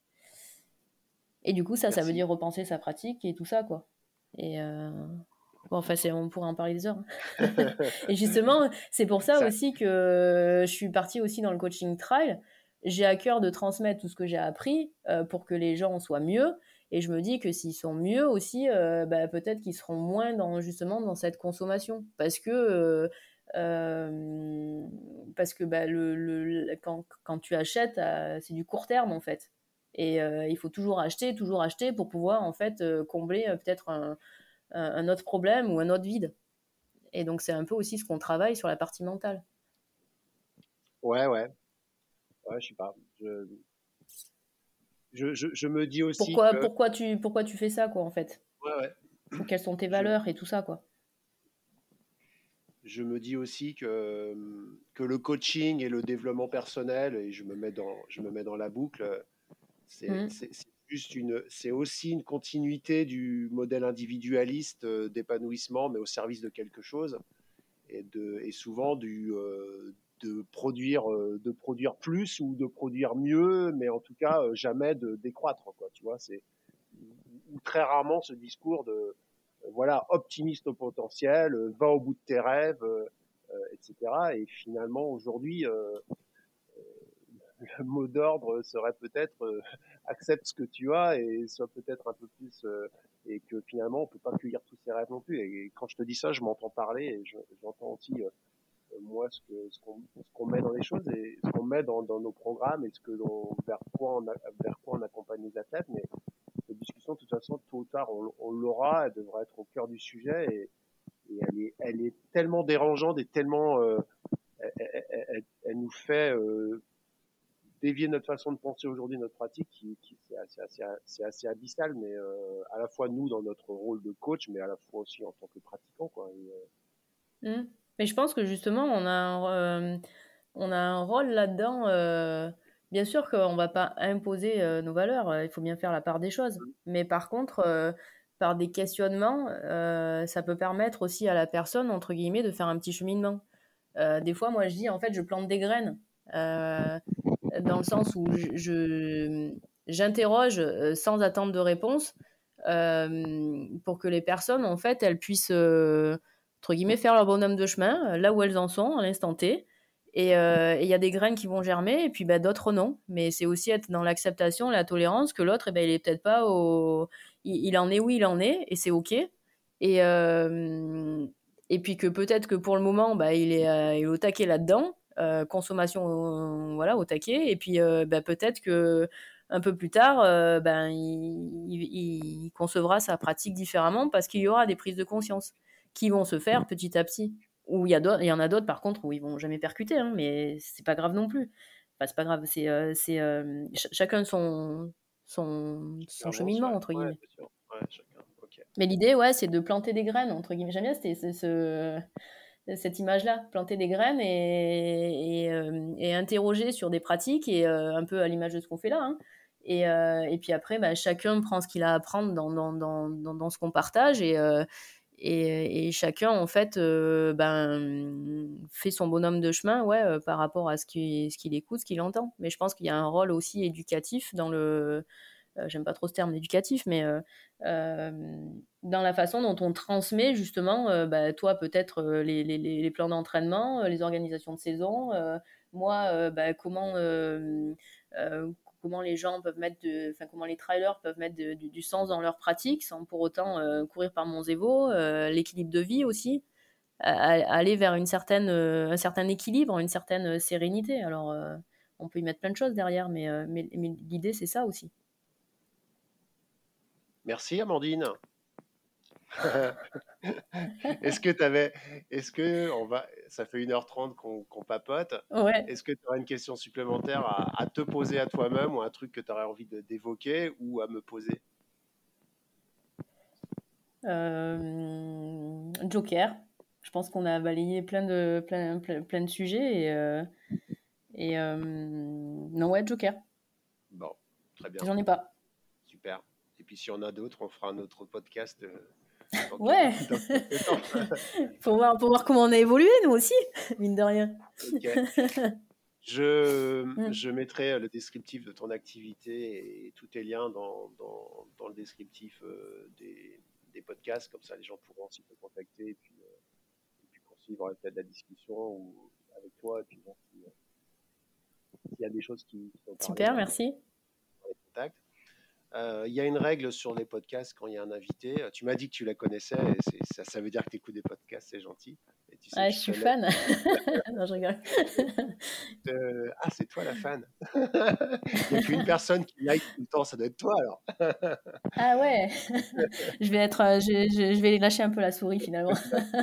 Et du coup, ça, ça veut Merci. dire repenser sa pratique et tout ça, quoi. Et euh... bon, enfin, c'est, on pourrait en parler des heures. Et justement, c'est pour ça Ça, aussi que je suis partie aussi dans le coaching trial. J'ai à cœur de transmettre tout ce que j'ai appris euh, pour que les gens soient mieux. Et je me dis que s'ils sont mieux aussi, euh, bah, peut-être qu'ils seront moins dans justement dans cette consommation, parce que euh, euh, parce que bah, le, le, quand, quand tu achètes, euh, c'est du court terme en fait. Et euh, il faut toujours acheter, toujours acheter pour pouvoir en fait euh, combler euh, peut-être un, un, un autre problème ou un autre vide. Et donc, c'est un peu aussi ce qu'on travaille sur la partie mentale. ouais, ouais, ouais, je sais pas. Je, je, je, je me dis aussi Pourquoi, que, pourquoi, tu, pourquoi tu fais ça, quoi, en fait? ouais, ouais, Ou quelles sont tes je, valeurs et tout ça, quoi. je me dis aussi que, que le coaching et le développement personnel, et je me mets dans, je me mets dans la boucle, c'est, Mmh. c'est, c'est juste une, c'est aussi une continuité du modèle individualiste euh, d'épanouissement, mais au service de quelque chose, et, de, et souvent du, euh, de produire, euh, de produire plus ou de produire mieux, mais en tout cas euh, jamais de décroître, quoi. Tu vois, c'est ou très rarement ce discours de euh, voilà optimiste au potentiel, euh, va au bout de tes rêves, euh, euh, et cetera. Et finalement aujourd'hui, euh, le mot d'ordre serait peut-être euh, accepte ce que tu as et sois peut-être un peu plus euh, et que finalement on peut pas cueillir tous ses rêves non plus. Et quand je te dis ça, je m'entends parler et je, j'entends aussi euh, moi ce que ce qu'on ce qu'on met dans les choses et ce qu'on met dans, dans nos programmes et ce que l'on vers quoi on a, vers quoi on accompagne les athlètes. Mais cette discussion, de toute façon, tôt ou tard, on, on l'aura, elle devrait être au cœur du sujet et, et elle est, elle est tellement dérangeante et tellement, euh, elle, elle, elle, elle nous fait euh, dévier notre façon de penser aujourd'hui, notre pratique, qui, qui c'est assez, assez, c'est assez abyssal, mais euh, à la fois nous dans notre rôle de coach, mais à la fois aussi en tant que pratiquant, quoi. Et, euh... mmh. Mais je pense que justement, on a un, euh, on a un rôle là-dedans. Euh... Bien sûr qu'on ne va pas imposer euh, nos valeurs, il faut bien faire la part des choses. Mais par contre, euh, par des questionnements, euh, ça peut permettre aussi à la personne, entre guillemets, de faire un petit cheminement. Euh, des fois, moi, je dis, en fait, je plante des graines. Euh, dans le sens où je, je- j'interroge euh, sans attendre de réponse euh, pour que les personnes, en fait, elles puissent, euh, entre guillemets, faire leur bonhomme de chemin, euh, là où elles en sont, à l'instant T. Et euh, il y a des graines qui vont germer, et puis bah, d'autres non. Mais c'est aussi être dans l'acceptation, la tolérance, que l'autre, eh ben, il est peut-être pas au... Il, il en est où il en est, et c'est OK. Et, euh, et puis que peut-être que pour le moment, bah, il, est, euh, il est au taquet là-dedans, euh, consommation euh, voilà, au taquet, et puis euh, bah, peut-être que un peu plus tard, euh, ben, il, il, il concevra sa pratique différemment parce qu'il y aura des prises de conscience qui vont se faire petit à petit. Ou il y, a il y en a d'autres, par contre, où ils vont jamais percuter, hein, mais c'est pas grave non plus. Enfin, c'est pas grave, c'est, euh, c'est euh, ch- chacun son, son, son avance, cheminement, ouais, entre ouais, guillemets. bien sûr, ouais, chacun, ok. Mais l'idée, ouais, c'est de planter des graines, entre guillemets. J'aime bien c'était, c'est, ce, cette image-là, planter des graines et, et, euh, et interroger sur des pratiques, et euh, un peu à l'image de ce qu'on fait là. Hein. Et, euh, et puis après, bah, chacun prend ce qu'il a à apprendre dans, dans, dans, dans, dans ce qu'on partage, et, euh, et, et chacun, en fait, euh, ben, fait son bonhomme de chemin ouais, euh, par rapport à ce qu'il, ce qu'il écoute, ce qu'il entend. Mais je pense qu'il y a un rôle aussi éducatif dans le... Euh, j'aime pas trop ce terme éducatif, mais euh, euh, dans la façon dont on transmet justement, euh, bah, toi peut-être euh, les, les, les, plans d'entraînement, euh, les organisations de saison, euh, moi euh, bah, comment euh, euh, comment les gens peuvent mettre de, enfin comment les trailers peuvent mettre de, du, du sens dans leur pratique sans pour autant euh, courir par Monzévo, euh, l'équilibre de vie aussi, à, à aller vers une certaine, euh, un certain équilibre, une certaine sérénité. Alors euh, on peut y mettre plein de choses derrière, mais, euh, mais, mais l'idée c'est ça aussi. Merci Amandine. Est-ce que tu avais, est-ce que on va, ça fait une heure trente qu'on qu'on papote. Ouais. Est-ce que tu aurais une question supplémentaire à, à te poser à toi-même ou un truc que tu aurais envie de- d'évoquer ou à me poser? Euh, Joker. Je pense qu'on a balayé plein de, plein, plein, plein de sujets. Et, euh, et euh, non, ouais, Joker. Bon, très bien, J'en ai pas. super. Et puis si on a d'autres, on fera un autre podcast euh, dans, Ouais. dans quelques temps. Pour voir, pour voir comment on a évolué, nous aussi, mine de rien. Ok. Je, Mm. je mettrai le descriptif de ton activité et tous tes liens dans, dans, dans le descriptif euh, des, des podcasts, comme ça les gens pourront aussi te contacter et puis, euh, et puis poursuivre peut-être la discussion ou avec toi et puis bon, si, euh, s'il y a des choses qui, qui t'ont parlé, Super, bah, merci. on les contacte. Euh, Il y a une règle sur les podcasts quand il y a un invité. Tu m'as dit que tu la connaissais, et c'est- ça, ça veut dire que tu écoutes des podcasts, c'est gentil. Et tu sais Ah, que je je suis tenais. fan. Non, je rigole. Euh, ah, c'est toi la fan. Il n'y a qu'une personne qui like tout le temps, ça doit être toi alors. Ah ouais. Je vais être, euh, je, je, je vais lâcher un peu la souris finalement.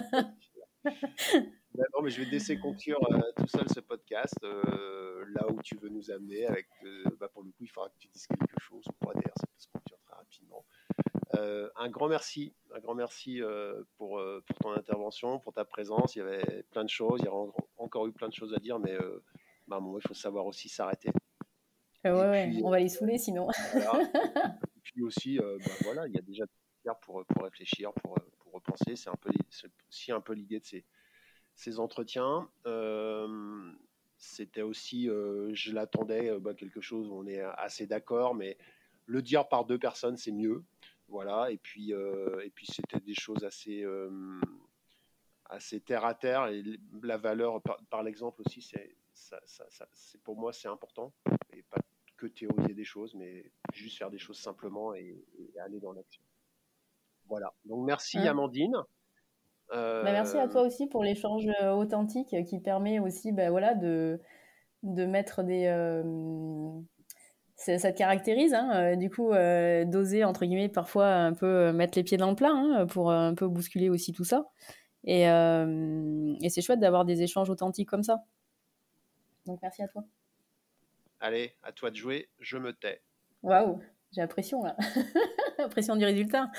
Non, mais je vais te laisser conclure euh, tout seul ce podcast, euh, là où tu veux nous amener. Avec, euh, bah, pour le coup, il faudra que tu dises quelque chose. Moi, d'ailleurs, ça peut se conclure très rapidement. Euh, un grand merci, un grand merci euh, pour, euh, pour ton intervention, pour ta présence. Il y avait plein de choses, il y a en- encore eu plein de choses à dire, mais euh, bah, à un moment, il faut savoir aussi s'arrêter. Euh, Et ouais, ouais, puis, on va les saouler sinon. voilà. Et puis aussi, euh, bah, voilà, il y a déjà pour, pour réfléchir, pour, pour repenser. C'est un peu, c'est aussi un peu l'idée de ces, ces entretiens. Euh, c'était aussi, euh, je l'attendais, euh, bah, quelque chose où on est assez d'accord, mais le dire par deux personnes, c'est mieux. Voilà, et puis, euh, et puis c'était des choses assez, euh, assez terre à terre, et la valeur, par, par l'exemple aussi, c'est, ça, ça, ça, c'est pour moi, c'est important, et pas que théoriser des choses, mais juste faire des choses simplement et, et aller dans l'action. Voilà, donc merci Hein. Amandine. Bah, merci à Euh, toi aussi pour l'échange euh, authentique euh, qui permet aussi bah, voilà, de, de mettre des... euh, ça, ça te caractérise, hein, euh, du coup, euh, d'oser, entre guillemets, parfois un peu euh, mettre les pieds dans le plat hein, pour euh, un peu bousculer aussi tout ça. Et, euh, et c'est chouette d'avoir des échanges authentiques comme ça. Donc merci à toi. Allez, à toi de jouer, je me tais. Waouh, j'ai la pression là. La pression du résultat.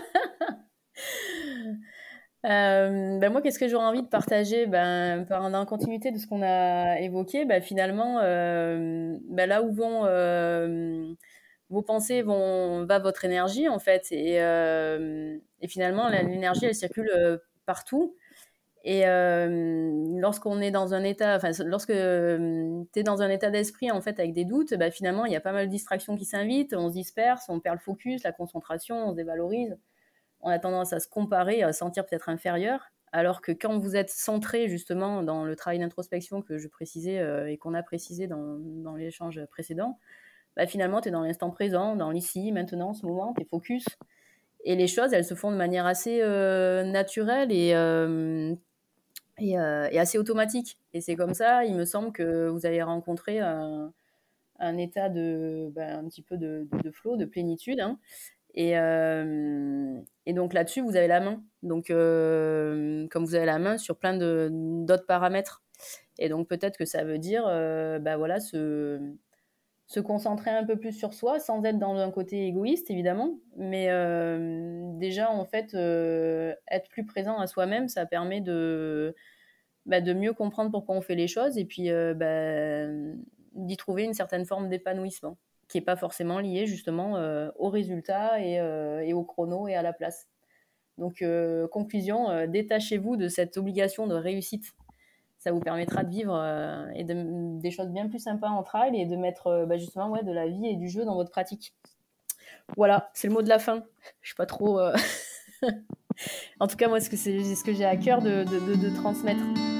Euh, ben moi, qu'est-ce que j'aurais envie de partager, ben, par, en continuité de ce qu'on a évoqué, ben, finalement, euh, ben, là où vont euh, vos pensées, vont, va votre énergie, en fait. Et, euh, et finalement, l'énergie, elle circule euh, partout. Et euh, lorsqu'on est dans un état, enfin, lorsque euh, tu es dans un état d'esprit, en fait, avec des doutes, ben, finalement, il y a pas mal de distractions qui s'invitent, on se disperse, on perd le focus, la concentration, on se dévalorise. On a tendance à se comparer, à se sentir peut-être inférieur, alors que quand vous êtes centré justement dans le travail d'introspection que je précisais euh, et qu'on a précisé dans, dans l'échange précédent, bah, finalement, tu es dans l'instant présent, dans l'ici, maintenant, ce moment, tu es focus. Et les choses, elles se font de manière assez euh, naturelle et, euh, et, euh, et assez automatique. Et c'est comme ça, il me semble que vous allez rencontrer un, un état de, bah, un petit peu de, de, de flow, de plénitude, hein. Et, euh, et donc là-dessus, vous avez la main. Donc, euh, comme vous avez la main sur plein de, d'autres paramètres. Et donc, peut-être que ça veut dire euh, bah voilà, se, se concentrer un peu plus sur soi, sans être dans un côté égoïste, évidemment. Mais euh, déjà, en fait, euh, être plus présent à soi-même, ça permet de, bah, de mieux comprendre pourquoi on fait les choses et puis euh, bah, d'y trouver une certaine forme d'épanouissement qui n'est pas forcément lié justement euh, aux résultats et, euh, et au chrono et à la place. Donc, euh, conclusion, euh, détachez-vous de cette obligation de réussite. Ça vous permettra de vivre euh, et de, des choses bien plus sympas entre elles et de mettre euh, bah, justement ouais, de la vie et du jeu dans votre pratique. Voilà, c'est le mot de la fin. Je ne suis pas trop... Euh... en tout cas, moi, c'est ce que j'ai à cœur de, de, de, de transmettre.